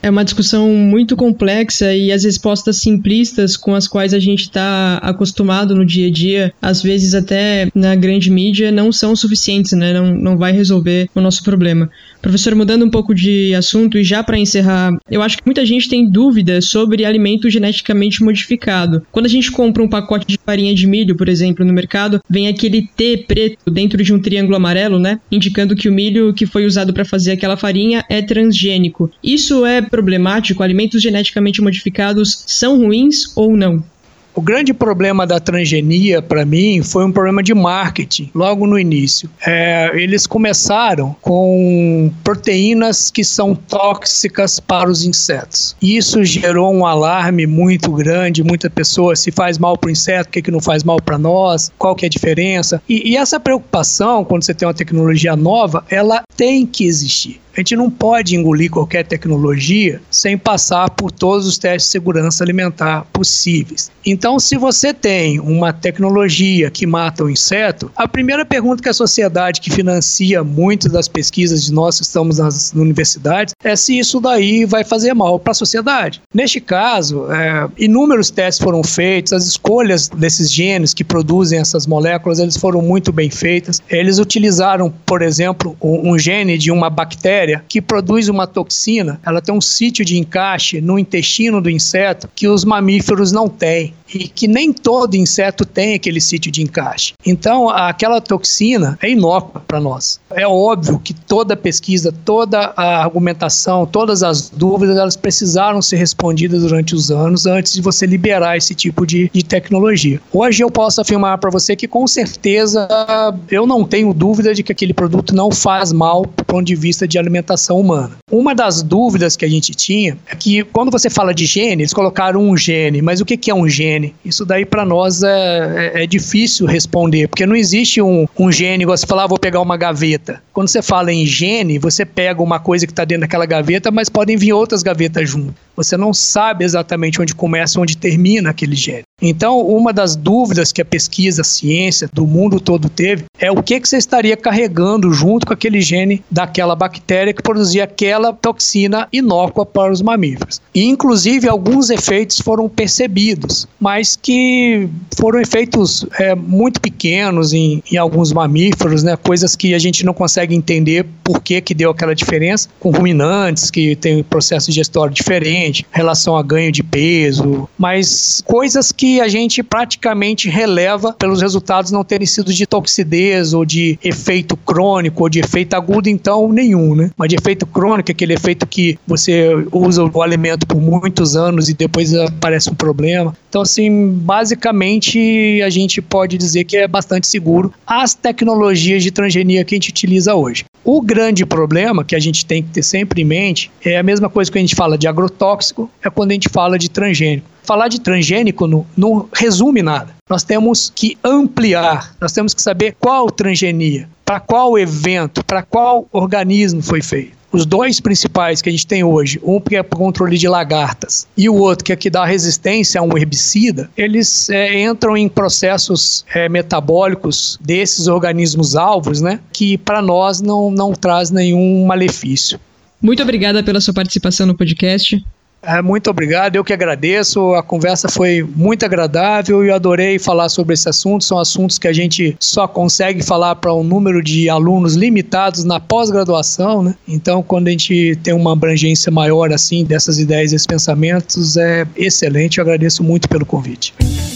É uma discussão muito complexa e as respostas simplistas com as quais a gente está acostumado no dia a dia, às vezes até na grande mídia, não são suficientes, né? Não vai resolver o nosso problema. Professor, mudando um pouco de assunto e já para encerrar, eu acho que muita gente tem dúvida sobre alimento geneticamente modificado. Quando a gente compra um pacote de farinha de milho, por exemplo, no mercado, vem aquele T preto dentro de um triângulo amarelo, né? Indicando que o milho que foi usado para fazer aquela farinha é transgênico. Isso é problemático? Alimentos geneticamente modificados são ruins ou não? O grande problema da transgenia, para mim, foi um problema de marketing, logo no início. Eles começaram com proteínas que são tóxicas para os insetos. Isso gerou um alarme muito grande, muita pessoa, se faz mal para o inseto, o que não faz mal para nós, qual que é a diferença. E essa preocupação, quando você tem uma tecnologia nova, ela tem que existir. A gente não pode engolir qualquer tecnologia sem passar por todos os testes de segurança alimentar possíveis. Então, se você tem uma tecnologia que mata o inseto, a primeira pergunta que a sociedade que financia muitas das pesquisas de nós que estamos nas universidades é se isso daí vai fazer mal para a sociedade. Neste caso, inúmeros testes foram feitos, as escolhas desses genes que produzem essas moléculas, eles foram muito bem feitas. Eles utilizaram, por exemplo, um gene de uma bactéria que produz uma toxina, ela tem um sítio de encaixe no intestino do inseto que os mamíferos não têm e que nem todo inseto tem aquele sítio de encaixe. Então, aquela toxina é inócua para nós. É óbvio que toda pesquisa, toda a argumentação, todas as dúvidas, elas precisaram ser respondidas durante os anos antes de você liberar esse tipo de tecnologia. Hoje eu posso afirmar para você que com certeza eu não tenho dúvida de que aquele produto não faz mal do ponto de vista de alimentação humana. Uma das dúvidas que a gente tinha é que quando você fala de gene, eles colocaram um gene, mas o que é um gene? Isso daí para nós é difícil responder, porque não existe um gene, igual você falar, vou pegar uma gaveta. Quando você fala em gene, você pega uma coisa que está dentro daquela gaveta, mas podem vir outras gavetas junto. Você não sabe exatamente onde começa, onde termina aquele gene. Então, uma das dúvidas que a pesquisa, a ciência do mundo todo teve é o que você estaria carregando junto com aquele gene daquela bactéria que produzia aquela toxina inócua para os mamíferos. E, inclusive, alguns efeitos foram percebidos, mas que foram efeitos muito pequenos em alguns mamíferos, né? Coisas que a gente não consegue entender por que deu aquela diferença, com ruminantes que têm processo digestório diferente, relação a ganho de peso, mas coisas que a gente praticamente releva pelos resultados não terem sido de toxidez ou de efeito crônico ou de efeito agudo, então nenhum, né? Mas de efeito crônico, aquele efeito que você usa o alimento por muitos anos e depois aparece um problema. Então, assim, basicamente a gente pode dizer que é bastante seguro as tecnologias de transgenia que a gente utiliza hoje. O grande problema que a gente tem que ter sempre em mente é a mesma coisa que a gente fala de agrotóxico, é quando a gente fala de transgênico. Falar de transgênico não resume nada. Nós temos que ampliar, nós temos que saber qual transgenia, para qual evento, para qual organismo foi feito. Os dois principais que a gente tem hoje, um que é para controle de lagartas e o outro que é que dá resistência a um herbicida, eles entram em processos metabólicos desses organismos alvos, né, que para nós não traz nenhum malefício. Muito obrigada pela sua participação no podcast. Muito obrigado, eu que agradeço, a conversa foi muito agradável e eu adorei falar sobre esse assunto. São assuntos que a gente só consegue falar para um número de alunos limitados na pós-graduação, né? Então, quando a gente tem uma abrangência maior assim dessas ideias e esses pensamentos, é excelente, eu agradeço muito pelo convite.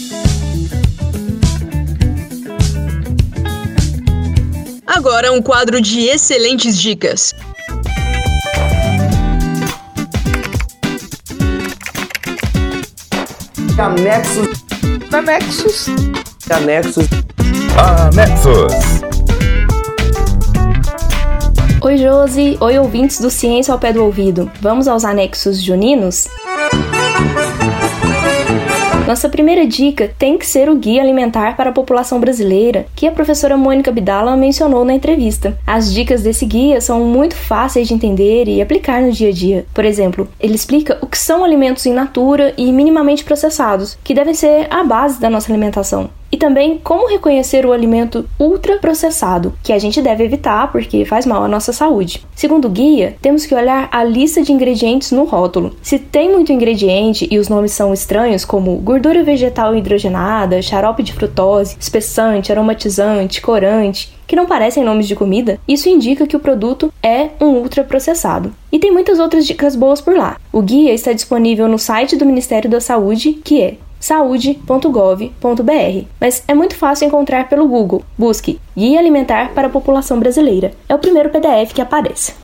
Agora um quadro de excelentes dicas. Anexos. Oi, Josi. Oi, ouvintes do Ciência ao Pé do Ouvido. Vamos aos anexos juninos? Nossa primeira dica tem que ser o Guia Alimentar para a População Brasileira, que a professora Mônica Bidala mencionou na entrevista. As dicas desse guia são muito fáceis de entender e aplicar no dia a dia. Por exemplo, ele explica o que são alimentos in natura e minimamente processados, que devem ser a base da nossa alimentação. E também como reconhecer o alimento ultraprocessado, que a gente deve evitar porque faz mal à nossa saúde. Segundo o guia, temos que olhar a lista de ingredientes no rótulo. Se tem muito ingrediente e os nomes são estranhos, como gordura vegetal hidrogenada, xarope de frutose, espessante, aromatizante, corante, que não parecem nomes de comida, isso indica que o produto é um ultraprocessado. E tem muitas outras dicas boas por lá. O guia está disponível no site do Ministério da Saúde, que é saude.gov.br, mas é muito fácil encontrar pelo Google. Busque Guia Alimentar para a População Brasileira. É o primeiro PDF que aparece.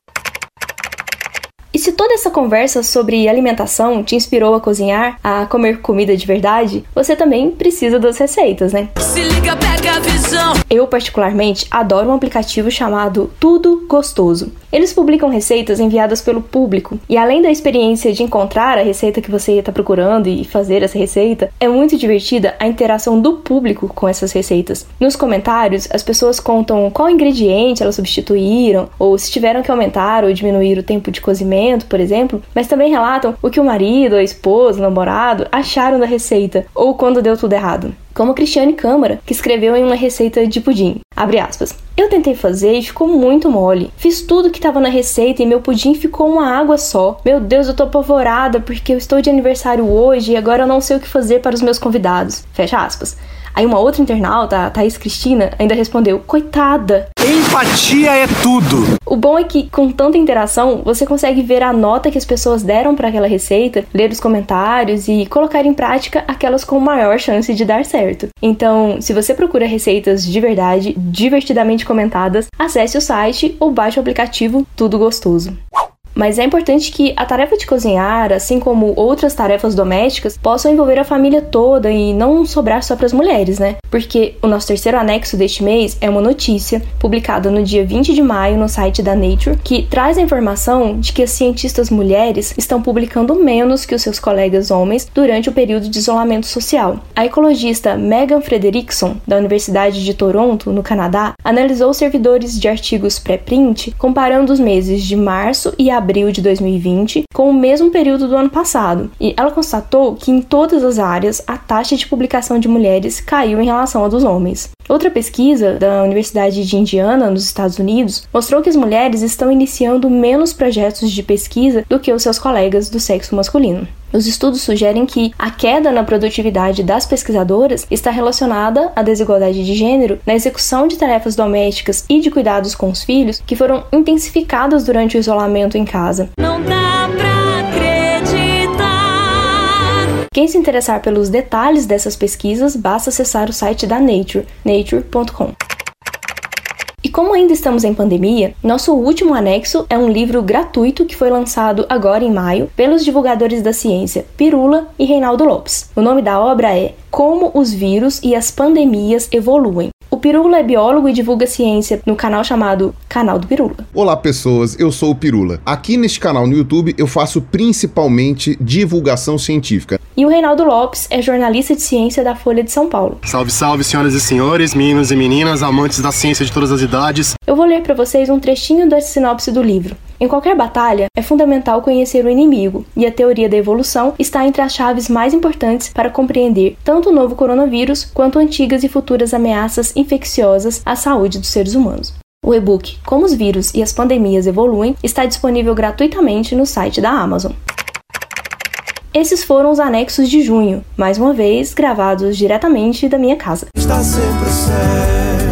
E se toda essa conversa sobre alimentação te inspirou a cozinhar, a comer comida de verdade, você também precisa das receitas, né? Se liga, pega a visão! Eu, particularmente, adoro um aplicativo chamado Tudo Gostoso. Eles publicam receitas enviadas pelo público, e além da experiência de encontrar a receita que você está procurando e fazer essa receita, é muito divertida a interação do público com essas receitas. Nos comentários, as pessoas contam qual ingrediente elas substituíram, ou se tiveram que aumentar ou diminuir o tempo de cozimento, por exemplo, mas também relatam o que o marido, a esposa, o namorado acharam da receita, ou quando deu tudo errado. Como Cristiane Câmara, que escreveu em uma receita de pudim, abre aspas, eu tentei fazer e ficou muito mole. Fiz tudo que estava na receita e meu pudim ficou uma água só. Meu Deus, eu tô apavorada porque eu estou de aniversário hoje e agora eu não sei o que fazer para os meus convidados. Fecha aspas. Aí uma outra internauta, a Thaís Cristina, ainda respondeu, coitada. Empatia é tudo. O bom é que, com tanta interação, você consegue ver a nota que as pessoas deram para aquela receita, ler os comentários e colocar em prática aquelas com maior chance de dar certo. Então, se você procura receitas de verdade, divertidamente comentadas, acesse o site ou baixe o aplicativo Tudo Gostoso. Mas é importante que a tarefa de cozinhar, assim como outras tarefas domésticas, possam envolver a família toda e não sobrar só para as mulheres, né? Porque o nosso terceiro anexo deste mês é uma notícia publicada no dia 20 de maio no site da Nature, que traz a informação de que as cientistas mulheres estão publicando menos que os seus colegas homens durante o período de isolamento social. A ecologista Megan Frederickson, da Universidade de Toronto, no Canadá, analisou os servidores de artigos pré-print, comparando os meses de março e abril de 2020 com o mesmo período do ano passado, e ela constatou que em todas as áreas a taxa de publicação de mulheres caiu em relação à dos homens. Outra pesquisa da Universidade de Indiana, nos Estados Unidos, mostrou que as mulheres estão iniciando menos projetos de pesquisa do que os seus colegas do sexo masculino. Os estudos sugerem que a queda na produtividade das pesquisadoras está relacionada à desigualdade de gênero na execução de tarefas domésticas e de cuidados com os filhos que foram intensificadas durante o isolamento em casa. Não dá pra acreditar! Quem se interessar pelos detalhes dessas pesquisas, basta acessar o site da Nature, nature.com. E como ainda estamos em pandemia, nosso último anexo é um livro gratuito que foi lançado agora em maio pelos divulgadores da ciência Pirula e Reinaldo Lopes. O nome da obra é Como os Vírus e as Pandemias Evoluem. O Pirula é biólogo e divulga ciência no canal chamado Canal do Pirula. Olá pessoas, eu sou o Pirula. Aqui neste canal no YouTube eu faço principalmente divulgação científica. E o Reinaldo Lopes é jornalista de ciência da Folha de São Paulo. Salve, salve, senhoras e senhores, meninos e meninas, amantes da ciência de todas as idades. Eu vou ler para vocês um trechinho da sinopse do livro. Em qualquer batalha, é fundamental conhecer o inimigo, e a teoria da evolução está entre as chaves mais importantes para compreender tanto o novo coronavírus quanto antigas e futuras ameaças infecciosas à saúde dos seres humanos. O e-book Como os Vírus e as Pandemias Evoluem está disponível gratuitamente no site da Amazon. Esses foram os anexos de junho, mais uma vez gravados diretamente da minha casa. Está sempre certa.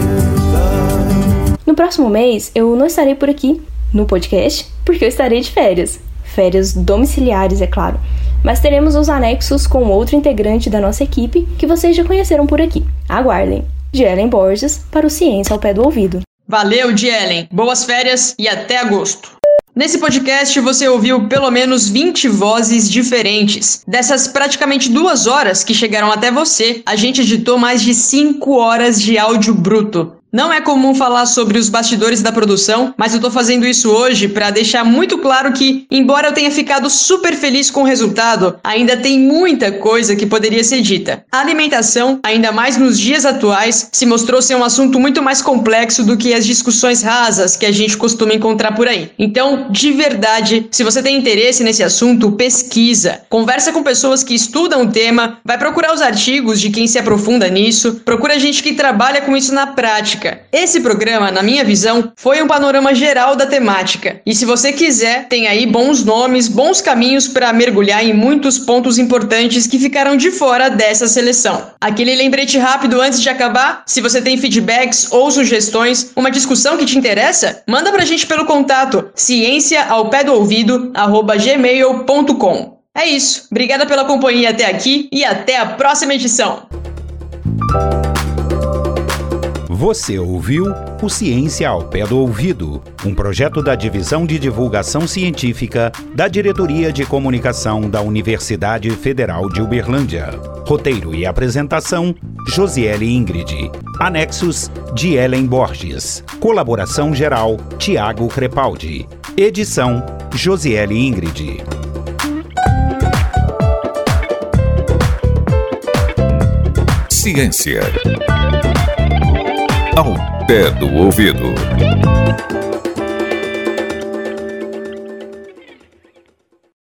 No próximo mês, eu não estarei por aqui no podcast, porque eu estarei de férias. Férias domiciliares, é claro. Mas teremos os anexos com outro integrante da nossa equipe que vocês já conheceram por aqui. Aguardem. Dielen Borges para o Ciência ao Pé do Ouvido. Valeu, Dielen. Boas férias e até agosto. Nesse podcast você ouviu pelo menos 20 vozes diferentes. Dessas praticamente 2 horas que chegaram até você, a gente editou mais de 5 horas de áudio bruto. Não é comum falar sobre os bastidores da produção, mas eu tô fazendo isso hoje para deixar muito claro que, embora eu tenha ficado super feliz com o resultado, ainda tem muita coisa que poderia ser dita. A alimentação, ainda mais nos dias atuais, se mostrou ser um assunto muito mais complexo do que as discussões rasas que a gente costuma encontrar por aí. Então, de verdade, se você tem interesse nesse assunto, pesquisa. Conversa com pessoas que estudam o tema, vai procurar os artigos de quem se aprofunda nisso, procura gente que trabalha com isso na prática. Esse programa, na minha visão, foi um panorama geral da temática. E se você quiser, tem aí bons nomes, bons caminhos para mergulhar em muitos pontos importantes que ficaram de fora dessa seleção. Aquele lembrete rápido antes de acabar, se você tem feedbacks ou sugestões, uma discussão que te interessa, manda pra gente pelo contato ciênciaaopédoouvido@gmail.com. É isso, obrigada pela companhia até aqui e até a próxima edição. Você ouviu o Ciência ao Pé do Ouvido, um projeto da Divisão de Divulgação Científica da Diretoria de Comunicação da Universidade Federal de Uberlândia. Roteiro e apresentação, Josiele Ingrid. Anexos, de Ellen Borges. Colaboração geral, Tiago Crepaldi. Edição, Josiele Ingrid. Ciência ao pé do ouvido.